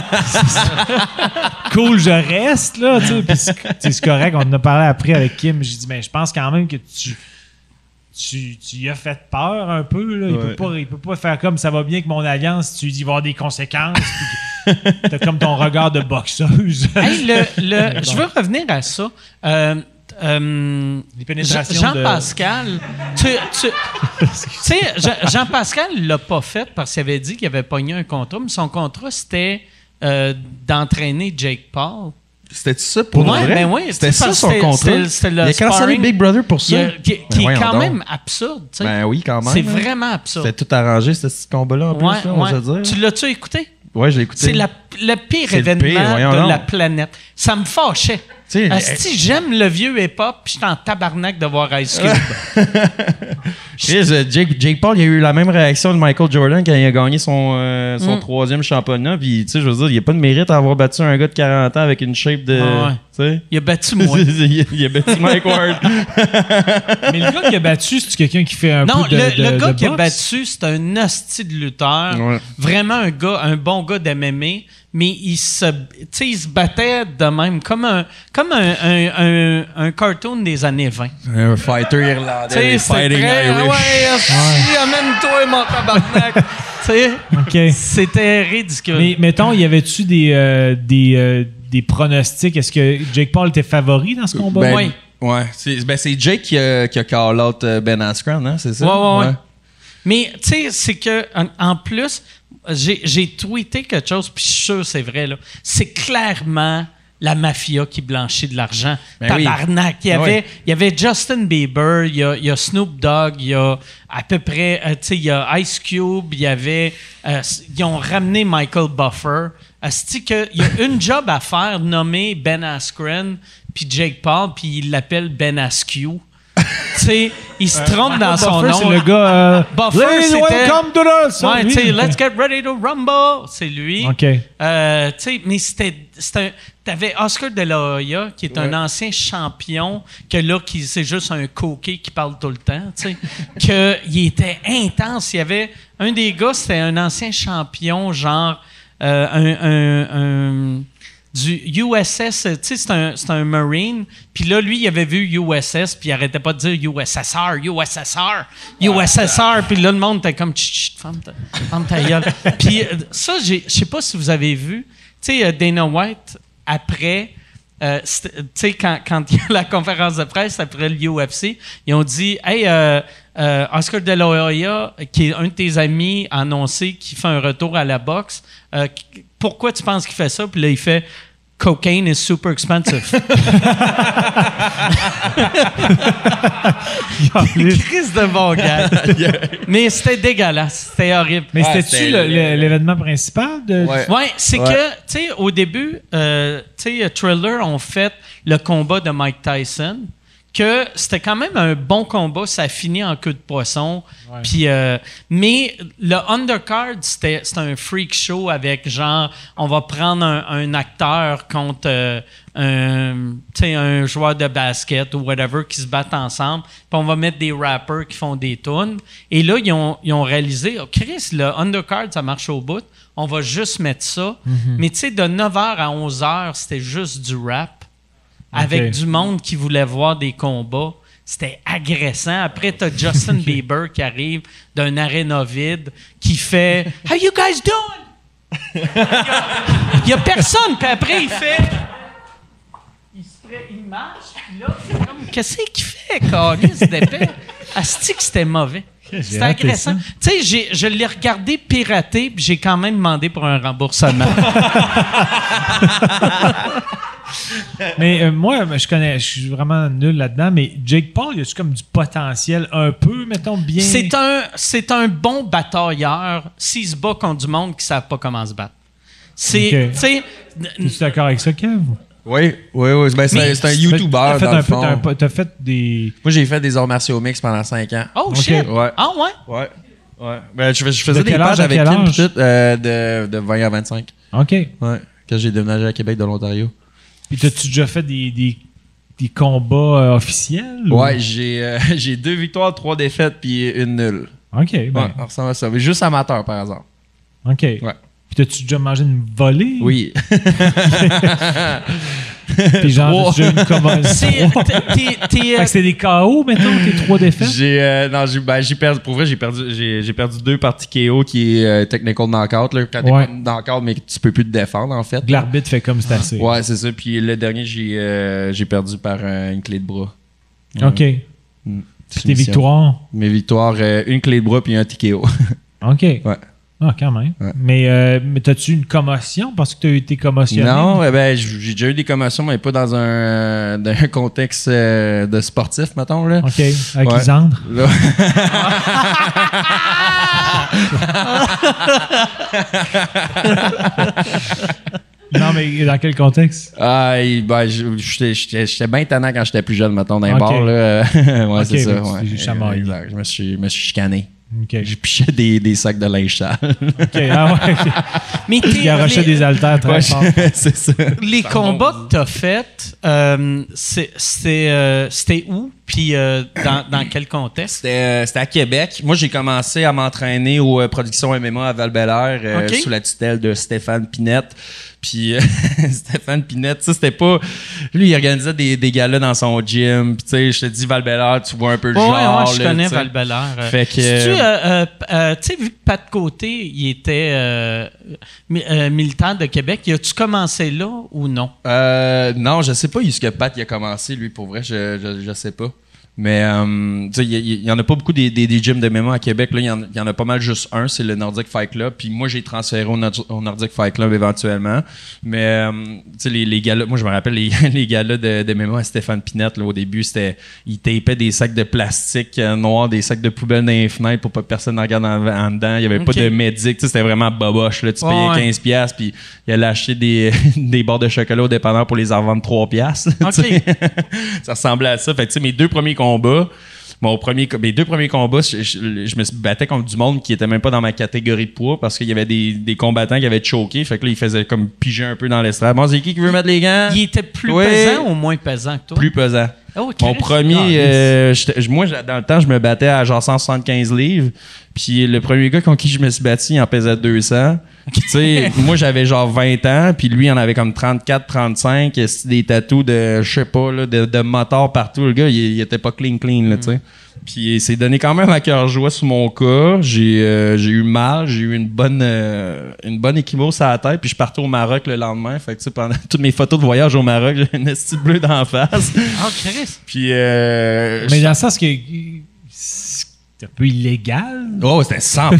Cool, je reste, là, tu sais, puis c'est correct, on en a parlé après avec Kim, j'ai dit, mais je pense quand même que tu y as fait peur un peu. Là. Il peut pas faire comme ça va bien que mon alliance, tu lui dis il va y avoir des conséquences. T'as comme ton regard de boxeuse. Hey, je veux revenir à ça. Les pénétrations Jean-Pascal, tu sais, Jean-Pascal l'a pas fait parce qu'il avait dit qu'il avait pogné un contrat, mais son contrat, c'était d'entraîner Jake Paul. C'était ça pour vrai? Ben oui, c'était ça son contrat. Il a cancellé Big Brother pour ça. Qui est quand même absurde. T'sais. Ben oui, quand même. C'est vraiment absurde. C'était tout arrangé, ce combat-là, en plus, là, on va dire. Tu l'as-tu écouté? Oui, je l'ai écouté. C'est le pire événement de la planète. Ça me fâchait. Si j'aime le vieux hip-hop, puis je suis en tabarnak de voir Ice Cube. Jake Paul, il a eu la même réaction de Michael Jordan quand il a gagné son 3e championnat. Puis, tu sais, je veux dire, il n'y a pas de mérite à avoir battu un gars de 40 ans avec une shape de. Il a battu moi. Il a battu Mike Ward. Mais le gars qui a battu, c'est quelqu'un qui fait un peu de le gars qui a boxe? battu, c'est un hostie de lutteur. Ouais. Vraiment un bon gars d'MMA. mais il se battait de même, comme un cartoon des années 20. Un fighter irlandais, T'sais, les c'est Fighting très, Irish. Ouais, amène-toi, mon tabarnak. T'sais, OK. c'était ridicule. Mais mettons, y avait-tu des pronostics? Est-ce que Jake Paul était favori dans ce combat? Ben, Oui. Ouais. C'est Jake qui a call out Ben Askren, hein, c'est ça? Ouais. Mais tu sais, c'est que en plus, j'ai tweeté quelque chose, puis je suis sûr que c'est vrai, là. C'est clairement la mafia qui blanchit de l'argent. Ben Tabarnak. oui. Il y avait Justin Bieber, il y a Snoop Dogg, il y a à peu près, tu sais, il y a Ice Cube, il y avait, ils ont ramené Michael Buffer. Il y a une job à faire nommée Ben Askren puis Jake Paul, puis il l'appelle Ben Askew. Tu sais, il se trompe dans son Buffer, nom. c'est le gars... Buffer, Ladies, c'était... welcome to the... Ouais, tu sais, let's get ready to rumble. C'est lui. OK. Tu sais, mais t'avais Oscar De La Hoya, qui est un ancien champion, que là, c'est juste un coquet qui parle tout le temps, tu sais, qu'il était intense. Il y avait un des gars, c'était un ancien champion, genre du USS, tu sais, c'est un Marine. Puis là, lui, il avait vu USS, puis il arrêtait pas de dire USSR. Puis là, le monde était comme, chut, ferme ta gueule. Puis ça, je sais pas si vous avez vu, tu sais, Dana White, après, tu sais, quand il y a la conférence de presse après le UFC, ils ont dit, hey, Oscar De La Hoya, qui est un de tes amis, a annoncé qu'il fait un retour à la boxe. Pourquoi tu penses qu'il fait ça? Puis là, il fait Cocaine is super expensive. Crise de bon gars. Mais c'était dégueulasse. C'était horrible. Mais Ouais, c'était-tu l'événement principal? Ouais, c'est que, tu sais, au début, tu sais, Thriller ont fait le combat de Mike Tyson, que c'était quand même un bon combat, ça a fini en queue de poisson. Ouais. Puis, mais le undercard, c'était un freak show avec genre, on va prendre un acteur contre un joueur de basket ou whatever qui se battent ensemble, puis on va mettre des rappers qui font des tunes. Et là, ils ont réalisé, oh, Chris, le undercard, ça marche au bout, on va juste mettre ça. Mais tu sais, de 9h à 11h, c'était juste du rap. Avec du monde qui voulait voir des combats. C'était agressant. Après, t'as Justin Bieber qui arrive d'un aréna vide qui fait « How you guys doing? » Il y a personne. Puis après, il fait... Il marche. Puis là, c'est comme... Qu'est-ce qu'il fait, câlisse d'épais? Asti que c'était mauvais. C'était agressant. Tu sais, je l'ai regardé pirater, puis j'ai quand même demandé pour un remboursement. Mais moi, je suis vraiment nul là-dedans, mais Jake Paul, il a-tu comme du potentiel un peu, mettons, bien... C'est un bon batailleur s'il se bat contre du monde qui ne savent pas comment se battre. C'est, tu sais... Es-tu d'accord avec ça, Kev? Oui. Ben, c'est un YouTuber, dans le fond. T'as fait des... Moi, j'ai fait des arts martiaux mix pendant 5 ans. Oh, Ok. shit! Ouais. Ah, ouais? Ouais. Ben, je faisais De des quel pages âge à avec quel Kim, âge? pis tout, de 20 à 25. OK. Ouais. Quand j'ai déménagé à Québec de l'Ontario. Puis t'as-tu déjà fait des combats officiels? Ouais, j'ai 2 victoires, 3 défaites, puis 1 nulle. OK, ben, Ouais, ça ressemble à ça. Mais juste amateur, par exemple. OK. Ouais. Puis t'as-tu déjà mangé une volée? Oui. Puis genre, t'as déjà eu une commotion? Fait que c'était des KO, mettons, tes 3 défaites? J'ai perdu. Pour vrai, j'ai perdu 2 parties KO qui est technical knockout. Là, quand t'es Ouais. pas knockout, mais que tu peux plus te défendre, en fait. L'arbitre fait comme c'est assez. Ouais, c'est ça. Puis le dernier, j'ai perdu par une clé de bras. OK. Puis tes Finition. victoires? Mes victoires, une clé de bras puis un TKO. OK. Ouais. Ah, quand même. Ouais. Mais t'as-tu une commotion parce que t'as été commotionné? Non, j'ai déjà eu des commotions, mais pas dans un contexte de sportif, mettons. Là. OK. Avec Ouais. Lisandre? Là. Non, mais dans quel contexte? J'étais bien tannant quand j'étais plus jeune, mettons, dans les Ok. bars. Là. Ouais, Ok, c'est ça. mais tu Ouais. t'es chamaillé. Exact. Je me suis chicané. OK. Je pichais des sacs de linge sale. OK, ah ouais. Mais Tu garochais des haltères très forts. C'est ça. les combats que t'as faits, c'était où? Puis dans quel contexte? C'était à Québec. Moi, j'ai commencé à m'entraîner aux productions MMA à Val-Bélair OK. sous la tutelle de Stéphane Pinette. Puis Stéphane Pinette, ça, c'était pas... Lui, il organisait des galas dans son gym. Puis tu sais, je te dis Val-Bélair, tu vois un peu le genre. Je là, connais tu sais. Val-Bélair. Fait que... Tu sais, vu que Pat Côté, il était militaire de Québec, as-tu commencé là ou non? Non, je sais pas ce que Pat il a commencé, lui, pour vrai, je sais pas. Mais tu sais, il y en a pas beaucoup des gyms de MMA à Québec. Là, il y en a pas mal juste un, c'est le Nordic Fight Club. Puis moi, j'ai transféré au Nordic Fight Club éventuellement. Mais tu sais, les galas, moi je me rappelle les galas de MMA à Stéphane Pinette, là, au début, il tapait des sacs de plastique noirs, des sacs de poubelle dans les fenêtres pour pas que personne ne regarde en dedans. Il y avait pas de médic, tu sais, c'était vraiment boboche. Là. Tu payais 15$, puis il allait acheter des barres de chocolat au dépanneur pour les en vendre 3$. OK. Ça ressemblait à ça. Fait que tu sais, mes deux premiers combats, mes deux premiers combats, je me battais contre du monde qui était même pas dans ma catégorie de poids parce qu'il y avait des combattants qui avaient choqué. Fait que là, ils faisaient comme piger un peu dans l'estrade. Bon, c'est qui veut mettre les gants? Il était plus Oui. pesant ou moins pesant que toi? Plus pesant. Oh, Mon Christ. premier, moi, dans le temps, je me battais à genre 175 livres. Puis le premier gars contre qui je me suis battu, il en pesait 200. Tu sais, moi, j'avais genre 20 ans, puis lui, il en avait comme 34, 35. Des tatous de, je sais pas, là, de motards partout. Le gars, il était pas clean, là, tu sais. Puis il s'est donné quand même à cœur joie sous mon corps. J'ai eu mal, j'ai eu une bonne échymose à la tête, puis je partais au Maroc le lendemain. Fait que, tu sais, pendant toutes mes photos de voyage au Maroc, j'ai une esti bleue d'en face. Ah, Christ. Puis Mais dans le sens que c'est un peu illégal. oh, c'était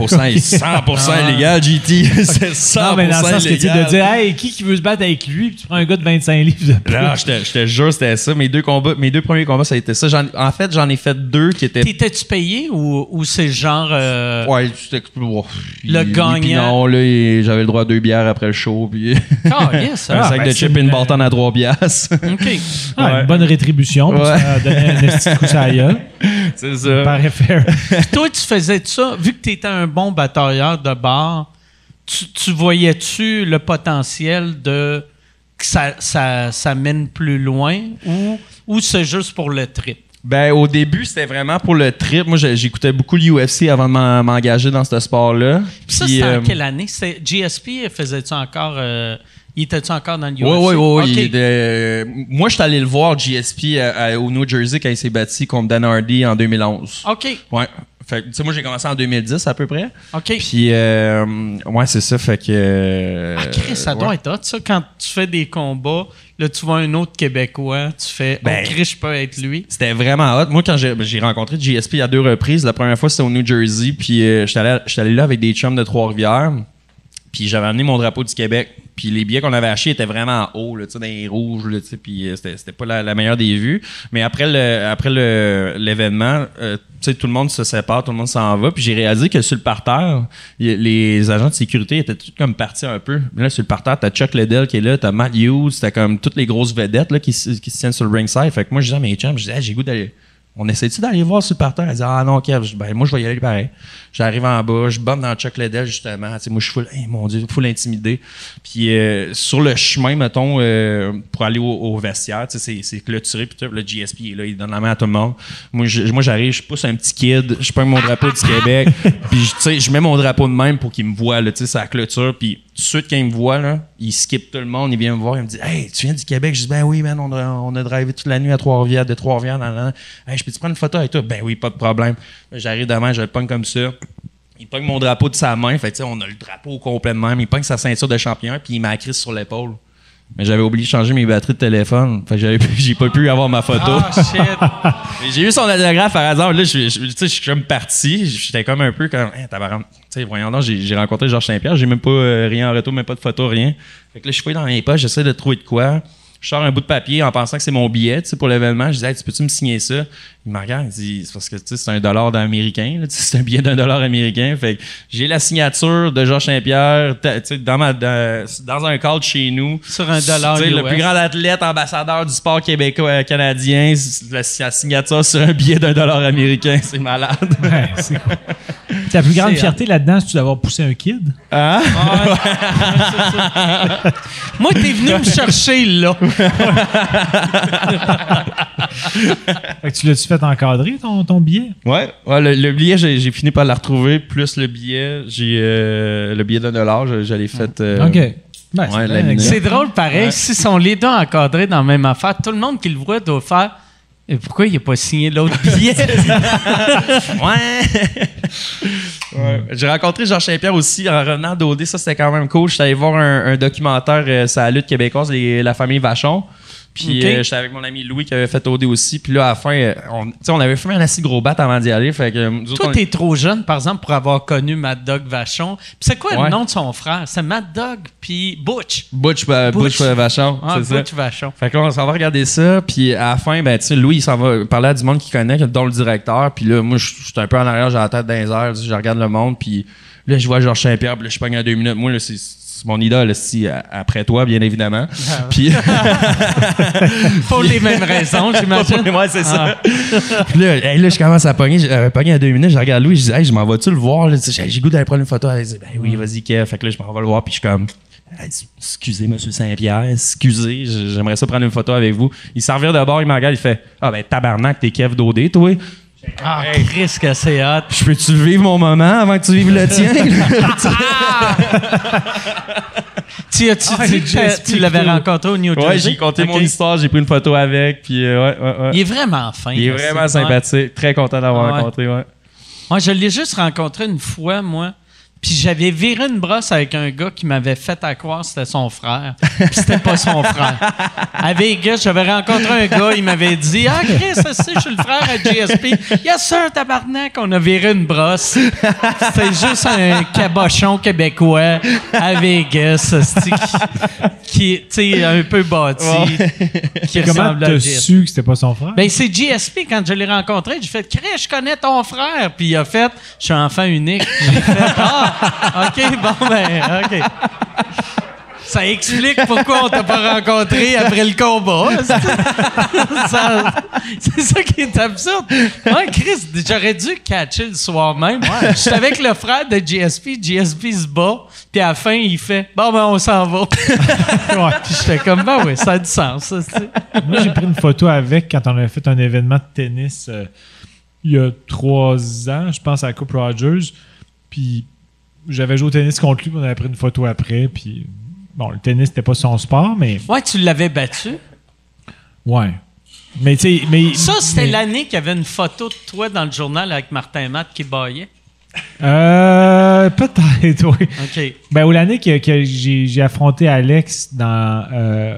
100% illégal, GT. C'était 100% Non, mais dans le sens que tu sais, illégal. de dire, hey, qui veut se battre avec lui, puis tu prends un gars de 25 livres de plus. Non, je te jure, c'était ça. Mes deux premiers combats, ça a été ça. En fait, j'en ai fait deux qui étaient. T'étais-tu payé ou c'est genre... Ouais, c'était. Le gagnant. Puis non, là, j'avais le droit à 2 bières après le show. Puis Ah, yes. un sac ben, de c'est chips et une une- Bolton à 3$. OK. Ah, Ouais. une bonne rétribution pour Ouais. se faire donner un petit coup sur la gueule. C'est ça. Paraît fair. Puis toi, tu faisais ça, vu que tu étais un bon batailleur de bar, tu voyais-tu le potentiel de que ça mène plus loin ou c'est juste pour le trip? Ben, au début, c'était vraiment pour le trip. Moi, j'écoutais beaucoup l'UFC avant de m'engager dans ce sport-là. Puis ça, Puis, c'était en quelle année? GSP, faisais-tu encore... il était-tu encore dans le UFC? Oui. OK. Moi, je suis allé le voir, GSP, au New Jersey, quand il s'est battu contre Dan Hardy en 2011. OK. Ouais. Fait que, tu sais, moi, j'ai commencé en 2010 à peu près. OK. Puis, ouais, c'est ça. Fait que. Chris, ça doit être hot, ça. Quand tu fais des combats, là, tu vois un autre Québécois, tu fais Ben, Chris, je peux être lui. C'était vraiment hot. Moi, quand j'ai rencontré GSP à 2 reprises, la première fois, c'était au New Jersey. Puis, j'étais allé là avec des chums de Trois-Rivières. Puis, j'avais amené mon drapeau du Québec. Puis, les billets qu'on avait achetés étaient vraiment en haut, là, tu sais, dans les rouges, là, tu sais. Puis, c'était pas la meilleure des vues. Mais après l'événement, tu sais, tout le monde se sépare, tout le monde s'en va. Puis, j'ai réalisé que sur le parterre, les agents de sécurité étaient tous comme partis un peu. Là, sur le parterre, t'as Chuck Liddell qui est là, t'as Matt Hughes, t'as comme toutes les grosses vedettes là, qui se tiennent sur le ringside. Fait que moi, je disais à mes chums, j'ai goût d'aller. On essaie-tu d'aller voir sur le parterre? Elle dit, ah non, Kev, ben, moi, je vais y aller pareil. J'arrive en bas, je bombe dans Chuck Liddell, justement. Tu sais, moi, je suis full, hey, mon Dieu, full intimidé. Puis, sur le chemin, mettons, pour aller au vestiaire, tu sais, c'est clôturé, puis le GSP est là, il donne la main à tout le monde. Moi, j'arrive, je pousse un petit kid, je prends mon drapeau du Québec, puis, tu sais, je mets mon drapeau de même pour qu'il me voie, là, tu sais, c'est la clôture, puis tout de suite, quand il me voit, là, il skip tout le monde, il vient me voir, il me dit, hey, tu viens du Québec? Je dis, ben oui, man, on a drivé toute la nuit à Trois-Rivières, de Trois-Rivières, hey, je peux te prendre une photo avec toi? Ben oui, pas de problème. J'arrive demain, je le pogne comme ça. Il pogne mon drapeau de sa main, fait que, tu sais, on a le drapeau au complet de même. Il pogne sa ceinture de champion, puis il m'a crise sur l'épaule. Mais j'avais oublié de changer mes batteries de téléphone. Fait que j'ai pas pu avoir ma photo. Ah, shit. Mais j'ai eu son autographe par hasard. Là, tu sais, je suis comme parti. J'étais comme un peu comme, hey, tabarnak. Tu sais, voyons donc, j'ai rencontré Georges Saint-Pierre. J'ai même pas rien en retour, même pas de photo, rien. Fait que là, je fouille dans mes poches, j'essaie de trouver de quoi. Je sors un bout de papier en pensant que c'est mon billet, tu sais, pour l'événement. Je dis, hey, tu peux-tu me signer ça? Il me regarde, il dit, c'est parce que, tu sais, c'est $1 américain, là, tu sais, c'est un billet d'$1 américain. Fait que j'ai la signature de Georges Saint-Pierre, tu sais, dans un cadre chez nous. Sur $1 Tu sais, le US. plus grand athlète, ambassadeur du sport québécois, canadien, la signature sur un billet d'$1 américain, c'est malade. Ouais, c'est cool. Tu ta plus grande C'est fierté là-dedans, c'est d'avoir poussé un kid? Hein? Moi, t'es venu me chercher là. Fait que tu l'as-tu fait encadrer, ton billet? Ouais, le billet, j'ai fini par la retrouver, plus le billet, le billet de $1, je l'ai fait... OK. Ben, Ouais, bien la minute. C'est drôle, pareil. Si sont les deux encadrés dans la même affaire, tout le monde qui le voit doit faire. Et pourquoi il n'a pas signé l'autre billet? Ouais. J'ai rencontré Georges Saint-Pierre aussi en revenant d'OD. Ça, c'était quand même cool. J'étais allé voir un documentaire sur la lutte québécoise, la famille Vachon. Puis Ok. j'étais avec mon ami Louis qui avait fait OD aussi. Puis là, à la fin, on avait fumé un assez gros bat avant d'y aller. Fait que, nous autres, Toi, t'es trop jeune, par exemple, pour avoir connu Mad Dog Vachon. Puis c'est quoi Ouais. le nom de son frère? C'est Mad Dog puis Butch. Butch Vachon. Ah, c'est ça. Butch Vachon. Fait que là, on s'en va regarder ça, puis à la fin, ben, tu sais, Louis, il s'en va parler à du monde qu'il connaît, dont le directeur, puis là, moi, je suis un peu en arrière, j'ai la tête dans les airs, je regarde le monde, puis là, je vois Georges Saint-Pierre, puis là, je pogne à 2 minutes. Moi, là, c'est mon idole, si, après toi, bien évidemment. Puis... Pour les mêmes raisons, j'imagine. Ouais, c'est ça. Puis là, je commence à pogner, pogné à 2 minutes, je regarde Louis, je dis, hey, je m'en vas-tu le voir, là? J'ai goût d'aller prendre une photo. Elle dit, ben oui, vas-y, Kev. Fait que là, je m'en vais le voir, puis je suis comme... Hey, excusez, monsieur Saint-Pierre, excusez, j'aimerais ça prendre une photo avec vous. Il s'en revient de bord, il me regarde, il fait ah ben tabarnak, t'es Kev d'OD, toi. Ah, Chris, que c'est hot. Je peux-tu vivre mon moment avant que tu vives le tien? Tu as-tu dit que tu l'avais rencontré au New Jersey? Ouais, j'ai conté mon Ok. histoire, j'ai pris une photo avec, puis ouais. Il est vraiment fin. Il est là, vraiment c'est- sympathique, très content d'avoir Ouais. rencontré, ouais. Moi, je l'ai juste rencontré une fois, moi. Puis j'avais viré une brosse avec un gars qui m'avait fait à croire que c'était son frère. Puis c'était pas son frère. À Vegas, j'avais rencontré un gars, il m'avait dit « Ah, Chris, je suis le frère à GSP. » « Yes, sir, tabarnak! » On a viré une brosse. C'était juste un cabochon québécois à Vegas, esti, qui est, tu sais, un peu bâti, qui Comment ressemble à t'as GSP. su que c'était pas son frère? Ben, c'est GSP, quand je l'ai rencontré, j'ai fait « Chris, je connais ton frère! » Puis il a fait « Je suis enfant unique. » J'ai fait « Ah! OK, bon, ben, OK. » Ça explique pourquoi on t'a pas rencontré après le combat. C'est ça qui est absurde. Ouais, Chris, j'aurais dû catcher le soir même. J'étais avec le frère de GSP. GSP se bat. Puis à la fin, il fait « Bon, ben, on s'en va. » Puis j'étais comme « Ben oui, ça a du sens. Ça, c'est... » Moi, j'ai pris une photo avec quand on avait fait un événement de tennis il y a 3 ans, je pense, à la Coupe Rogers. Puis j'avais joué au tennis contre lui, puis on avait pris une photo après. Puis bon, le tennis, c'était pas son sport, mais Ouais, tu l'avais battu. ouais. Mais tu sais, mais. Ça, c'était mais- l'année qu'il y avait une photo de toi dans le journal avec Martin Matt qui baillait. Peut-être, oui. OK. Ben, ou l'année que j'ai affronté Alex dans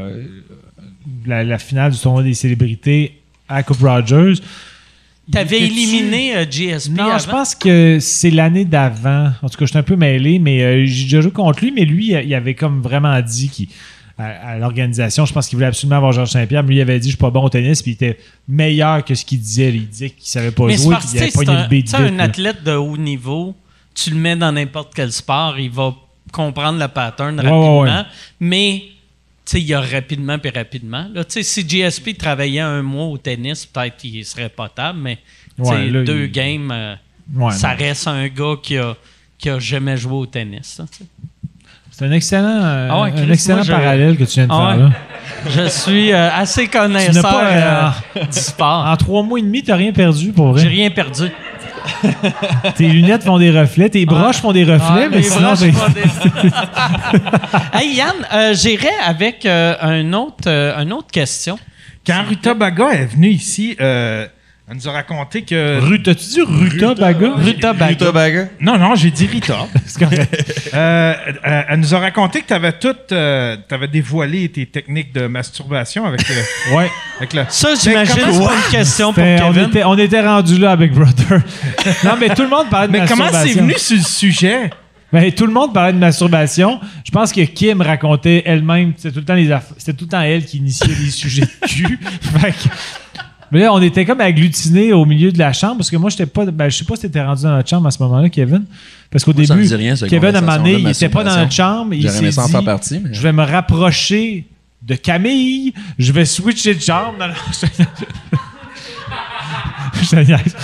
la finale du tournoi des célébrités à Coupe Rogers. T'avais Était-tu- éliminé GSP Non, avant? je pense que c'est l'année d'avant. En tout cas, je suis un peu mêlé, mais j'ai déjà joué contre lui, mais lui, il avait comme vraiment dit à l'organisation, je pense qu'il voulait absolument avoir Georges Saint-Pierre, mais lui, il avait dit « Je suis pas bon au tennis », puis il était meilleur que ce qu'il disait. Il disait qu'il savait pas Mais c'est jouer, parce puis que il tu avait sais, pogné le beat tu sais, un vite, là. athlète de haut niveau, tu le mets dans n'importe quel sport, il va comprendre le pattern Ouais, rapidement, ouais. mais tu sais, il y a rapidement puis rapidement. Là, tu sais, si GSP travaillait 1 mois au tennis, peut-être qu'il serait potable, mais tu sais, Ouais, là, 2 il- games, Ouais, ça non. reste un gars qui a jamais joué au tennis. Là, tu sais. C'est un excellent, Ah ouais, Chris, un excellent moi, je- parallèle que tu viens de Ah faire ouais. là. Je suis assez connaisseur pas, du sport. En 3 mois et demi, t'as rien perdu pour J'ai vrai. rien perdu. Tes lunettes font des reflets, tes broches font des reflets, Ah, mais mes sinon, broches font des- Hey Yann, j'irai avec une autre question. Quand Ruta Baga est venue ici, elle nous a raconté que... T'as-tu dit Ruta Baga? Ruta Baga. Non, j'ai dit Rita. C'est correct. Elle nous a raconté que t'avais dévoilé tes techniques de masturbation avec, Ouais. avec le... Ça, j'imagine, c'est comment- pas une question pour Ben, Kevin. on était rendu là avec Brother. Non, mais tout le monde parlait de Mais comment masturbation. c'est venu sur le sujet? Ben, tout le monde parlait de masturbation. Je pense que Kim racontait elle-même, c'était tout le temps elle qui initiait les sujets de cul. Fait que- mais là, on était comme agglutinés au milieu de la chambre parce que moi, j'étais pas. Ben, je sais pas si t'étais rendu dans notre chambre à ce moment-là, Kevin. Parce qu'au Moi, ça me début, dit rien, cette Kevin, à un moment donné, il conversation-là, était pas dans notre chambre. Il J'aurais s'est aimé ça en dit, faire partie, mais... je vais me rapprocher de Camille. Je vais switcher de chambre. Non, je te niaise.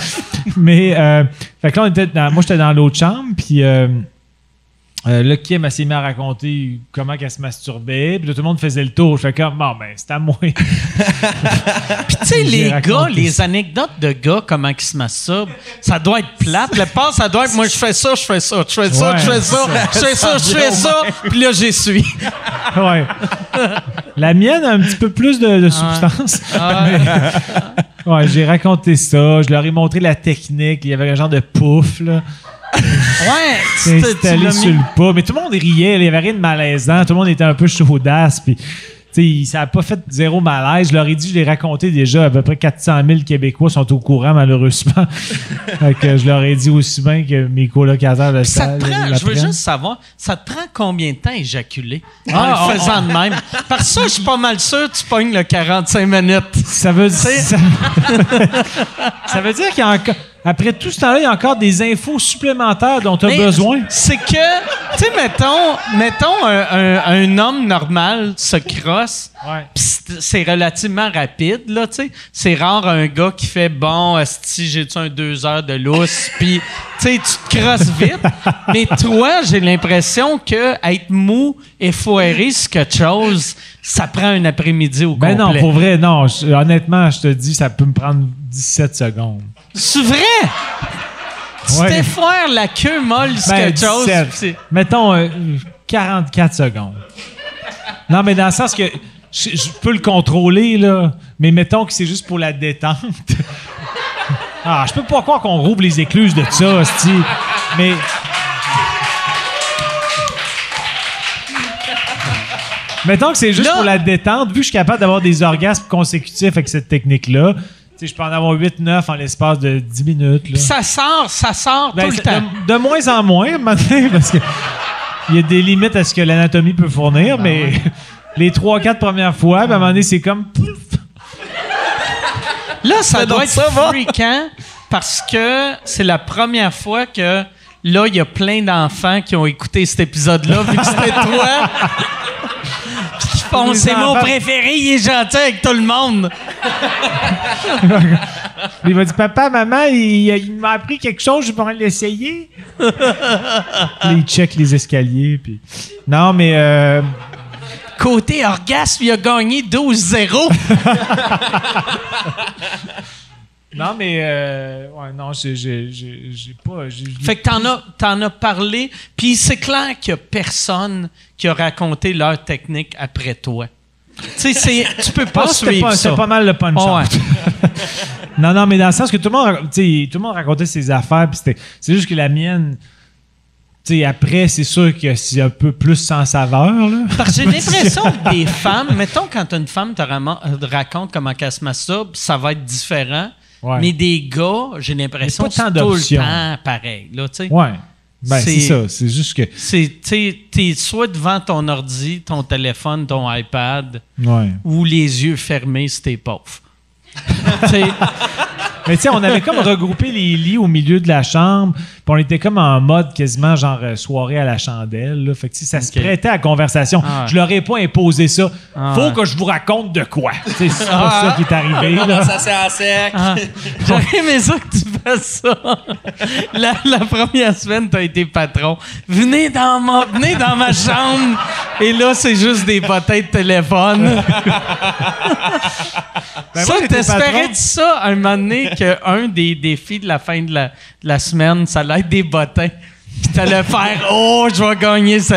Mais, fait que là, moi, j'étais dans l'autre chambre, puis là, Kim, elle s'est mise à raconter comment qu'elle se masturbait, puis là, tout le monde faisait le tour. Je fais comme, bon, ben, c'est à moi. Puis, tu sais, les gars, les anecdotes de gars, comment ils se masturbent, ça doit être plate. Le pas, ça doit être, moi, je fais ça, puis là, j'essuie. Ouais. La mienne a un petit peu plus de substance. Ouais, j'ai raconté ça. Je leur ai montré la technique. Il y avait un genre de pouf, là. Ouais, c'est installé sur le pas. Mais tout le monde riait. Là. Il n'y avait rien de malaisant. Tout le monde était un peu chaudasse. Puis, ça n'a pas fait zéro malaise. Je leur ai dit, je l'ai raconté déjà. À peu près 400 000 Québécois sont au courant, malheureusement. Fait que je leur ai dit aussi bien que mes colocataires de salle. Je veux juste savoir, ça te prend combien de temps à éjaculer en le faisant de même? Parce que ça, je suis pas mal sûr que tu pognes le 45 minutes. Ça veut dire qu'il y a encore. Après tout ce temps-là, il y a encore des infos supplémentaires dont tu as besoin. C'est que, tu sais, mettons un homme normal se crosse, pis c'est relativement rapide, là, tu sais. C'est rare un gars qui fait, bon, asti, j'ai-tu un 2 heures de lousse, puis, tu sais, tu te crosses vite. Mais toi, j'ai l'impression que être mou et foiré sur quelque chose, ça prend un après-midi au complet. Ben non, pour vrai, non. Honnêtement, je te dis, ça peut me prendre 17 secondes. C'est vrai? Tu t'effoires la queue molle sur quelque chose. Mettons 44 secondes. Non, mais dans le sens que je peux le contrôler, là. Mais mettons que c'est juste pour la détente. Je peux pas croire qu'on rouvre les écluses de ça, hostie. Mais... Mettons que c'est juste pour la détente. Vu que je suis capable d'avoir des orgasmes consécutifs avec cette technique-là, je peux en avoir 8-9 en l'espace de 10 minutes. Là. Ça sort tout le temps. De moins en moins, maintenant, parce que il y a des limites à ce que l'anatomie peut fournir, mais les 3-4 premières fois, à un moment donné, c'est comme... Là, ça doit être fréquent parce que c'est la première fois que là, il y a plein d'enfants qui ont écouté cet épisode-là, vu que c'était toi. C'est mon préféré, il est gentil avec tout le monde. Il m'a dit, papa, maman, il m'a appris quelque chose, je pourrais l'essayer. Il check les escaliers. Puis... Non, mais... Côté orgasme, il a gagné 12-0. Non, mais... non, j'ai pas... Fait que t'en as parlé, puis c'est clair qu'il y a personne qui a raconté leur technique après toi. Tu sais, tu peux pas suivre ça. C'est pas mal le punch-out. Non, mais dans le sens que tout le monde racontait ses affaires, puis c'est juste que la mienne... T'sais, après, c'est sûr que c'est un peu plus sans saveur. Là. Parce que j'ai l'impression que des femmes... Mettons, quand une femme te raconte comment elle se masturbe, ça va être différent. Ouais. Mais des gars, j'ai l'impression que c'est tout le temps pareil. Là, ouais. Ben, c'est ça. C'est juste que... T'es soit devant ton ordi, ton téléphone, ton iPad, ou les yeux fermés si t'es pauvre. Mais tu sais, on avait comme regroupé les lits au milieu de la chambre, puis on était comme en mode quasiment genre soirée à la chandelle. Là. Fait que ça se prêtait à la conversation. Je leur ai pas imposé ça. Faut que je vous raconte de quoi. C'est pas ça qui est arrivé. Là. Ça, c'est en sec. J'aurais aimé ça que tu fasses ça. La première semaine, t'as été patron. Venez dans ma chambre. Et là, c'est juste des potins de téléphone. Ça, t'espérais-tu ça un moment donné qu'un des défis de la fin de la semaine, ça allait être des bottins? Puis t'allais faire « Oh, je vais gagner celle-là! »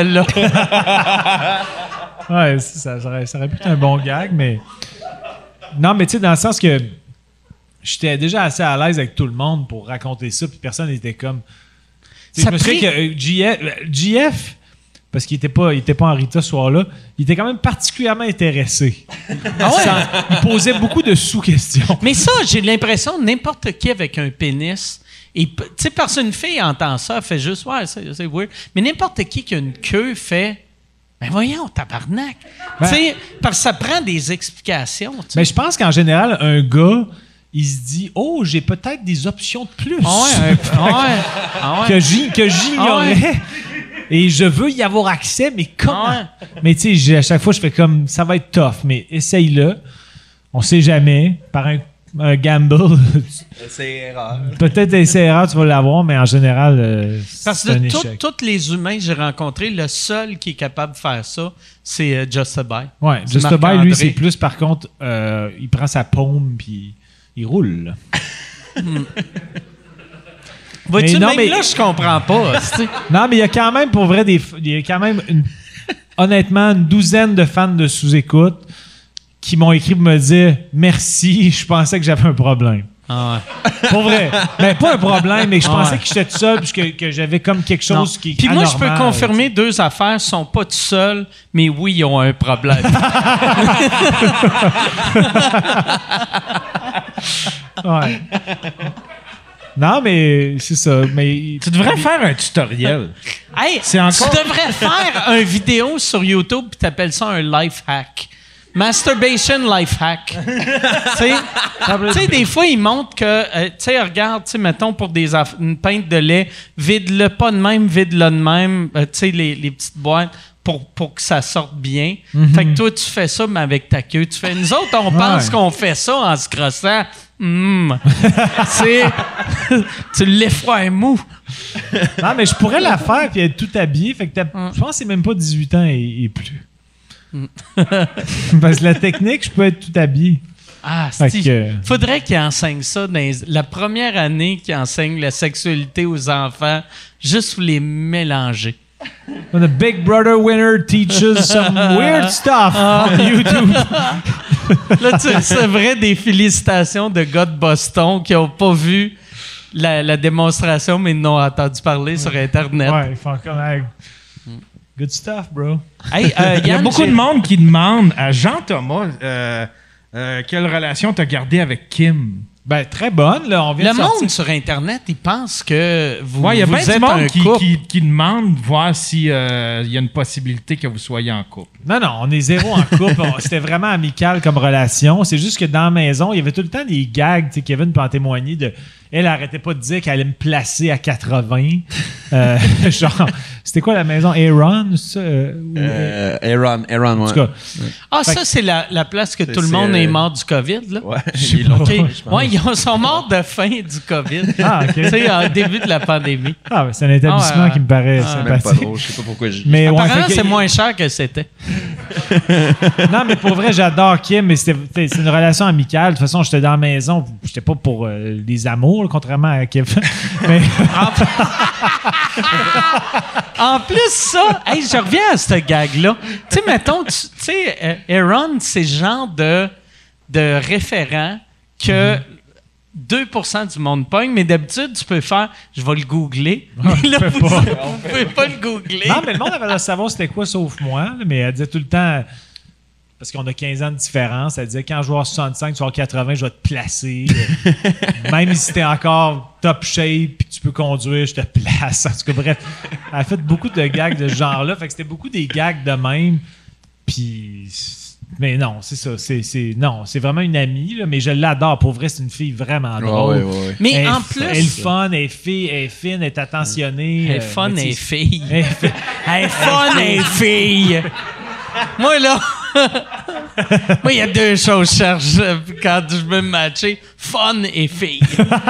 Ouais, ça aurait pu être un bon gag, mais... Non, mais tu sais, dans le sens que j'étais déjà assez à l'aise avec tout le monde pour raconter ça, puis personne n'était comme... Je me souviens que JF, parce qu'il était pas en Rita ce soir-là, il était quand même particulièrement intéressé. Il posait beaucoup de sous-questions. Mais ça, j'ai l'impression, n'importe qui avec un pénis, tu sais, parce qu'une fille entend ça, elle fait juste, c'est weird. Mais n'importe qui a une queue fait, ben voyons, tabarnak. Tu sais, parce que ça prend des explications. Mais je pense qu'en général, un gars, il se dit, oh, j'ai peut-être des options de plus. Que j'ignorais. Et je veux y avoir accès, mais comment? Mais tu sais, à chaque fois, je fais comme, ça va être tough, mais essaye-le. On sait jamais. Par un gamble. C'est rare. Peut-être essai-erreur, tu vas l'avoir, mais en général, Parce c'est un que échec. tous les humains que j'ai rencontrés, le seul qui est capable de faire ça, c'est Just a Buy. Ouais, C'est Just a Buy, Marc-André. lui, c'est plus, par contre, il prend sa paume puis il roule. Vois-tu, Mais non, même mais- là, je comprends pas. hostie. Non, mais il y a quand même, pour vrai, il y a quand même, honnêtement, une douzaine de fans de sous-écoute qui m'ont écrit pour me dire « Merci, je pensais que j'avais un problème. » Ah ouais. Pour vrai. Mais pas un problème, mais je pensais Ouais. que j'étais tout seul puis que j'avais comme quelque chose Non. qui est Puis moi, je peux anormal. confirmer deux affaires. Ils sont pas tout seuls, mais oui, ils ont un problème. Ouais. Non, mais c'est ça. Mais Tu devrais faire un tutoriel. Hey, C'est encore- tu devrais faire une vidéo sur YouTube et t'appelles ça un life hack. Masturbation life hack. Tu sais, des fois, ils montrent que, tu sais, regarde, tu sais, mettons pour une pinte de lait, vide-le pas de même, vide-le de même, tu sais, les petites boîtes pour que ça sorte bien. Fait que toi, tu fais ça, mais avec ta queue. Tu fais, nous autres, on pense qu'on fait ça en se crossant. C'est. Tu l'effroies mou. non, mais je pourrais la faire puis être tout habillé. Fait que je pense que c'est même pas 18 ans et plus. Parce que la technique, je peux être tout habillé. Ah, Fait c'est. que- Faudrait qu'ils enseignent ça la première année qu'ils enseignent la sexualité aux enfants, juste pour les mélanger. When the Big Brother winner teaches some weird stuff on YouTube. Là, tu recevrais des félicitations de gars de Boston qui n'ont pas vu la démonstration, mais ils n'ont entendu parler sur Internet. Ouais, ils font comme hey, good stuff, bro. Hey, Il y a Yann, beaucoup de monde qui demande à Jean-Thomas quelle relation t'as gardé avec Kim. Ben, très bonne, là. On vient Le de sortir. monde sur Internet, il pense que vous, Ouais, il y a vous bien du êtes monde un qui, couple. qui demande voir s'il y a une possibilité que vous soyez en couple. Non, on est zéro en couple. C'était vraiment amical comme relation. C'est juste que dans la maison, il y avait tout le temps des gags. Tu sais, Kevin peut en témoigner. Elle arrêtait pas de dire qu'elle allait me placer à 80. Genre, c'était quoi la maison? Aaron? Ça, Aaron, en ouais. tout cas, Ah, ça, c'est la place que tout le monde est mort du COVID, là? Ouais, sais ils l'ont pas. OK. fait, je pense. Ouais, ils sont morts de faim du COVID. Ah, OK. Tu sais, au début de la pandémie. ben, c'est un établissement Ah, ouais. qui me paraît C'est même pas sympathique. drôle, je sais pas pourquoi je Mais ouais, Apparemment, fait que- c'est moins cher que c'était. Non, mais pour vrai, j'adore Kim, mais c'est une relation amicale. De toute façon, j'étais dans la maison. J'étais pas pour les amours, là, contrairement à Kevin. Mais En plus, ça, hey, je reviens à ce gag-là. Tu sais, mettons, tu sais, Aaron, c'est le genre de référent que 2% du monde pogne, mais d'habitude, tu peux faire, je vais le googler. Mais là, peux vous pas. ne pouvez pas le googler. non, mais le monde avait le savoir c'était quoi, sauf moi. Là, mais elle disait tout le temps, parce qu'on a 15 ans de différence, elle disait quand je vais avoir 65, tu vas avoir 80, je vais te placer. Même si t'es encore top shape puis que tu peux conduire, je te place. En tout cas, bref, elle a fait beaucoup de gags de ce genre-là. Fait que c'était beaucoup des gags de même. Puis. Mais non, c'est ça. Non, c'est vraiment une amie, là, mais je l'adore. Pour vrai, c'est une fille vraiment drôle. ouais. Mais Elle en est plus, Elle est fun, elle est fine, elle est attentionnée. elle est fun, mais elle est tu sais, fille. elle est fi- Elle est fun, elle est fille. Moi, là, moi, il y a deux choses que je cherche quand je veux me matcher. Fun et fille.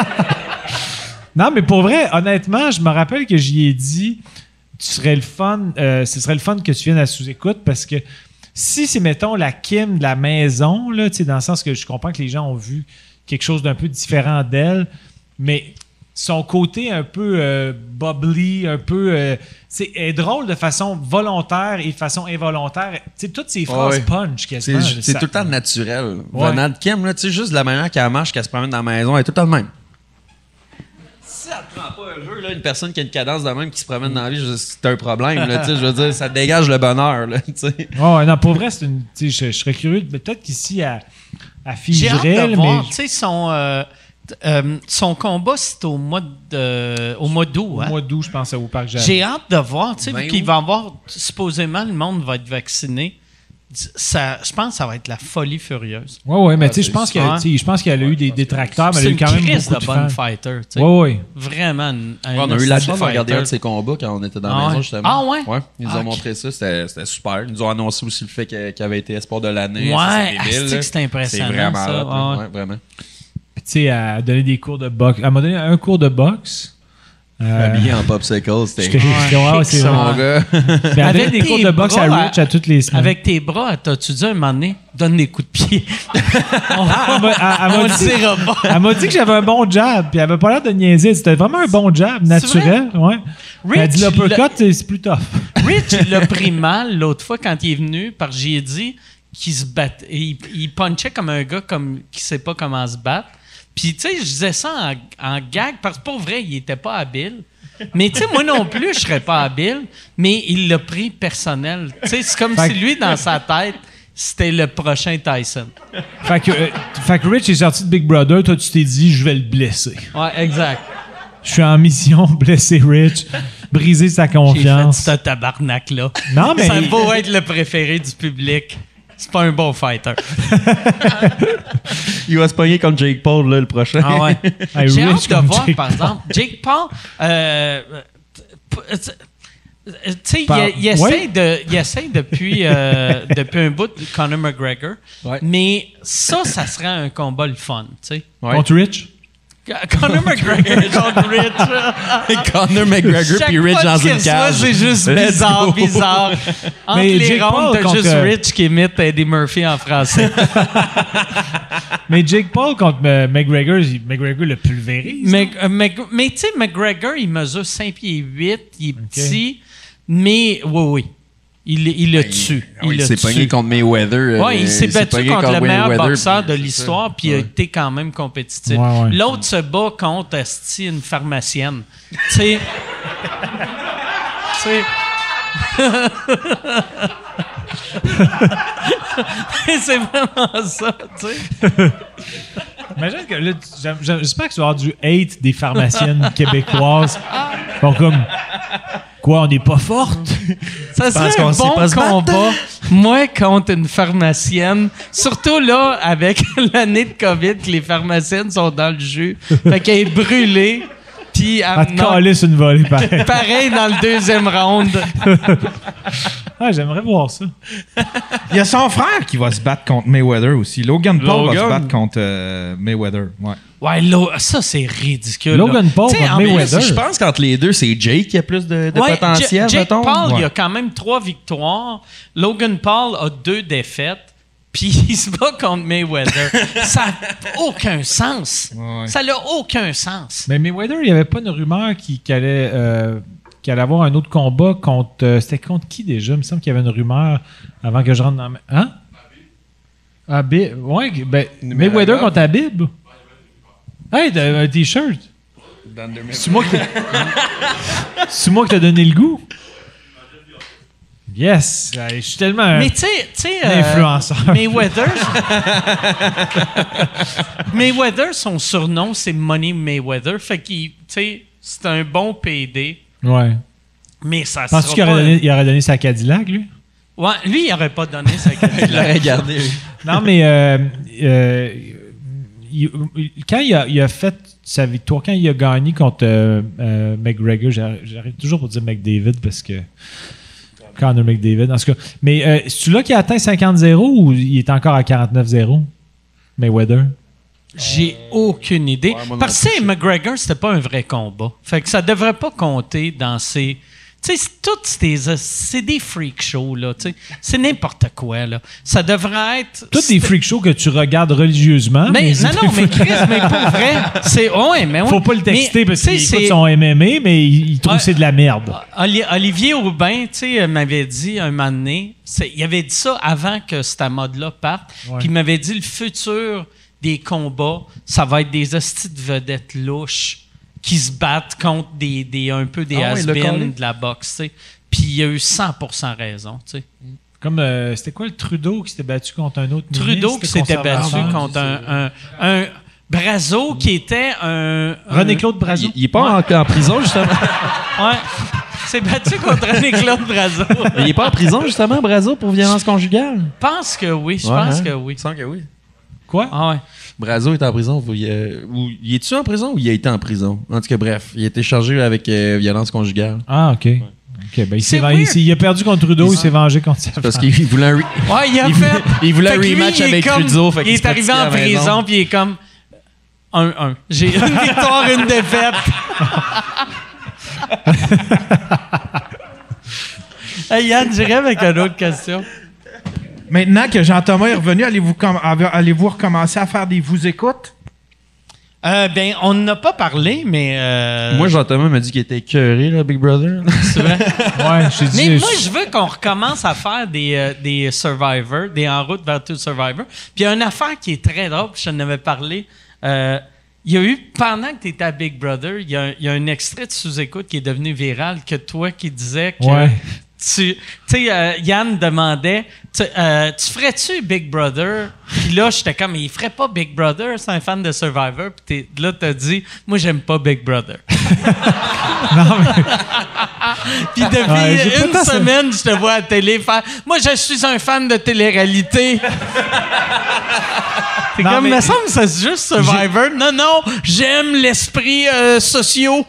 Non, mais pour vrai, honnêtement, je me rappelle que j'y ai dit, ce serait le fun que tu viennes à sous-écoute parce que si c'est, mettons, la Kim de la maison, là, tu sais, dans le sens que je comprends que les gens ont vu quelque chose d'un peu différent d'elle, mais son côté un peu bubbly, un peu... est drôle de façon volontaire et de façon involontaire. Tu sais, toutes ces phrases Ouais. punch quasiment. C'est Ça- tout le temps naturel. Ouais. Venant de Kim, là, tu sais, juste de la manière qu'elle marche, qu'elle se promène dans la maison, elle est tout le temps de même. Si elle te rend pas heureux, là, une personne qui a une cadence de même qui se promène dans la vie, c'est un problème. Là, tu sais, je veux dire, ça dégage le bonheur. Là, tu sais. Ouais, non, pour vrai, c'est une... tu sais, je serais curieux. Peut-être qu'ici, à J'ai hâte figerait, de mais... voir. Tu sais, son combat, c'est au mois d'août. Au Hein? mois d'août, je pense, au Parc Jarry. J'ai hâte de voir. Tu sais, vu 20 qu'il août. va y avoir... Supposément, le monde va être vacciné. Je pense que ça va être la folie furieuse. Ouais, mais tu sais, je pense c'est qu'elle ça. tu sais, je pense qu'elle a eu des détracteurs, mais elle C'est a eu une quand même crise beaucoup de de bonne fans. fighter. tu sais. Ouais. Vraiment. On a eu la chance de fighter. regarder un de ses combats quand on était dans la Ah maison, ouais? justement. Ah ouais? Ils nous Ah, ont ok. montré ça, c'était super. Ils nous ont annoncé aussi le fait qu'il avait été espoir de l'année. Ouais, Ça, c'est débile, asti que là. c'est impressionnant, C'est vraiment ça, hot, là. ouais. Ouais, vraiment. sais, elle donnait des cours de boxe. Elle m'a donné un cours de boxe. Habillé en popsicle, c'était Ouais, c'est ça, mon vrai. gars. Mais elle Avec donnait des cours tes de boxe à bras, Rich à toutes les semaines. Avec tes bras, t'as-tu dit un moment donné, donne des coups de pied? Elle m'a On le dit, dira pas. elle m'a dit que j'avais un bon jab, puis elle avait pas l'air de niaiser. C'était vraiment un bon jab, naturel. Ouais. Elle a dit l'uppercut, c'est plus tough. Rich, il l'a pris mal l'autre fois quand il est venu, parce que j'ai dit qu'il se battait. Il punchait comme un gars qui sait pas comment se battre. Puis, tu sais, je disais ça en gag, parce que pour vrai, il était pas habile. Mais, tu sais, moi non plus, je serais pas habile, mais il l'a pris personnel. Tu sais, c'est comme si lui, dans sa tête, c'était le prochain Tyson. Fait que Rich est sorti de Big Brother. Toi, tu t'es dit, je vais le blesser. Ouais, exact. Je suis en mission, blesser Rich, briser sa J'ai fait confiance. ce tabarnak-là. Non, mais- Ça beau être le préféré du public. C'est pas un bon fighter. Il va se pogner comme Jake Paul, là, le prochain. Ah ouais. Hey, J'ai Rich hâte de comme voir, Jake par exemple, Jake Paul. Tu sais, il essaie depuis un bout de Conor McGregor, Ouais. mais ça serait un combat le fun, tu sais. Contre Rich? Conor McGregor contre Rich. Conor McGregor Chaque puis Rich fois dans qu'il une reçoit, cage. c'est juste Let's bizarre, go. bizarre. Entre Mais les Jake rondes, Paul t'as juste contre- Rich qui imite Eddie Murphy en français. Mais Jake Paul contre McGregor, McGregor le pulvérise. Mais tu sais, McGregor, il mesure 5 pieds 8, il est petit, mais oui. Il le tue. Il le s'est tue. pogné contre Mayweather. Ouais, il s'est battu pogné contre le meilleur Mayweather, boxeur de puis c'est l'histoire, ça. puis il a Ouais. été quand même compétitif. Ouais, ouais. L'autre se bat contre asti, une pharmacienne. Tu sais. Tu sais. C'est vraiment ça, tu sais. Imagine que là, j'espère que tu vas avoir du hate des pharmaciennes québécoises. Ils sont comme, quoi, on n'est pas forte? Ça serait qu'on un sait bon pas se battre. combat, moi contre une pharmacienne. Surtout là, avec l'année de COVID, que les pharmaciennes sont dans le jus. Fait qu'elle est brûlée. Puis À te elle knock caler sur une volée, pareil. pareil dans le deuxième round. Ah, j'aimerais voir ça. Il y a son frère qui va se battre contre Mayweather aussi. Logan Paul va se Logan? battre contre Mayweather. Ouais. Ouais, ça, c'est ridicule. Logan là. Paul Tu sais, contre en plus, Mayweather. Je pense qu'entre les deux, c'est Jake qui a plus de ouais, potentiel, Jake mettons. Paul, Ouais. il a quand même 3 victoires. Logan Paul a 2 défaites. Puis il se bat contre Mayweather. Ça n'a aucun sens. Ouais. Ça n'a aucun sens. Mais Mayweather, il n'y avait pas une rumeur qu'il allait avoir un autre combat contre... c'était contre qui déjà? Il me semble qu'il y avait une rumeur avant que je rentre dans... Hein? Habib. Ouais, ben, Mayweather contre Habib. Hey, t'as un T-shirt. C'est moi qui t'ai donné le goût. Yes. Je suis tellement un Mais tu sais, influenceur. Mayweather, son surnom, c'est Money Mayweather. Fait qu'il, tu sais, c'est un bon PD. Ouais. Mais ça Penses-tu sera pas... qu'il aurait donné sa Cadillac, lui? Ouais, lui, il n'aurait pas donné sa Il Cadillac. l'aurait gardé. Non, mais quand il a fait sa victoire, quand il a gagné contre McGregor, j'arrive toujours pour dire McDavid parce que Conor McDavid, en tout cas. Mais c'est-tu là qui a atteint 50-0 ou il est encore à 49-0? Mayweather? J'ai aucune idée. Ouais, moi non Parce que McGregor, c'était pas un vrai combat. Fait que ça devrait pas compter dans ces... Tu sais, c'est des freak shows, là. Tu sais, c'est n'importe quoi, là. Ça devrait être... Tous des freak shows que tu regardes religieusement. Mais, c'est non, mais Chris, mais pour vrai, c'est... Ouais, mais ouais. Faut pas le texter Mais, parce tu qu'il sais, écoute son MMA, mais il trouve Ouais. que c'est de la merde. Olivier Aubin, tu sais, m'avait dit un moment donné, il avait dit ça avant que cette mode-là parte, Ouais. puis il m'avait dit le futur des combats, ça va être des hosties de vedettes louches qui se battent contre un peu des Ah ouais, il l'a has-beens collé. de la boxe, tu sais. Puis il a eu 100% raison, tu sais. Comme, c'était quoi le Trudeau qui s'était battu contre un autre Trudeau ministre qui s'était battu conservateur? contre un Brazo qui était un... René-Claude Brazo. Il est pas en prison, justement. Ouais. s'est battu contre René-Claude Brazo. Mais il est pas en prison, justement, Brazo, pour violence conjugale? Je pense que oui, je Ouais, pense hein? que oui. Il me semble que oui. Quoi? Ah ouais. Brazo est en prison. Il est-tu en prison ou il a été en prison? En tout cas, bref, il a été chargé avec violence conjugale. Ah, OK. OK, ben C'est weird. il a perdu contre Trudeau, il s'est vengé contre sa Parce femme. qu'il voulait un... Ouais, il a Il fait. il voulait un Fait que lui, rematch il est avec comme- Trudeau. Fait il qu'il est se arrivé fatiguait à en la maison. prison, puis il est comme. 1-1. J'ai une victoire, une défaite. Hey, Yann, j'irai avec une autre question. Maintenant que Jean-Thomas est revenu, allez-vous recommencer à faire des vous écoutes? Ben, on n'a pas parlé, mais... Moi, Jean-Thomas m'a dit qu'il était écœuré, là, Big Brother. C'est vrai? Ouais, je t'ai dit. Mais moi, je veux qu'on recommence à faire des Survivor, des En route vers tout Survivor. Puis il y a une affaire qui est très drôle, je t'en avais parlé. Il y a eu, pendant que tu étais à Big Brother, il y a un extrait de sous-écoute qui est devenu viral, que toi qui disais que... Ouais. Tu sais, Yann demandait, tu ferais-tu Big Brother? Puis là, j'étais comme, il ferait pas Big Brother, c'est un fan de Survivor. Puis là, t'as dit, moi, j'aime pas Big Brother. Non, mais. Puis depuis une semaine, je te vois à la télé faire, moi, je suis un fan de télé-réalité. C'est Non, comme, mais- me semble que c'est juste Survivor. Non, j'aime l'esprit sociaux.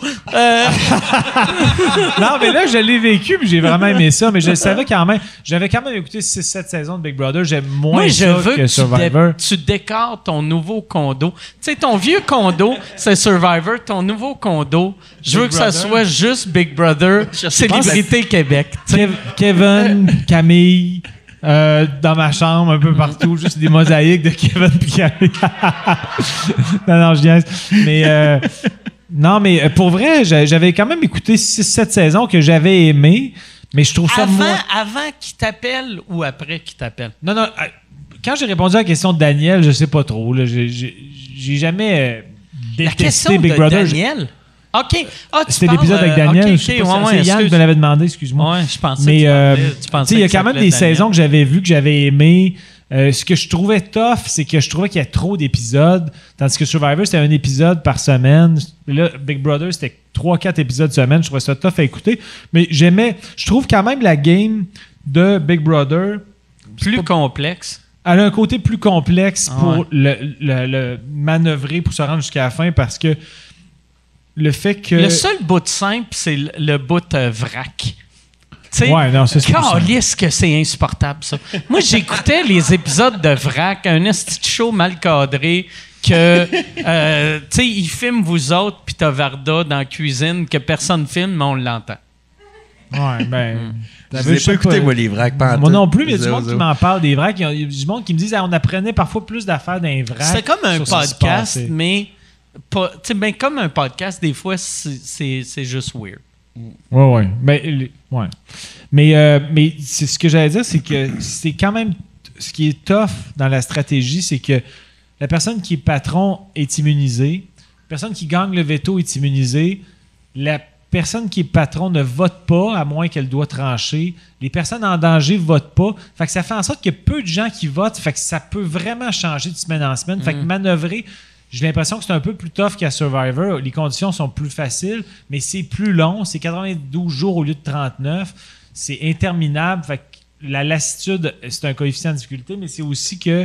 Non, mais là, je l'ai vécu, puis j'ai vraiment aimé ça. Mais je le savais quand même. J'avais quand même écouté 6-7 saisons de Big Brother. J'aime moins Moi, je ça veux que que Survivor. tu décores ton nouveau condo. Tu sais, ton vieux condo, c'est Survivor. Ton nouveau condo, je veux que ça soit juste Big Brother, Célébrité Québec. Tu sais. Kevin, Camille, dans ma chambre, un peu partout, juste des mosaïques de Kevin et Camille. non, je niaise. Mais, non, mais pour vrai, j'avais quand même écouté 6-7 saisons que j'avais aimées, mais je trouve ça Avant qu'il t'appelle ou après qu'il t'appelle? Non, quand j'ai répondu à la question de Daniel, je sais pas trop. Là, j'ai jamais La question détesté Big de Brother. Daniel? OK. Ah, tu C'était parles, l'épisode avec Daniel. OK, Je sais pas ouais, si c'est Yann qui me l'avait demandé, excuse-moi. Ouais, je pensais Mais que tu pensais il y a que ça quand même s'appelait des Daniel. saisons que j'avais vues, que j'avais aimées. Ce que je trouvais tough, c'est que je trouvais qu'il y a trop d'épisodes. Tandis que Survivor, c'était un épisode par semaine. Là, Big Brother, c'était 3-4 épisodes semaine. Je trouvais ça tough à écouter. Mais je trouve quand même la game de Big Brother Plus complexe. elle a un côté plus complexe Ah pour le manœuvrer pour se rendre jusqu'à la fin parce que le fait que. Le seul bout de simple, c'est le bout vrac. Tu sais, Ouais, non, ça, c'est plus simple. calisse que c'est insupportable, ça. Moi, j'écoutais les épisodes de Vrac, un esti de show mal cadré, que, tu sais, ils filment vous autres, puis t'as Varda dans la cuisine, que personne filme, mais on l'entend. Ouais, ben. Je n'ai pas écouté, moi, les vracs. pas en Moi tout. non plus, mais il y a du Zéro, monde qui zéro. m'en parle des vracs. Il y a du monde qui me disent on apprenait parfois plus d'affaires d'un vrac. C'est comme un sur ce qui se podcast, passait. mais. Tu sais, ben, comme un podcast, des fois, c'est juste weird. Ouais. Ouais. Mais c'est ce que j'allais dire, c'est que c'est quand même. Ce qui est tough dans la stratégie, c'est que la personne qui est patron est immunisée. La personne qui gagne le veto est immunisée. La personne qui est patron ne vote pas, à moins qu'elle doit trancher. Les personnes en danger ne votent pas. Fait que ça fait en sorte qu'il y a peu de gens qui votent. Fait que ça peut vraiment changer de semaine en semaine. Fait que manœuvrer, j'ai l'impression que c'est un peu plus tough qu'à Survivor. Les conditions sont plus faciles, mais c'est plus long. C'est 92 jours au lieu de 39. C'est interminable. Fait que la lassitude, c'est un coefficient de difficulté, mais c'est aussi que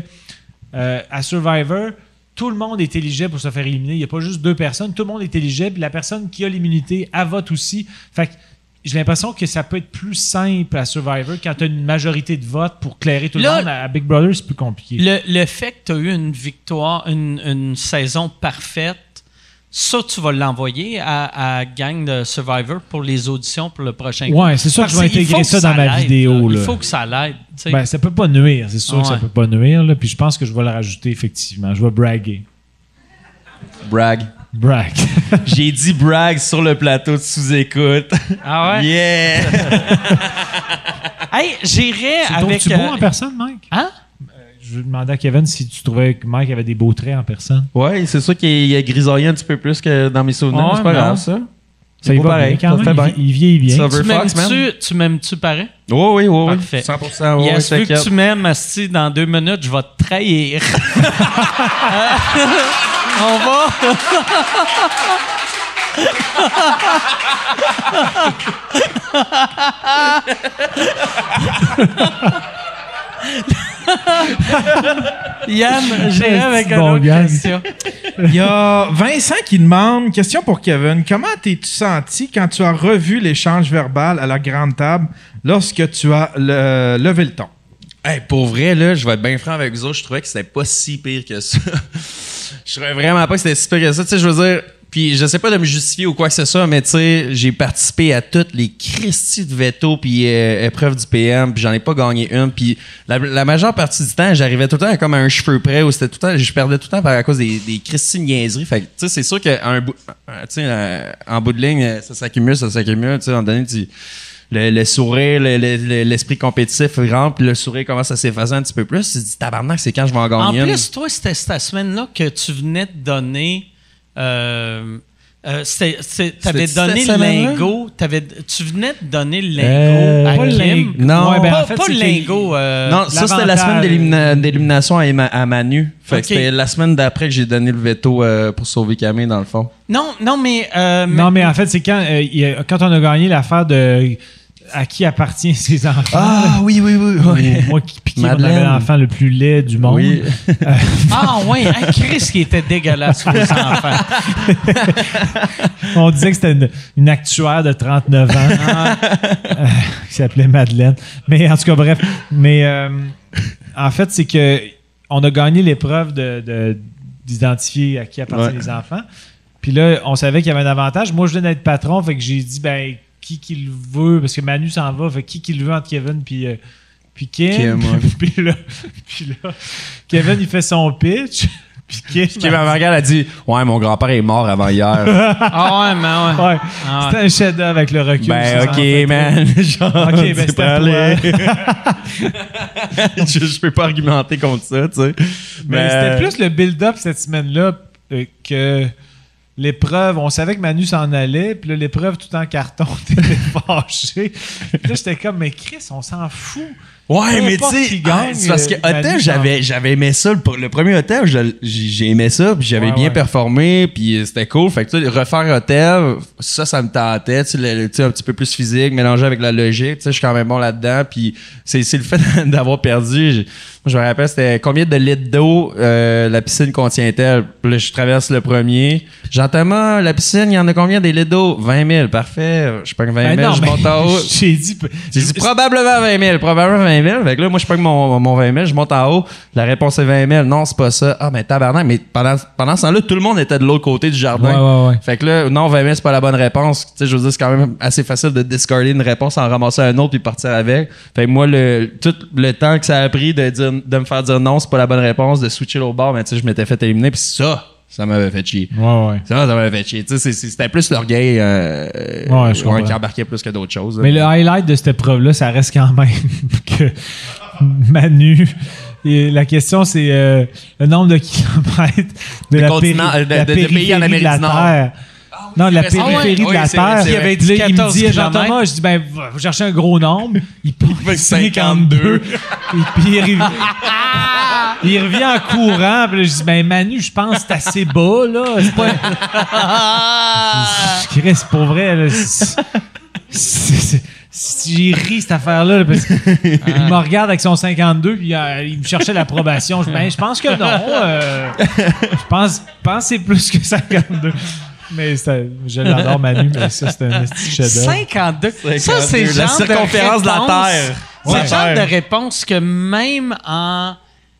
à Survivor, tout le monde est éligible pour se faire éliminer. Il n'y a pas juste deux personnes. Tout le monde est éligible. La personne qui a l'immunité, elle vote aussi. Fait que j'ai l'impression que ça peut être plus simple à Survivor quand tu as une majorité de votes pour clairer tout Là, le monde. À Big Brother, c'est plus compliqué. Le fait que tu as eu une victoire, une saison parfaite, ça, tu vas l'envoyer à gang de Survivor pour les auditions pour le prochain coup. Ouais, c'est sûr que je vais Parce qu'il faut intégrer ça que dans ma l'aide, vidéo. là. Là. Il faut que ça l'aide. tu sais. Ben, ça peut pas nuire, c'est sûr que ça Ouais. peut pas nuire. Là. Puis je pense que je vais le rajouter, effectivement. Je vais braguer. Brag. Brag. J'ai dit brag sur le plateau de sous-écoute. Ah ouais? Yeah! Hey, j'irais avec... Tu beau en personne, Mike? Hein? Je demandais à Kevin si tu trouvais que Mike avait des beaux traits en personne. Ouais, c'est sûr qu'il a grisonné un petit peu plus que dans mes souvenirs. Ouais, mais c'est pas non. grave, ça. Ça y beau va pareil, bien quand ça fait même. bien. Il vieillit bien. Silver Fox, man. Tu m'aimes-tu pareil? Oui. Parfait. 100%. Ouais, Yes, vu que t'inquiète. tu m'aimes, Asti, dans 2 minutes, je vais te trahir. On va... Yann, j'irai avec un Bon autre gag. question. Il y a Vincent qui demande, question pour Kevin, comment t'es-tu senti quand tu as revu l'échange verbal à la grande table lorsque tu as levé le ton? Hey, pour vrai, là, je vais être bien franc avec vous autres, je trouvais que c'était pas si pire que ça. Je trouvais vraiment pas que c'était si pire que ça. Tu sais, je veux dire, puis je sais pas de me justifier ou quoi que ce soit, mais tu sais, j'ai participé à toutes les Christies de veto puis épreuves du PM, puis j'en ai pas gagné une. Puis la majeure partie du temps, j'arrivais tout le temps comme à un cheveu près, où c'était tout le temps, je perdais tout le temps à cause des Christies de niaiseries. Fait que, tu sais, c'est sûr qu'en bout de ligne, ça s'accumule. Tu sais, à un moment donné, le sourire, l'esprit compétitif rentre, puis le sourire commence à s'effacer un petit peu plus. Tu te dis, tabarnak, c'est quand je vais en gagner une. En plus, toi, c'était cette semaine-là que tu venais de donner... t'avais donné le lingot. Tu venais de donner le lingot à Kim. Non, ouais, ben, en fait, pas le lingot. non, ça c'était la semaine d'élimination à Manu. Fait que c'était la semaine d'après que j'ai donné le veto pour sauver Camille, dans le fond. Non, mais... non, mais en fait, c'est quand on a gagné l'affaire de... À qui appartient ses enfants? Ah, oui. Moi qui piquais, on avait l'enfant le plus laid du monde. Oui. Ah, ouais, hein, Chris qui était dégueulasse pour les enfants. On disait que c'était une actuaire de 39 ans qui s'appelait Madeleine. Mais en tout cas, bref. Mais en fait, c'est que on a gagné l'épreuve d'identifier à qui appartiennent les enfants. Puis là, on savait qu'il y avait un avantage. Moi, je venais d'être patron, fait que j'ai dit, ben, qui le veut, parce que Manu s'en va, fait qui le veut entre Kevin puis Kim. puis là, Kevin, il fait son pitch. Puis Kim, ma regarde, a dit « Ouais, mon grand-père est mort avant hier. » Ah ouais, mais ouais. Ouais. C'était un chef-d'œuvre avec le recul. Ben, OK, man. Genre, OK, ben, c'était à toi. Je peux pas argumenter contre ça, tu sais. Mais c'était plus le build-up cette semaine-là que... L'épreuve, on savait que Manu s'en allait, puis là, l'épreuve tout en carton, t'étais fâché. Puis là, j'étais comme, mais Chris, on s'en fout. Ouais, mais tu sais, c'est parce que Hotel, j'avais aimé ça. Le premier Hotel, j'ai aimé ça, puis j'avais bien performé, puis c'était cool. Fait que tu sais, refaire Hotel, ça me tentait. Tu sais, un petit peu plus physique, mélangé avec la logique. Tu sais, je suis quand même bon là-dedans, puis c'est le fait d'avoir perdu. Je me rappelle, c'était combien de litres d'eau la piscine contient-elle? Puis là, je traverse le premier. J'entends, la piscine, il y en a combien des litres d'eau? 20 000, parfait. Je pogne 20 000, je monte en haut. J'ai dit probablement 20 000, probablement 20 000. Fait que là, moi, je pogne mon 20 000, je monte en haut. La réponse est 20 000. Non, c'est pas ça. Ah, mais tabarnak. Mais pendant ce temps-là, tout le monde était de l'autre côté du jardin. Ouais. Fait que là, non, 20 000, c'est pas la bonne réponse. Tu sais, je veux dire, c'est quand même assez facile de discarder une réponse, en ramasser un autre puis partir avec. Fait que moi, tout le temps que ça a pris de me faire dire non, c'est pas la bonne réponse, de switcher l'autre bord, mais tu sais, je m'étais fait éliminer, puis ça m'avait fait chier. Ouais. Ça m'avait fait chier. Tu sais, c'était plus l'orgueil qui embarquait plus que d'autres choses. Mais le highlight de cette épreuve-là, ça reste quand même que Manu... Et la question, c'est le nombre de kilomètres de pays en Amérique du Nord. Non, la périphérie de la Terre. Il y avait dit 14 il me dit, kilomètres. Jean-Thomas, je dis, ben, va chercher un gros nombre. Il passe 52. Et puis, il revient en courant. Puis là, je dis, ben, Manu, je pense que c'est assez bas, là. C'est pas... c'est pour vrai, là. J'ai ri cette affaire-là là, parce qu'il me regarde avec son 52 puis il me cherchait l'approbation. Je pense que non. Je pense que c'est plus que 52. Mais je l'adore, Manu, mais ça, c'est un petit chef-d'œuvre. 52. Ça, c'est le la genre circonférence de la Terre. C'est le genre de réponse que même en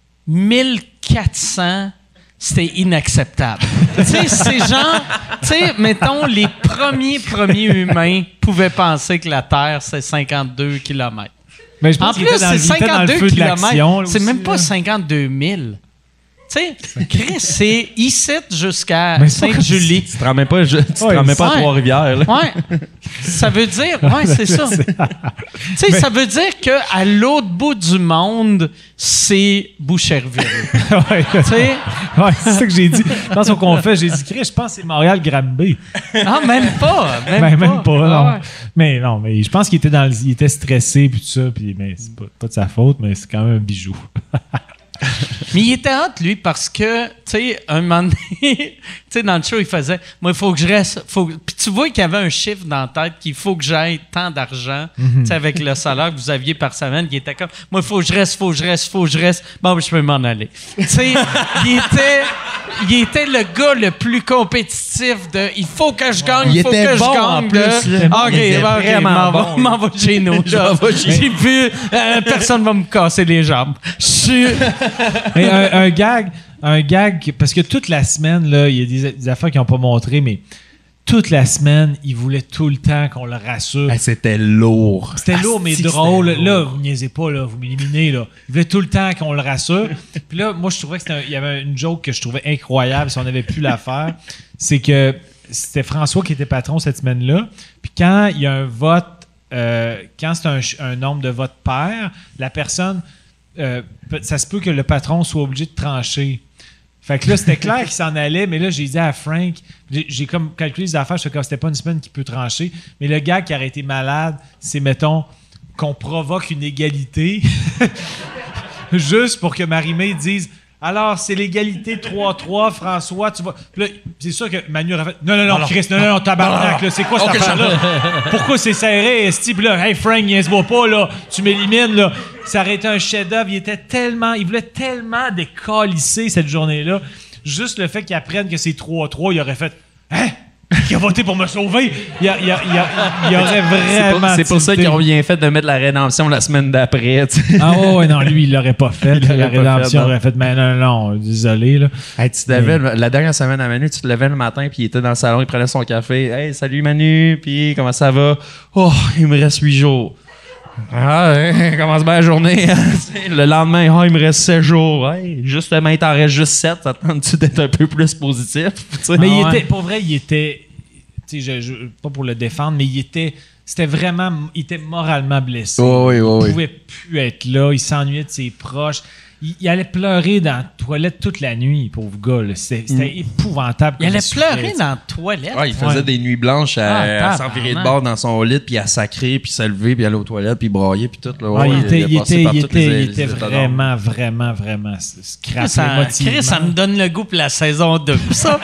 1400, c'était inacceptable. Tu sais, c'est genre... Tu sais, mettons, les premiers humains pouvaient penser que la Terre, c'est 52 km. Mais je pense en plus, c'est 52 km. C'est même pas 52 000. Tu sais, Chris, c'est ici jusqu'à Sainte-Julie. Tu te ramènes pas, pas à Trois-Rivières. Là. Ouais. Ça veut dire... Ouais, c'est ça. Tu sais, ça veut dire qu'à l'autre bout du monde, c'est Boucherville. Ouais, c'est ça que j'ai dit. Je pense qu'on fait, j'ai dit, Chris, je pense que c'est Montréal-Granby. Ah, même pas. Même pas, non. Ouais. Mais non, mais je pense qu'il était stressé puis tout ça, puis mais c'est pas de sa faute, mais c'est quand même un bijou. Mais il était hâte, lui, parce que, tu sais, un moment donné, tu sais, dans le show, il faisait, moi, il faut que je reste, puis tu tu vois qu'il y avait un chiffre dans la tête qu'il faut que j'aille tant d'argent, tu sais, avec le salaire que vous aviez par semaine, qui était comme, moi, il faut que je reste. Bon, je peux m'en aller. Tu sais, il était le gars le plus compétitif de, il faut que je gagne, il faut que je gagne. En plus, OK, m'en va chez nous. J'ai vu, personne va me casser les jambes. Je suis... Mais un gag, parce que toute la semaine, là, il y a des affaires qu'ils n'ont pas montré, mais toute la semaine, ils voulaient tout le temps qu'on le rassure. C'était lourd. C'était lourd, mais drôle. Là, vous niaisez pas, là, vous m'éliminez. Là. Ils voulaient tout le temps qu'on le rassure. Puis là, moi, je trouvais qu'il y avait une joke que je trouvais incroyable si on avait pu la faire. C'est que c'était François qui était patron cette semaine-là. Puis quand il y a un vote, quand c'est un nombre de votes pair, la personne, ça se peut que le patron soit obligé de trancher. Fait que là, c'était clair qu'il s'en allait, mais là, j'ai dit à Frank, j'ai comme calculé les affaires, je sais que c'était pas une semaine qui peut trancher, mais le gars qui aurait été malade, c'est, mettons, qu'on provoque une égalité, juste pour que Marie-Mé dise « Alors, c'est l'égalité 3-3, François, tu vas... » Puis là, c'est sûr que Manu aurait fait « Non, Chris, non, tabarnak, là, c'est quoi cette affaire-là? Pourquoi c'est serré, esti? Puis là, hey, Frank, niaise-moi pas, là, tu m'élimines, là. » Ça aurait été un chef-d'œuvre. Il voulait tellement décalisser cette journée-là. Juste le fait qu'il apprenne que c'est 3-3, il aurait fait « Hein? Qui a voté pour me sauver? » Il aurait vraiment... C'est pour ça qu'ils ont bien fait de mettre la rédemption la semaine d'après. T'sais. Ah ouais, non, lui, il l'aurait pas fait. La rédemption aurait fait « Mais non, désolé. » là. Hey, tu te levais, la dernière semaine à Manu, tu te levais le matin, puis il était dans le salon, il prenait son café. « Hey, salut Manu, puis comment ça va? Oh, il me reste 8 jours. » Ah, commence bien la journée. Le lendemain, il me reste 7 jours. Hey, justement, il t'en reste juste 7. T'attends-tu d'être un peu plus positif? T'sais? Mais il était, pour vrai, il était, pas pour le défendre, mais il était moralement blessé. Oui. Il pouvait plus être là. Il s'ennuyait de ses proches. Il allait pleurer dans la toilette toute la nuit, pauvre gars. Là. C'était épouvantable. Il allait pleurer dans la toilette. Ouais, il faisait des nuits blanches à s'envirer de bord dans son lit, puis à sacrer, puis se lever, puis aller aux toilettes, puis brailler, puis tout. Là. Ouais, il était vraiment scrappé émotivement. Chris, ça me donne le goût pour la saison 2. Ça.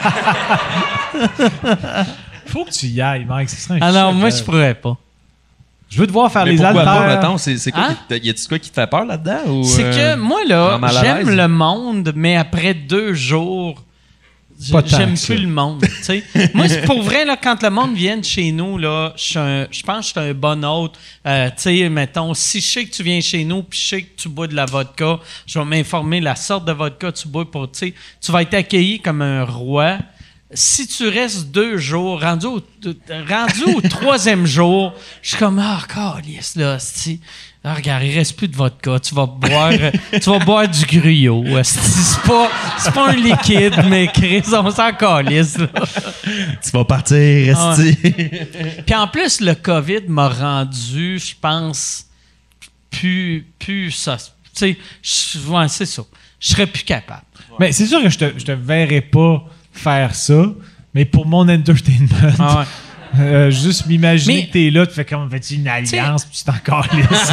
Faut que tu y ailles, Mike. Ce serait un alors, moi, je pourrais pas. Je veux te voir faire mais les haltères. Pas, mettons, c'est quoi, y a-tu quoi qui te fait peur là-dedans? Ou, c'est que moi, là, j'aime le monde, mais après 2 jours, j'aime plus le monde. T'sais. Moi, c'est pour vrai, là, quand le monde vient chez nous, là, je pense que je suis un bon hôte. Mettons, si je sais que tu viens chez nous puis je sais que tu bois de la vodka, je vais m'informer la sorte de vodka que tu bois pour, tu vas être accueilli comme un roi. Si tu restes 2 jours, rendu au 3e jour, je suis comme, câlisse, là, c'ti. Ah, regarde, il reste plus de vodka. Tu vas boire du gruyot. C'est pas un liquide, mais Chris, on s'en calisse, là. Tu vas partir, resti. Puis en plus, le COVID m'a rendu, je pense, plus ça. Tu sais, c'est ça. Je serais plus capable. Mais c'est sûr que je te verrais pas faire ça, mais pour mon entertainment, juste m'imaginer que t'es là, tu fais comme, fais-tu une alliance, puis tu t'en calisses.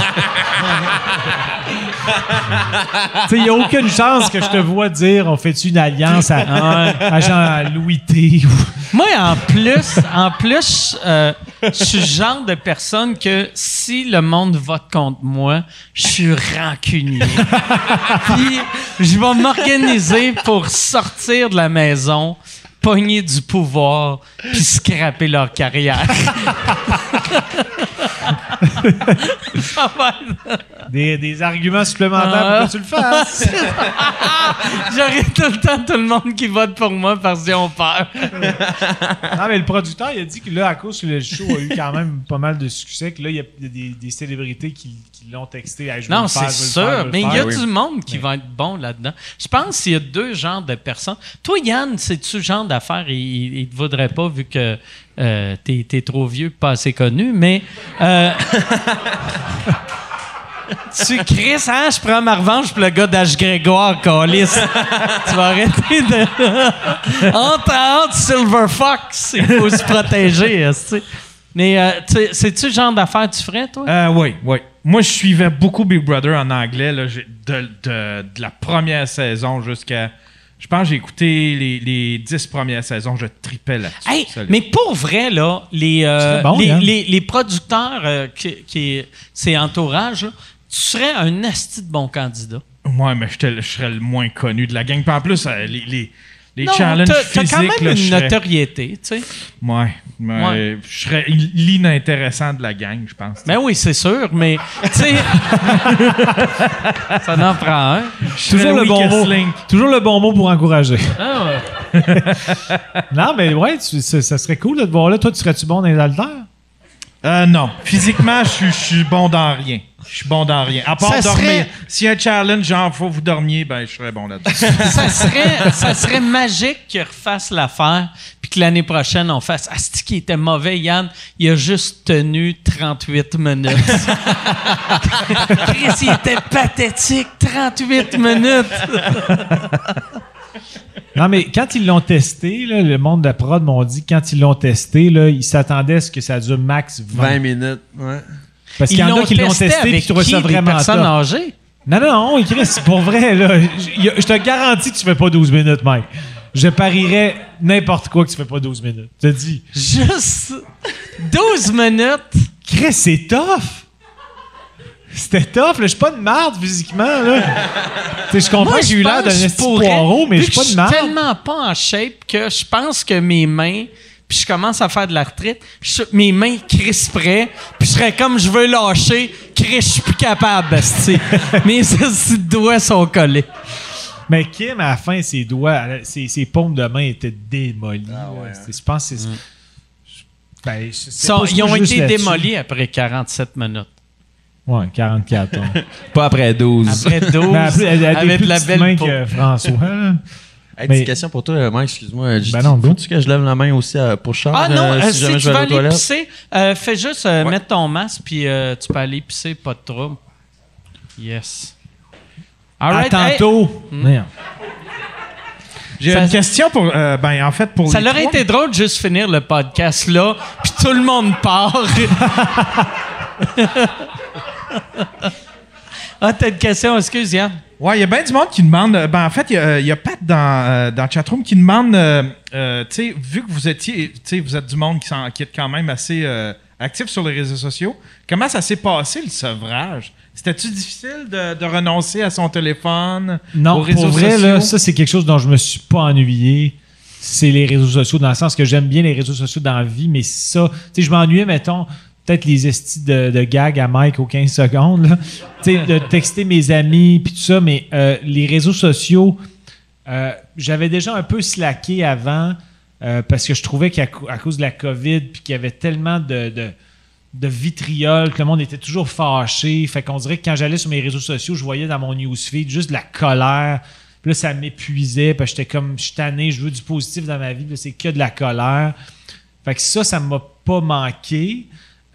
Il n'y a aucune chance que je te vois dire, on fait-tu une alliance à Jean-Louis T. Moi, en plus, je suis le genre de personne que si le monde vote contre moi, je suis rancunier. Puis, je vais m'organiser pour sortir de la maison, pogner du pouvoir, puis scraper leur carrière. Des arguments supplémentaires pour que tu le fasses. J'aurais tout le temps tout le monde qui vote pour moi parce qu'ils ont peur. Non, mais le producteur, il a dit que là, à cause que le show a eu quand même pas mal de succès, que là, il y a des célébrités qui l'ont texté. Hey, non, c'est sûr. Mais il y a du monde qui va être bon là-dedans. Je pense qu'il y a 2 genres de personnes. Toi, Yann, c'est-tu le genre d'affaires? Il ne te voudrait pas vu que t'es trop vieux, pas assez connu, mais... Tu Chris, hein? Je prends ma revanche pour le gars d'H. Grégoire, câlisse. Tu vas arrêter de... Entre Silver Fox, il faut se protéger. T'sais. Mais c'est-tu le genre d'affaires que tu ferais, toi? Oui. Moi, je suivais beaucoup Big Brother en anglais là, de la première saison jusqu'à Je pense que j'ai écouté les 10 premières saisons. Je tripais là-dessus. Hey, solide. mais pour vrai, là, bon, Yann. les producteurs qui c'est entourage, là, tu serais un asti de bon candidat. Ouais, mais je serais le moins connu de la gang. Puis en plus, les Non, challenges t'as physiques... quand même là, je une serais- notoriété, tu sais. Ouais. Je serais l'inintéressant de la gang, je pense. Ben oui, c'est sûr, mais tu sais, ça en prend un. Toujours le bon mot. Link. Toujours le bon mot pour encourager. Ah, ouais. Non, mais ouais, ça serait cool de te voir là. Toi, tu serais-tu bon dans les haltères? Non. Physiquement, je suis bon dans rien. Je suis bon dans rien. À part Ça dormir. serait- S'il y a un challenge, genre, faut que vous dormiez, ben, je serais bon là-dessus. ça serait magique qu'ils refassent l'affaire, puis que l'année prochaine, on fasse « Asti qui était mauvais, Yann, il a juste tenu 38 minutes. » Chris, il était pathétique, 38 minutes. Non, mais quand ils l'ont testé, là, le monde de la prod m'ont dit quand ils l'ont testé, là, ils s'attendaient à ce que ça dure max 20. minutes, ouais. Parce qu'il y en a qui l'ont testé et avec qui trouvaient ça qui? Des vraiment personnes top. âgées? Non, Chris, c'est pour vrai, là. Je te garantis que tu fais pas 12 minutes, Mike. Je parierais n'importe quoi que tu fais pas 12 minutes. Je te dis. Juste 12 minutes. Chris, c'est tough! C'était tough, là. Je suis pas de marde physiquement, là. Tu sais, je comprends Moi, que j'ai eu l'air d'un pense que esti je pourrais, poireau, mais vu je suis pas que de marde. Je suis tellement pas en shape que je pense que mes mains, puis je commence à faire de l'arthrite, mes mains crisperaient, puis je serais comme je veux lâcher, Chris, je suis plus capable, esti. Mes esti de doigts sont collés. Mais Kim, à la fin, ses doigts, ses paumes de main étaient démolies. là. Je pense que c'est. Ben, Ils ont été démolis après 47 minutes. Ouais, 44. Ouais. Pas après 12. Après 12, Mais après, elle a des avec plus de la petites belle mains peau. que François. là. Hey, Mais- petite question pour toi, Mike, excuse-moi. Ben non, go. Faut-tu que je lève la main aussi pour Charles? Ah non, si si jamais tu je vais vas aller aux aller toilettes? pisser, fais juste mettre ton masque, puis tu peux aller pisser, pas de trouble. Yes. All À right, hey, tantôt. Merde. J'ai Ça- une question pour... en fait, pour ça les leur trois. été drôle de juste finir le podcast là, puis tout le monde part. Ah, t'as une question, excuse Yann. Ouais, il y a bien du monde qui demande... en fait, il y a Pat dans le chatroom qui demande... tu sais, vu que vous étiez... Tu sais, vous êtes du monde qui est quand même assez actif sur les réseaux sociaux, comment ça s'est passé, le sevrage? C'était-tu difficile de renoncer à son téléphone, Non, aux réseaux pour vrai, sociaux? là, ça, c'est quelque chose dont je me suis pas ennuyé. C'est les réseaux sociaux, dans le sens que j'aime bien les réseaux sociaux dans la vie, mais ça, tu sais, je m'ennuyais, mettons, peut-être les estis de gags à Mike aux 15 secondes, là. Tu sais, de texter mes amis, puis tout ça, mais les réseaux sociaux, j'avais déjà un peu slacké avant, parce que je trouvais qu'à cause de la COVID, puis qu'il y avait tellement de vitriol, que le monde était toujours fâché. Fait qu'on dirait que quand j'allais sur mes réseaux sociaux, je voyais dans mon newsfeed juste de la colère. Puis là, ça m'épuisait. Puis j'étais comme, je suis tanné, je veux du positif dans ma vie. Puis là, c'est que de la colère. Fait que ça m'a pas manqué.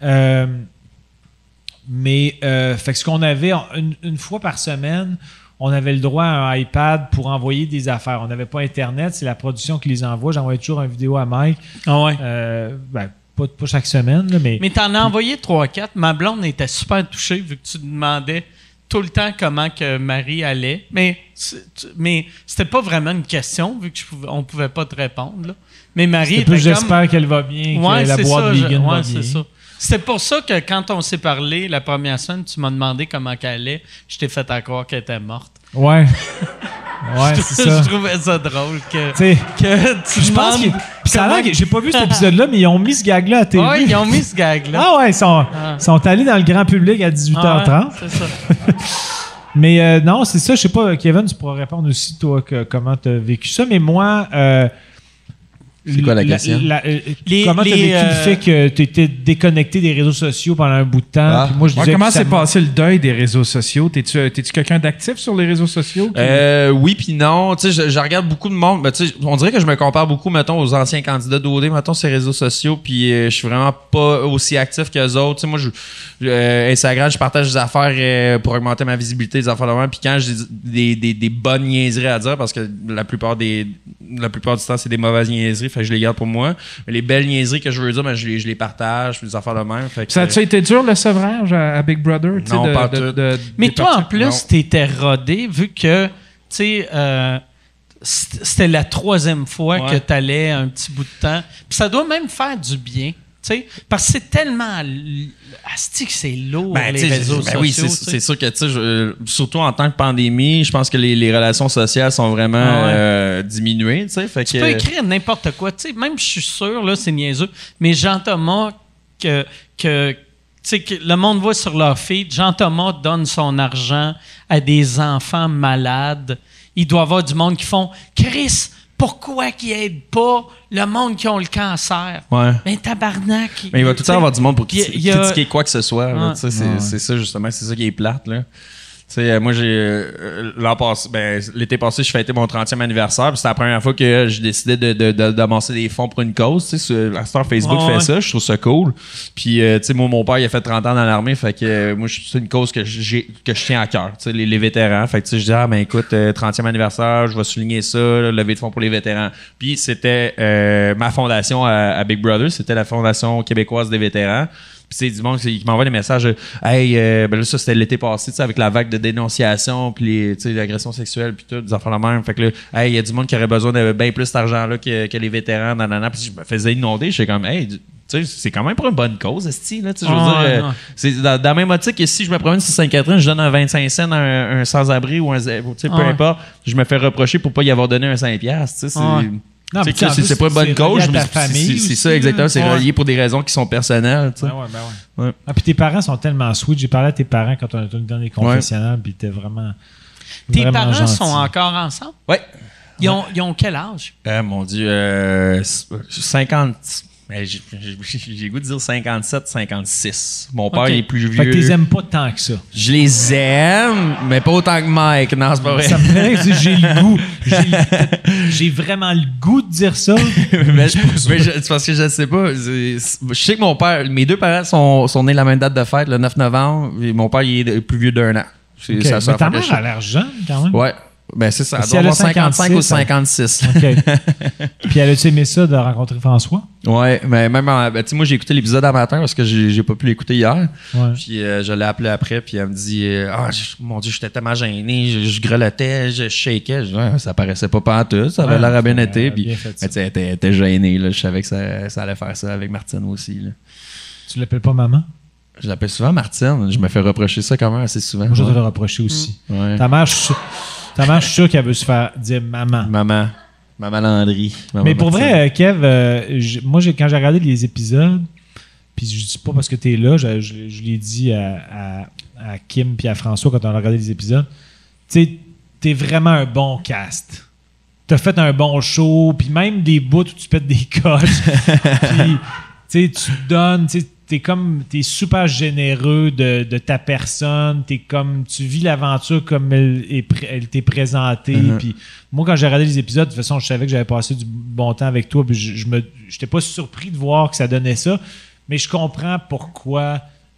Mais fait que ce qu'on avait, une fois par semaine, on avait le droit à un iPad pour envoyer des affaires. On n'avait pas Internet, c'est la production qui les envoie. J'envoyais toujours une vidéo à Mike. Ah ouais. Pas chaque semaine, là, mais... Mais t'en as envoyé 3-4. Ma blonde était super touchée vu que tu demandais tout le temps comment que Marie allait. Mais c'était pas vraiment une question vu qu'on pouvait pas te répondre. Là. Mais Marie C'est était plus comme... j'espère qu'elle va bien, Ouais, que la c'est boîte ça, vegan va c'est bien. ça. C'est pour ça que quand on s'est parlé la première semaine, tu m'as demandé comment qu'elle allait. Je t'ai fait à croire qu'elle était morte. Ouais. Ouais, c'est ça. Je trouvais ça drôle que T'sais, tu je pense demandes que. Puis ça a l'air comment- que j'ai pas vu cet épisode-là, mais ils ont mis ce gag-là à TV. Ouais, ils ont mis ce gag-là. Ah ouais, ils sont allés dans le grand public à 18h30. Ah ouais, c'est ça. Mais non, c'est ça. Je sais pas, Kevin, tu pourras répondre aussi, toi, comment tu as vécu ça. Mais moi. C'est quoi la question? Comment tu as vécu le fait que tu étais déconnecté des réseaux sociaux pendant un bout de temps? Ah. Puis moi, je Ouais, disais comment que ça s'est m'a- passé le deuil des réseaux sociaux? T'es-tu quelqu'un d'actif sur les réseaux sociaux? Oui puis non. Tu sais, je regarde beaucoup de monde. Ben, tu sais, on dirait que je me compare beaucoup, mettons, aux anciens candidats d'OD, mettons, sur les réseaux sociaux. Puis je suis vraiment pas aussi actif qu'eux autres. Tu sais, moi, Instagram, je partage des affaires pour augmenter ma visibilité, des affaires de même. Puis quand j'ai des bonnes niaiseries à dire, parce que la plupart du temps, c'est des mauvaises niaiseries, fait que je les garde pour moi. Mais les belles niaiseries que je veux dire, ben, je les partage, puis des affaires de même. Fait que, Ça a-tu été dur, le sevrage à Big Brother? tu sais, Non, pas tout. Mais des toi, en parties? plus, t'étais rodé, vu que, tu sais, c'était la 3e fois que tu allais un petit bout de temps. Puis ça doit même faire du bien. T'sais, parce que c'est tellement... Asti que c'est lourd, les réseaux sociaux. Oui, c'est sûr que, surtout en temps de pandémie, je pense que les relations sociales sont vraiment diminuées. Fait tu peux écrire n'importe quoi. Même je suis sûr, là, c'est niaiseux, mais Jean-Thomas, que le monde voit sur leur feed, Jean-Thomas donne son argent à des enfants malades. Il doit y avoir du monde qui font « Chris, pourquoi qu'ils n'aident pas le monde qui ont le cancer? » Ben, tabarnak. Mais il va tout le temps avoir du monde pour critiquer quoi que ce soit. Là, c'est ça, justement. C'est ça qui est plate. Là. Moi, l'été passé, je fêtais mon 30e anniversaire. C'était la première fois que j'ai décidé d'amasser des fonds pour une cause. La star Facebook fait ça. Je trouve ça cool. Puis, moi, mon père, il a fait 30 ans dans l'armée. Fait que moi, c'est une cause que je tiens à cœur. Les vétérans. Fait que je dis, écoute, 30e anniversaire, je vais souligner ça, lever de fonds pour les vétérans. Puis, c'était ma fondation à Big Brother. C'était la Fondation québécoise des vétérans. Puis c'est du monde qui m'envoie des messages hey, ben là, ça c'était l'été passé, avec la vague de dénonciation, puis les agressions sexuelles, puis tout, des affaires la même. Fait que là, hey, il y a du monde qui aurait besoin de bien plus d'argent là que les vétérans, nanana. Puis je me faisais inonder, j'étais comme, hey, c'est quand même pour une bonne cause, esti, là. Je veux dire, c'est dans la même optique que si je me promène sur Sainte-Catherine, je donne un 25 cents à un sans-abri ou peu importe, je me fais reprocher pour pas y avoir donné un 5$. Non, c'est pas une bonne cause, mais c'est ça exactement. C'est relié pour des raisons qui sont personnelles. Ouais. Ah, puis tes parents sont tellement sweet. J'ai parlé à tes parents quand on a dans les confessionnals, puis t'es vraiment. Tes parents gentil. sont encore ensemble? Oui. Ils ont quel âge? Mon Dieu, 50. J'ai goût de dire 57, 56. Mon père il est plus vieux. Fait que tu les aimes pas tant que ça. Je les aime, mais pas autant que Mike. Non, c'est pas vrai. Ça me fait que j'ai le goût. J'ai vraiment le goût de dire ça. mais c'est parce que je sais pas. Je sais que mes deux parents sont nés la même date de fête, le 9 novembre. Et mon père il est plus vieux d'1 an. Okay. Mais ta mère a l'air jeune quand même. Ouais. Ben c'est ça. Elle doit avoir 55 ou 56. OK. Puis elle a-tu aimé ça de rencontrer François? Ouais, mais même moi j'ai écouté l'épisode un matin parce que j'ai pas pu l'écouter hier. Ouais. Puis je l'ai appelé après puis elle me dit mon Dieu, j'étais tellement gêné, je grelottais, je shakeais, ça paraissait pas pantoute, ça avait l'air à bien été puis elle était gênée là, je savais que ça allait faire ça avec Martine aussi là. Tu l'appelles pas maman? Je l'appelle souvent Martine, je me fais reprocher ça quand même assez souvent. Moi je vais te le reprocher aussi. Ouais. Ta mère, je suis sûr qu'elle veut se faire dire maman. Maman Landry. Mais pour vrai, Kev, moi, quand j'ai regardé les épisodes, puis je dis pas parce que t'es là, je l'ai dit à Kim puis à François quand on a regardé les épisodes, tu sais, t'es vraiment un bon cast. T'as fait un bon show, puis même des bouts où tu pètes des coches, puis tu donnes, t'es super généreux de ta personne, tu vis l'aventure comme elle t'est présentée. Puis moi, quand j'ai regardé les épisodes, de toute façon, je savais que j'avais passé du bon temps avec toi, puis j'étais pas surpris de voir que ça donnait ça, mais je comprends pourquoi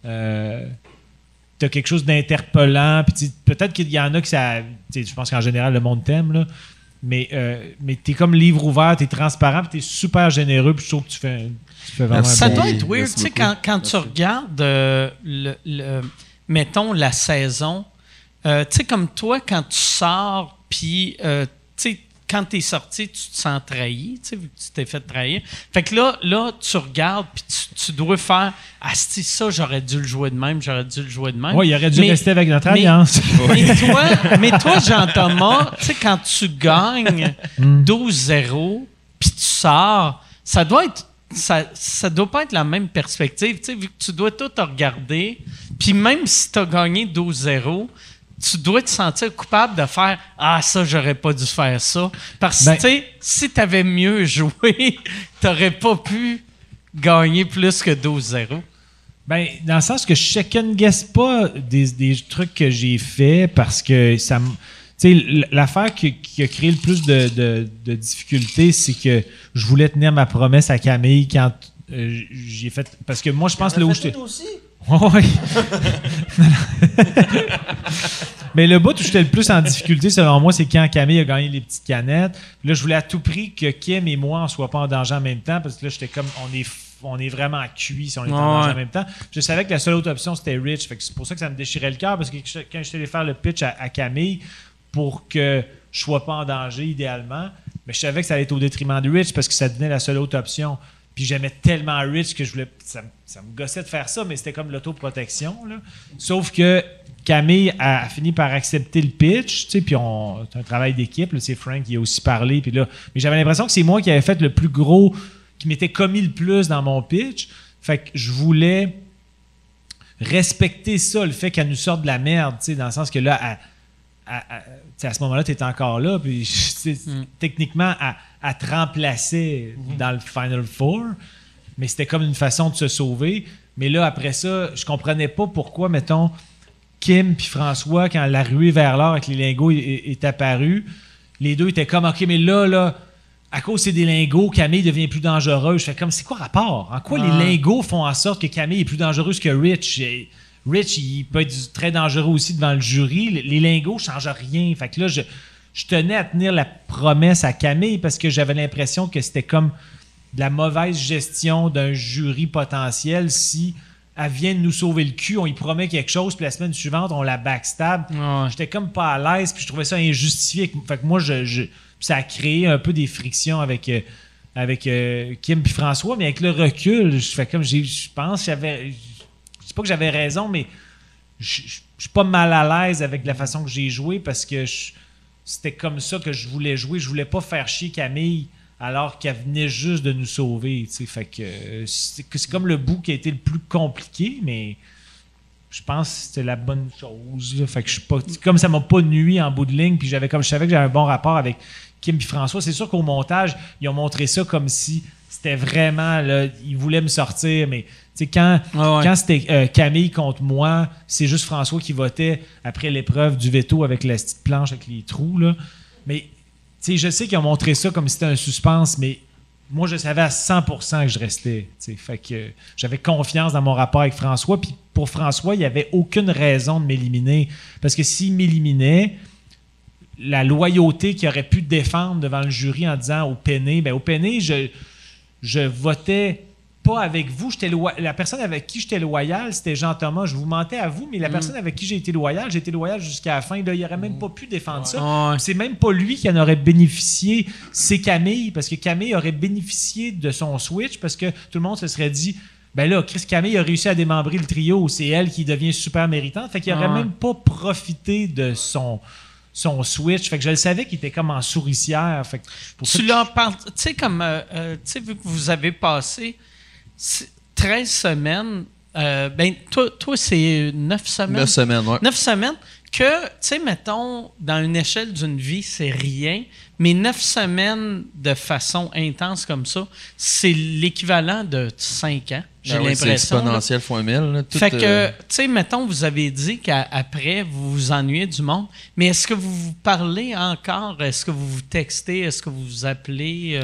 t'as quelque chose d'interpellant, puis peut-être qu'il y en a que ça, je pense qu'en général, le monde t'aime, là, mais t'es comme livre ouvert, t'es transparent, puis t'es super généreux, puis je trouve que tu fais vraiment ça un bon doit être weird, tu sais, quand tu regardes, mettons, la saison, tu sais, comme toi, quand tu sors, puis, tu sais, quand t'es sorti, tu te sens trahi, tu sais, vu que tu t'es fait trahir. Fait que là tu regardes, puis tu dois faire « Ah, c'est ça, j'aurais dû le jouer de même, j'aurais dû le jouer de même. » Oui, il aurait dû rester avec notre alliance. Mais toi, Jean-Thomas, tu sais, quand tu gagnes 12-0, puis tu sors, ça doit pas être la même perspective, tu sais, vu que tu dois tout regarder, puis même si tu as gagné 12-0, tu dois te sentir coupable de faire « Ah, ça, j'aurais pas dû faire ça. » Parce que, tu sais, si tu avais mieux joué, t'aurais pas pu gagner plus que 12-0. Ben, dans le sens que je second-guess pas des trucs que j'ai fait parce que ça me... Tu sais, l'affaire qui a créé le plus de difficultés, c'est que je voulais tenir ma promesse à Camille quand j'ai fait... Parce que moi, je pense que là où j'étais... Oui. Mais le bout où j'étais le plus en difficulté, selon moi, c'est quand Camille a gagné les petites canettes. Puis là, je voulais à tout prix que Kim et moi, on ne soient pas en danger en même temps, parce que là, j'étais comme, on est vraiment cuit si on est en danger en même temps. Puis je savais que la seule autre option, c'était Rich. Fait que c'est pour ça que ça me déchirait le cœur, parce que quand j'étais allé faire le pitch à Camille, pour que je sois pas en danger idéalement. Mais je savais que ça allait être au détriment de Rich parce que ça devenait la seule autre option. Puis j'aimais tellement Rich que je voulais. Ça me gossait de faire ça, mais c'était comme l'autoprotection. Là. Sauf que Camille a fini par accepter le pitch, tu sais, puis c'est un travail d'équipe. Là, c'est Frank qui a aussi parlé. Puis là, mais j'avais l'impression que c'est moi qui avais fait le plus gros, qui m'était commis le plus dans mon pitch. Fait que je voulais respecter ça, le fait qu'elle nous sorte de la merde, tu sais, dans le sens que là, à ce moment-là, tu étais encore là, puis techniquement, elle te remplaçait dans le Final Four, mais c'était comme une façon de se sauver. Mais là, après ça, je comprenais pas pourquoi, mettons, Kim puis François, quand la ruée vers l'or avec les lingots est apparue, les deux étaient comme, OK, mais là, à cause c'est des lingots, Camille devient plus dangereuse. Je fais comme, c'est quoi rapport? En quoi les lingots font en sorte que Camille est plus dangereuse que Rich? Rich, il peut être très dangereux aussi devant le jury. Les lingots ne changent rien. Fait que là, je tenais à tenir la promesse à Camille parce que j'avais l'impression que c'était comme de la mauvaise gestion d'un jury potentiel si elle vient de nous sauver le cul, on y promet quelque chose, puis la semaine suivante, on la backstab. Ouais. J'étais comme pas à l'aise, puis je trouvais ça injustifié. Fait que moi, ça a créé un peu des frictions avec Kim puis François, mais avec le recul, je fais comme je pense que j'avais... Je sais pas que j'avais raison, mais je suis pas mal à l'aise avec la façon que j'ai joué parce que c'était comme ça que je voulais jouer. Je voulais pas faire chier Camille alors qu'elle venait juste de nous sauver. Fait que c'est comme le bout qui a été le plus compliqué, mais je pense que c'était la bonne chose. Là. Fait que je suis pas, comme ça m'a pas nuit en bout de ligne, puis je savais que j'avais un bon rapport avec Kim et François. C'est sûr qu'au montage, ils ont montré ça comme si c'était vraiment, là, ils voulaient me sortir, mais quand c'était Camille contre moi, c'est juste François qui votait après l'épreuve du veto avec la petite planche avec les trous. Là. Mais je sais qu'ils ont montré ça comme si c'était un suspense, mais moi, je savais à 100% que je restais. Fait que j'avais confiance dans mon rapport avec François. Puis pour François, il n'y avait aucune raison de m'éliminer. Parce que s'il m'éliminait, la loyauté qu'il aurait pu défendre devant le jury en disant au Penné, je votais pas avec vous. La personne avec qui j'étais loyal, c'était Jean-Thomas. Je vous mentais à vous, mais la personne avec qui j'ai été loyal jusqu'à la fin. Là, il n'aurait même pas pu défendre ça. C'est même pas lui qui en aurait bénéficié. C'est Camille, parce que Camille aurait bénéficié de son switch, parce que tout le monde se serait dit, ben là, Chris Camille a réussi à démembrer le trio. C'est elle qui devient super méritante. Fait qu'il n'aurait même pas profité de son switch. Fait que je le savais qu'il était comme en souricière. Fait que tu leur parles, tu sais, comme, vu que vous avez passé 13 semaines, toi, c'est 9 semaines. 9 semaines, oui. 9 semaines que, tu sais, mettons, dans une échelle d'une vie, c'est rien, mais 9 semaines de façon intense comme ça, c'est l'équivalent de 5 ans, j'ai l'impression. C'est exponentiel fois 1000. Là, fait que, tu sais, mettons, vous avez dit qu'après, vous vous ennuyez du monde, mais est-ce que vous vous parlez encore? Est-ce que vous vous textez? Est-ce que vous vous appelez?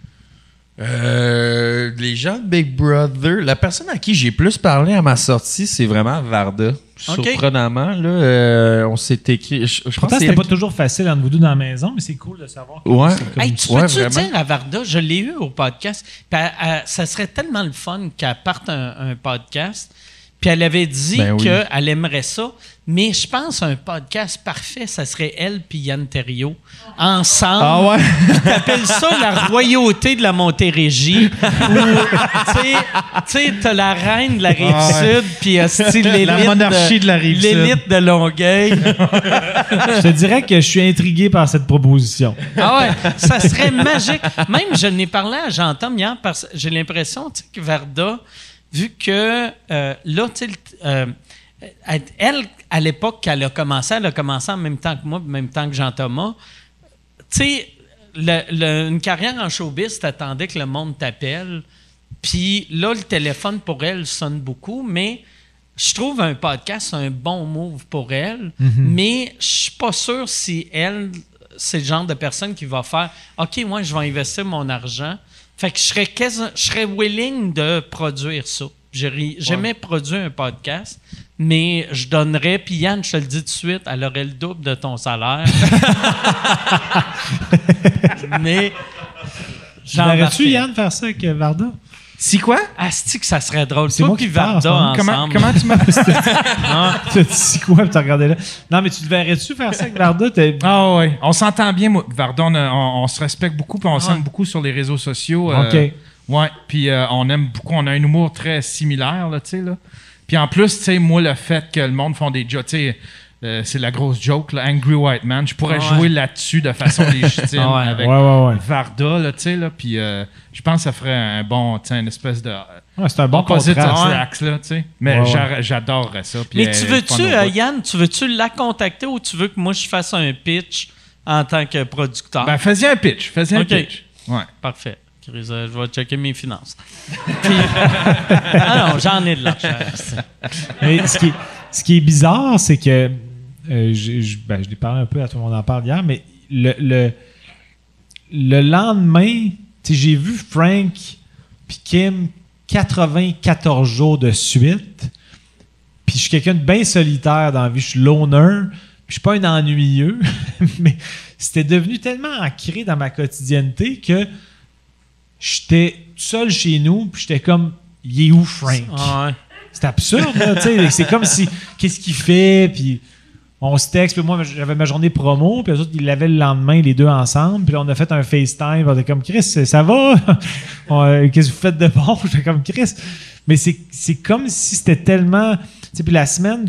Les gens de Big Brother, la personne à qui j'ai plus parlé à ma sortie, c'est vraiment Varda. Okay. Surprenamment, là, on s'est écrit. Je pense que c'était pas toujours facile entre vous deux dans la maison, mais c'est cool de savoir. Ouais. Hey, tu peux-tu dire à Varda, je l'ai eu au podcast, ça serait tellement le fun qu'elle parte un podcast. Puis elle avait dit qu'elle aimerait ça, mais je pense un podcast parfait, ça serait elle puis Yann Terriot ensemble. Ah ouais? T'appelles ça la royauté de la Montérégie. Tu sais, t'as la reine de la Rive-Sud, puis l'élite la monarchie de la Rive-Sud. L'élite de Longueuil. Je te dirais que je suis intrigué par cette proposition. Ah ouais, ça serait magique. Même, je n'ai parlé à Jean-Tom hier, parce que j'ai l'impression que Varda, vu que là, tu sais, elle, à l'époque qu'elle a commencé, en même temps que moi, en même temps que Jean-Thomas. Tu sais, une carrière en showbiz, t'attendais que le monde t'appelle. Puis là, le téléphone pour elle sonne beaucoup, mais je trouve un podcast un bon move pour elle. Mm-hmm. Mais je suis pas sûr si elle, c'est le genre de personne qui va faire « OK, moi, je vais investir mon argent ». Fait que je serais willing de produire ça. J'aimais produire un podcast, mais je donnerais, puis Yann, je te le dis tout de suite, elle aurait le double de ton salaire. Mais j'aurais-tu Yann faire ça avec Varda? Si quoi? Asti que ça serait drôle. C'est Toi moi puis qui parle, Varda c'est ensemble. Comment tu m'as... T'as dit quoi, puis t'as regardé là? Non, mais tu te verrais-tu faire ça avec Varda? Ah ouais, on s'entend bien, moi. Varda, on se respecte beaucoup, puis on s'aime beaucoup sur les réseaux sociaux. OK. Ouais, puis on aime beaucoup, on a un humour très similaire, là, tu sais, là. Puis en plus, tu sais, moi, le fait que le monde font des jokes, tu sais, c'est la grosse joke, là, Angry White Man, je pourrais jouer là-dessus de façon légitime avec Varda, là, tu sais, là, puis je pense que ça ferait un bon, tu sais, une espèce de... Ouais, c'est un bon opposite contraste. tracks, là, tu sais. Mais j'adorerais ça. Puis Mais tu veux-tu, Yann, tu veux-tu la contacter ou tu veux que moi je fasse un pitch en tant que producteur? Ben, fais-y un pitch, OK. Ouais. Parfait. Chris, je vais checker mes finances. Puis, ah non, j'en ai de l'argent. Mais ce qui est bizarre, c'est que je l'ai parlé un peu, à tout le monde en parle hier, mais le lendemain, tu sais, j'ai vu Frank puis Kim 94 jours de suite. Puis je suis quelqu'un de bien solitaire dans la vie, je suis loner, puis je suis pas un ennuyeux, mais c'était devenu tellement ancré dans ma quotidienneté que j'étais tout seul chez nous, puis j'étais comme, il est où Frank? Ah ouais. C'est absurde, là, tu sais. C'est comme si, qu'est-ce qu'il fait? Puis on se texte, puis moi, j'avais ma journée promo, puis eux autres, ils l'avaient le lendemain, les deux ensemble, puis là, on a fait un FaceTime, on était comme, Chris, ça va? Qu'est-ce que vous faites de bon? J'étais comme, Chris. Mais c'est comme si c'était tellement... Tu sais, puis la semaine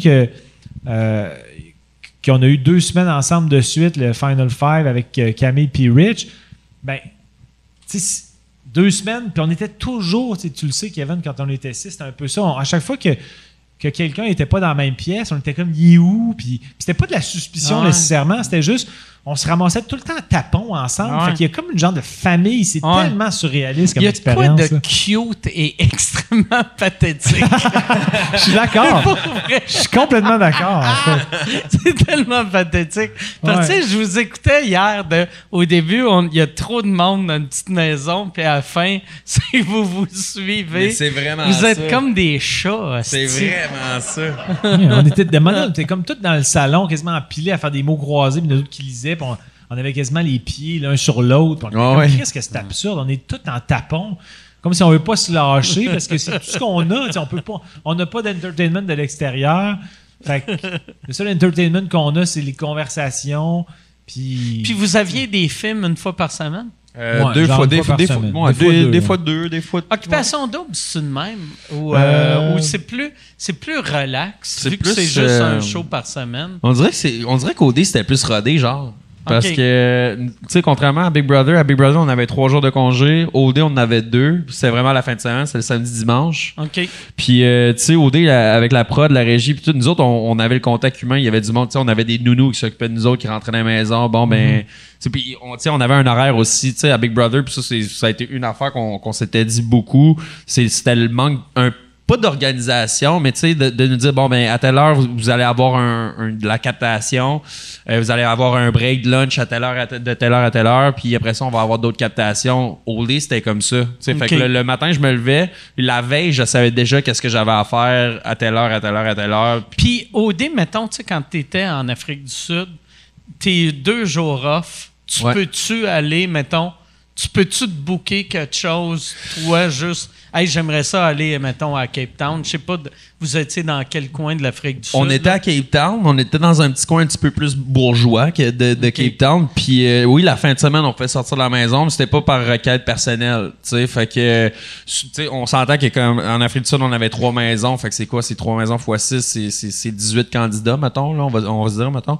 qu'on a eu 2 semaines ensemble de suite, le Final Five avec Camille puis Rich, ben, tu sais, 2 semaines, puis on était toujours, tu le sais, Kevin, quand on était 6, c'était un peu ça. À chaque fois que quelqu'un n'était pas dans la même pièce, on était comme, il est où? Puis c'était pas de la suspicion nécessairement, c'était juste, on se ramassait tout le temps à tapons ensemble. Fait qu'il y a comme une genre de famille, c'est tellement surréaliste comme expérience. Il y a de quoi de cute et extrêmement pathétique. Je suis d'accord. Je suis complètement d'accord. En fait. C'est tellement pathétique. Parce que tu sais, je vous écoutais hier, au début, il y a trop de monde dans une petite maison, puis à la fin, c'est vous suivez. Mais c'est vraiment vous êtes ça. comme des chats. C'est vraiment ça. On était comme tous dans le salon, quasiment empilés à faire des mots croisés, puis nous autres qui lisaient. On avait quasiment les pieds l'un sur l'autre. Qu'est-ce que c'est absurde? On est tous en tapons. Comme si on ne veut pas se lâcher parce que c'est tout ce qu'on a. On n'a pas d'entertainment de l'extérieur. Fait que le seul entertainment qu'on a, c'est les conversations. Puis vous aviez des films une fois par semaine? Des fois deux. Occupation double, c'est de même? Ou c'est plus relax, vu que c'est juste un show par semaine? On dirait qu'OD, c'était plus rodé, genre. Parce que, tu sais, contrairement à Big Brother, on avait 3 jours de congé. OD, on en avait 2. C'était vraiment la fin de semaine. C'était le samedi-dimanche. OK. Puis, tu sais, OD, avec la prod, la régie, puis tout, nous autres, on avait le contact humain. Il y avait du monde. Tu sais, on avait des nounous qui s'occupaient de nous autres, qui rentraient dans la maison. Bon, ben, tu sais, puis, on avait un horaire aussi, tu sais, à Big Brother. Puis ça a été une affaire qu'on s'était dit beaucoup. C'était le manque, pas d'organisation, mais tu sais, de nous dire, bon, ben, à telle heure, vous allez avoir de la captation, vous allez avoir un break de lunch à telle heure, de telle heure à telle heure, puis après ça, on va avoir d'autres captations. Au lit, c'était comme ça. Tu sais, fait que le matin, je me levais, puis la veille, je savais déjà qu'est-ce que j'avais à faire à telle heure, à telle heure, à telle heure. Puis au dé, mettons, tu sais, quand tu étais en Afrique du Sud, tes 2 jours off, peux-tu aller, mettons, tu peux-tu te booker quelque chose, toi, juste... Hey, j'aimerais ça aller, mettons, à Cape Town. Je sais pas, vous étiez dans quel coin de l'Afrique du Sud? On était à Cape Town. On était dans un petit coin un petit peu plus bourgeois que de Cape Town. Puis oui, la fin de semaine, on pouvait sortir de la maison, mais c'était pas par requête personnelle. Tu sais, fait que, tu sais, on s'entend que comme en Afrique du Sud, on avait 3 maisons. Fait que c'est quoi, c'est 3 maisons x 6, c'est 18 candidats, mettons, là, on va se dire, mettons.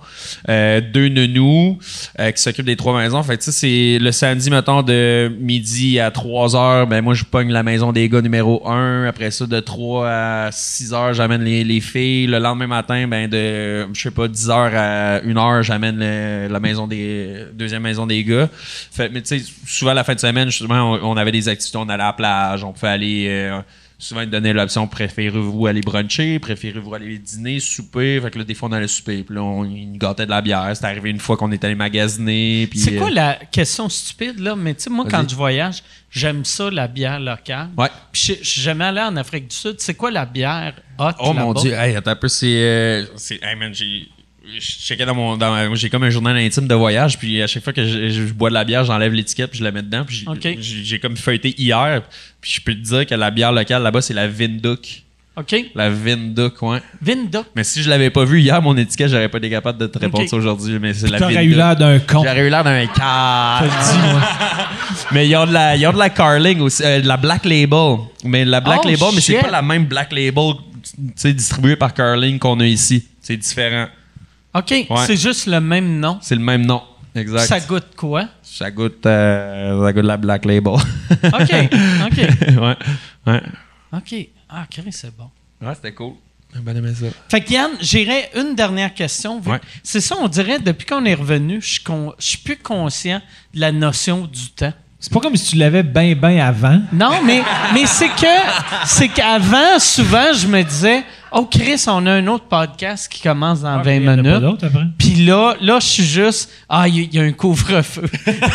2 nounous qui s'occupent des 3 maisons. Fait que tu sais, c'est le samedi, mettons, de midi à 3 heures, ben moi, je pogne la maison des gars numéro 1. Après ça, de 3 à 6 heures, j'amène les filles. Le lendemain matin, ben de, je sais pas, 10 heures à 1 heure, j'amène la maison deuxième maison des gars. Fait, mais tu sais, souvent, la fin de semaine, justement, on avait des activités. On allait à la plage, on pouvait aller... souvent, ils donnaient l'option, préférez-vous aller bruncher, préférez-vous aller dîner, souper. Fait que là, des fois, on allait souper. Puis là, ils nous gâtaient de la bière. C'était arrivé une fois qu'on était allé magasiner. Puis, c'est quoi la question stupide, là? Mais tu sais, moi, quand je voyage, j'aime ça, la bière locale. Ouais. Puis je suis jamais allé en Afrique du Sud. C'est quoi la bière hot oh là-bas? mon Dieu, hey, attends un peu, c'est hey man, je checkais moi, j'ai comme un journal intime de voyage, puis à chaque fois que je bois de la bière, j'enlève l'étiquette puis je la mets dedans. Puis j'ai comme feuilleté hier, puis je peux te dire que la bière locale là-bas, c'est la Vinduk. OK. La Vinduk, ouais. Vinduk. Mais si je l'avais pas vu hier, mon étiquette, j'aurais pas été capable de te répondre ça aujourd'hui. Mais c'est la T'aurais Vinduk. eu l'air d'un con. J'aurais eu l'air d'un car. Je te le dis, moi. Mais ils ont de la Carling aussi, de la Black Label. Mais la Black Oh, Label, mais c'est shit. pas la même Black Label distribuée par Carling qu'on a ici. C'est différent. OK. Ouais. C'est juste le même nom. C'est le même nom. Exact. Ça goûte quoi? Ça goûte la Black Label. OK. ouais. OK. Ah, Chris, c'est bon. Ouais, c'était cool. J'ai bien aimé ça. Fait que Yann, j'irais une dernière question. Ouais. C'est ça, on dirait, depuis qu'on est revenu, je suis plus conscient de la notion du temps. C'est pas comme si tu l'avais bien avant. Non, mais c'est qu'avant, souvent, je me disais, oh Chris, on a un autre podcast qui commence dans 20 Il y en a pas minutes. d'autres après. Puis là, je suis juste, il y a un couvre-feu.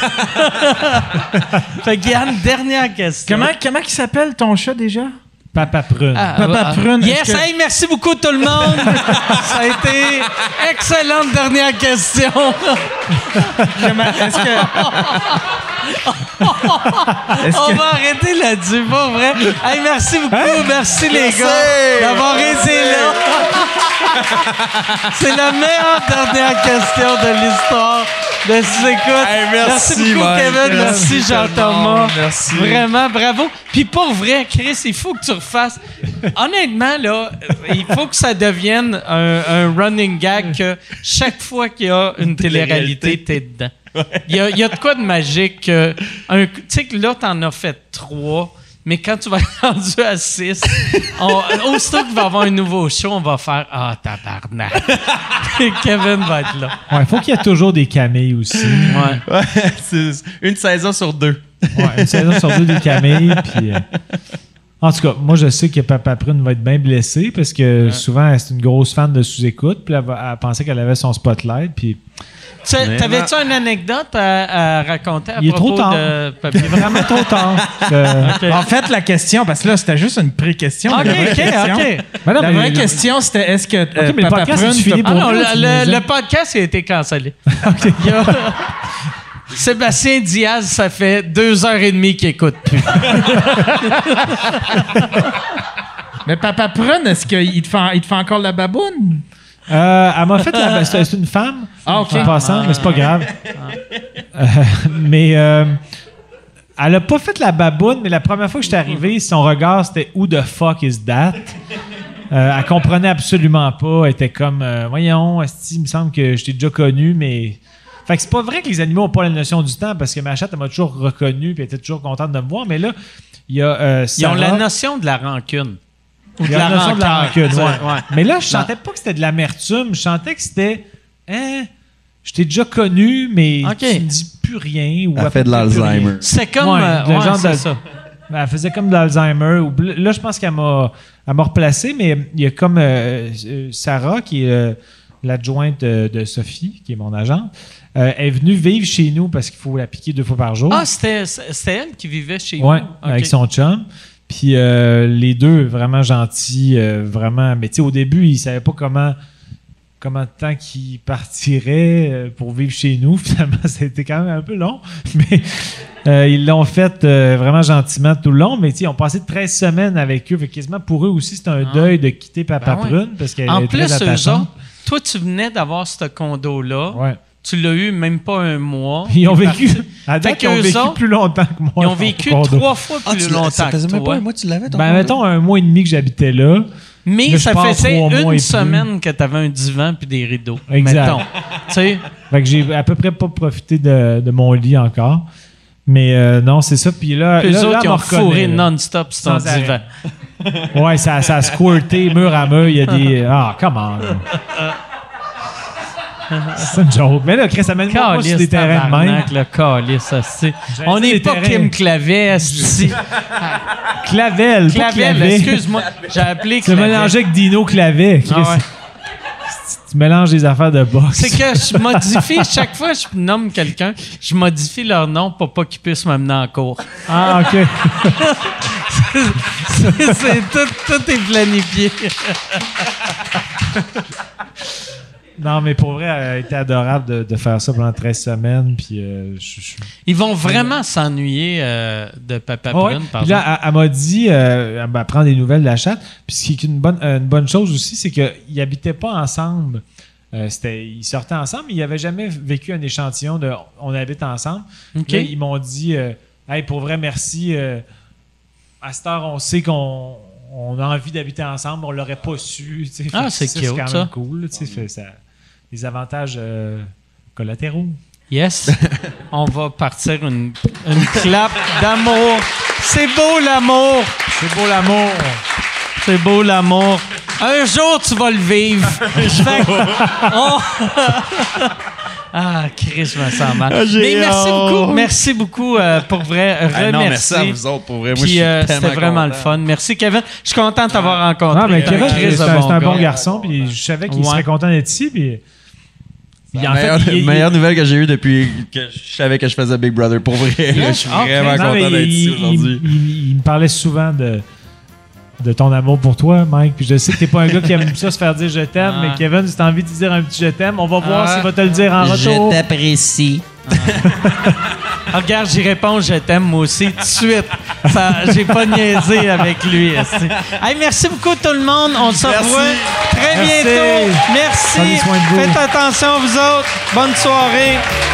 Fait que Yann, dernière question. Comment il s'appelle ton chat déjà? Papa Prune. Papa Prune, Yes, est-ce que- hey, merci beaucoup tout le monde. Ça a été excellente dernière question. Est-ce que... On va arrêter là-dessus, pas vrai? Hey, merci beaucoup. Merci les gars d'avoir été là. C'est la meilleure dernière question de l'histoire de Sous-Écoute. Hey, merci, beaucoup, Mike. Kevin. Merci, Merci Jean-Thomas. Merci. Vraiment, bravo. Puis pour vrai, Chris, il faut que tu refasses. Honnêtement, là, il faut que ça devienne un running gag que chaque fois qu'il y a une télé-réalité, t'es dedans. Il y a de quoi de magique. Tu sais que là, t'en as fait 3, mais quand tu vas être rendu à 6, aussitôt qu'il va y avoir un nouveau show, on va faire « Ah, tabarnak! » Kevin va être là. Ouais, faut qu'il y ait toujours des camilles aussi. Ouais. Ouais, c'est une saison sur 2. Ouais, une saison sur 2 des camilles. Puis, en tout cas, moi, je sais que Papa Prune va être bien blessée parce que souvent, c'est une grosse fan de Sous-Écoute. Puis elle pensait qu'elle avait son spotlight. Puis T'avais-tu une anecdote à raconter à il est propos trop tard. de Il Papier? est vraiment trop tard. En fait, la question, parce que là, c'était juste une pré-question. OK, La vraie question, Mais non, la mais vraie le- question, c'était est-ce que mais le Papa podcast, Prune... c'est fini t'a- pour Ah non, nous, tu nous le as- podcast a été cancellé. Il y a- Sébastien Diaz, ça fait 2h30 qu'il écoute plus. Mais Papa Prune, est-ce qu'il te fait encore la baboune? Elle m'a fait c'est une femme. Ah, OK. En passant, mais c'est pas grave. Mais elle a pas fait la baboune, mais la première fois que j'étais arrivé, son regard, c'était « Who the fuck is that? » Elle comprenait absolument pas. Elle était comme voyons, asti, il me semble que je t'ai déjà connu, mais... Fait que c'est pas vrai que les animaux ont pas la notion du temps, parce que ma chatte, elle m'a toujours reconnu, puis elle était toujours contente de me voir, mais là, il y a Ils ont Sarah- la notion de la rancune. Ou il y a la notion de la rancœur. rancune, ouais. Ouais. Mais là, je sentais pas que c'était de l'amertume. Je sentais que c'était... je t'ai déjà connu, mais OK. tu me dis plus rien. Ou Elle à fait peu de près plus l'Alzheimer. rien. C'est comme... Ouais, le genre c'est de- ça. Elle faisait comme de l'Alzheimer. Là, je pense qu'elle m'a replacé, mais il y a comme Sarah, qui est l'adjointe de Sophie, qui est mon agente. Elle est venue vivre chez nous parce qu'il faut la piquer 2 fois par jour. Ah, c'était elle qui vivait chez Ouais, vous? avec OK. son chum. Puis les deux, vraiment gentils, vraiment... Mais tu sais, au début, ils savaient pas comment de temps qu'ils partiraient pour vivre chez nous. Finalement, ça a été quand même un peu long. Mais ils l'ont fait vraiment gentiment tout le long. Mais tu sais, ils ont passé 13 semaines avec eux. Fait que quasiment pour eux aussi, c'était un deuil de quitter Papa Ben ouais. Prune parce qu'elle En est plus, très eux attachante. autres, toi, tu venais d'avoir ce condo-là. Ouais. Tu l'as eu même pas un mois. Ils ont Il est vécu... parti. À date, Fait ils ont qu'eux vécu autres, plus longtemps que moi. Ils ont dans vécu mon condo. 3 fois plus longtemps que toi. Moi, tu l'avais, ton Ben, mettons, 1 mois et demi que j'habitais là. Mais Là, je ça pars faisait 3 mois et une plus. semaine que tu avais un divan puis des rideaux. Exact. Mettons. Tu sais, Fait que j'ai à peu près pas profité de mon lit encore. Mais non, c'est ça. Puis là, eux là, autres, là, ils elle ont me reconnaît, fourré là. non-stop sur ton Sans arrêt. divan. Ouais, ça a squirté mur à mur. Il y a des... Ah, come on. C'est une joke. Mais là, Chris, ça mène pas sur des terrains de même. tabarnak, le calice, asti. On dit n'est des pas terrains. Kim Clavet, asti. Clavel, pas Clavel, Clavet. excuse-moi. J'ai appelé Tu Clavet. mélangé avec Dino Clavet, Chris. Ah ouais. Tu mélanges des affaires de boxe. C'est que je modifie, chaque fois que je nomme quelqu'un, je modifie leur nom pour pas qu'ils puissent m'amener en cours. Ah, OK. Tout est planifié. Non, mais pour vrai, elle a été adorable de faire ça pendant 13 semaines. Puis, Ils vont vraiment s'ennuyer de Papa Ouais. Brune, par Puis là, exemple. elle m'a dit, elle prend des nouvelles de la chatte. Puis ce qui est une bonne chose aussi, c'est qu'ils n'habitaient pas ensemble. Ils sortaient ensemble, mais ils n'avaient jamais vécu un échantillon de on habite ensemble. OK. Là, ils m'ont dit hey, pour vrai, merci. À cette heure, on sait qu'on a envie d'habiter ensemble, on l'aurait pas su. Fait que c'est ça, cute, c'est quand ça. même cool. Fait ça des avantages collatéraux. Yes. On va partir une clap d'amour. C'est beau, l'amour. C'est beau l'amour. C'est beau, l'amour. Un jour, tu vas le vivre. Fait que Ah, Chris, je me sens mal. Mais merci beaucoup. Merci beaucoup pour vrai. Remercie. Non, merci à vous autres, pour vrai. Moi, Puis, je suis c'était vraiment le fun. Merci, Kevin. Je suis content de t'avoir rencontré. Non, mais Kevin, Chris, c'est un bon gars. garçon. Puis je savais qu'il Ouais. serait content d'être ici. Puis La meilleure nouvelle que j'ai eue depuis que je savais que je faisais Big Brother. Pour vrai, là, je suis vraiment Non, mais content d'être ici aujourd'hui. il me parlait souvent de ton amour pour toi, Mike. Puis je sais que t'es pas un gars qui aime ça se faire dire je t'aime, mais Kevin, si t'as envie de dire un petit je t'aime, on va voir s'il va te le dire en retour. Je t'apprécie. Regarde, j'y réponds, je t'aime moi aussi tout de suite. J'ai pas niaisé avec lui. Hey, merci beaucoup tout le monde. On se revoit très bientôt. Merci. Prenez soin de vous. Faites attention vous autres. Bonne soirée.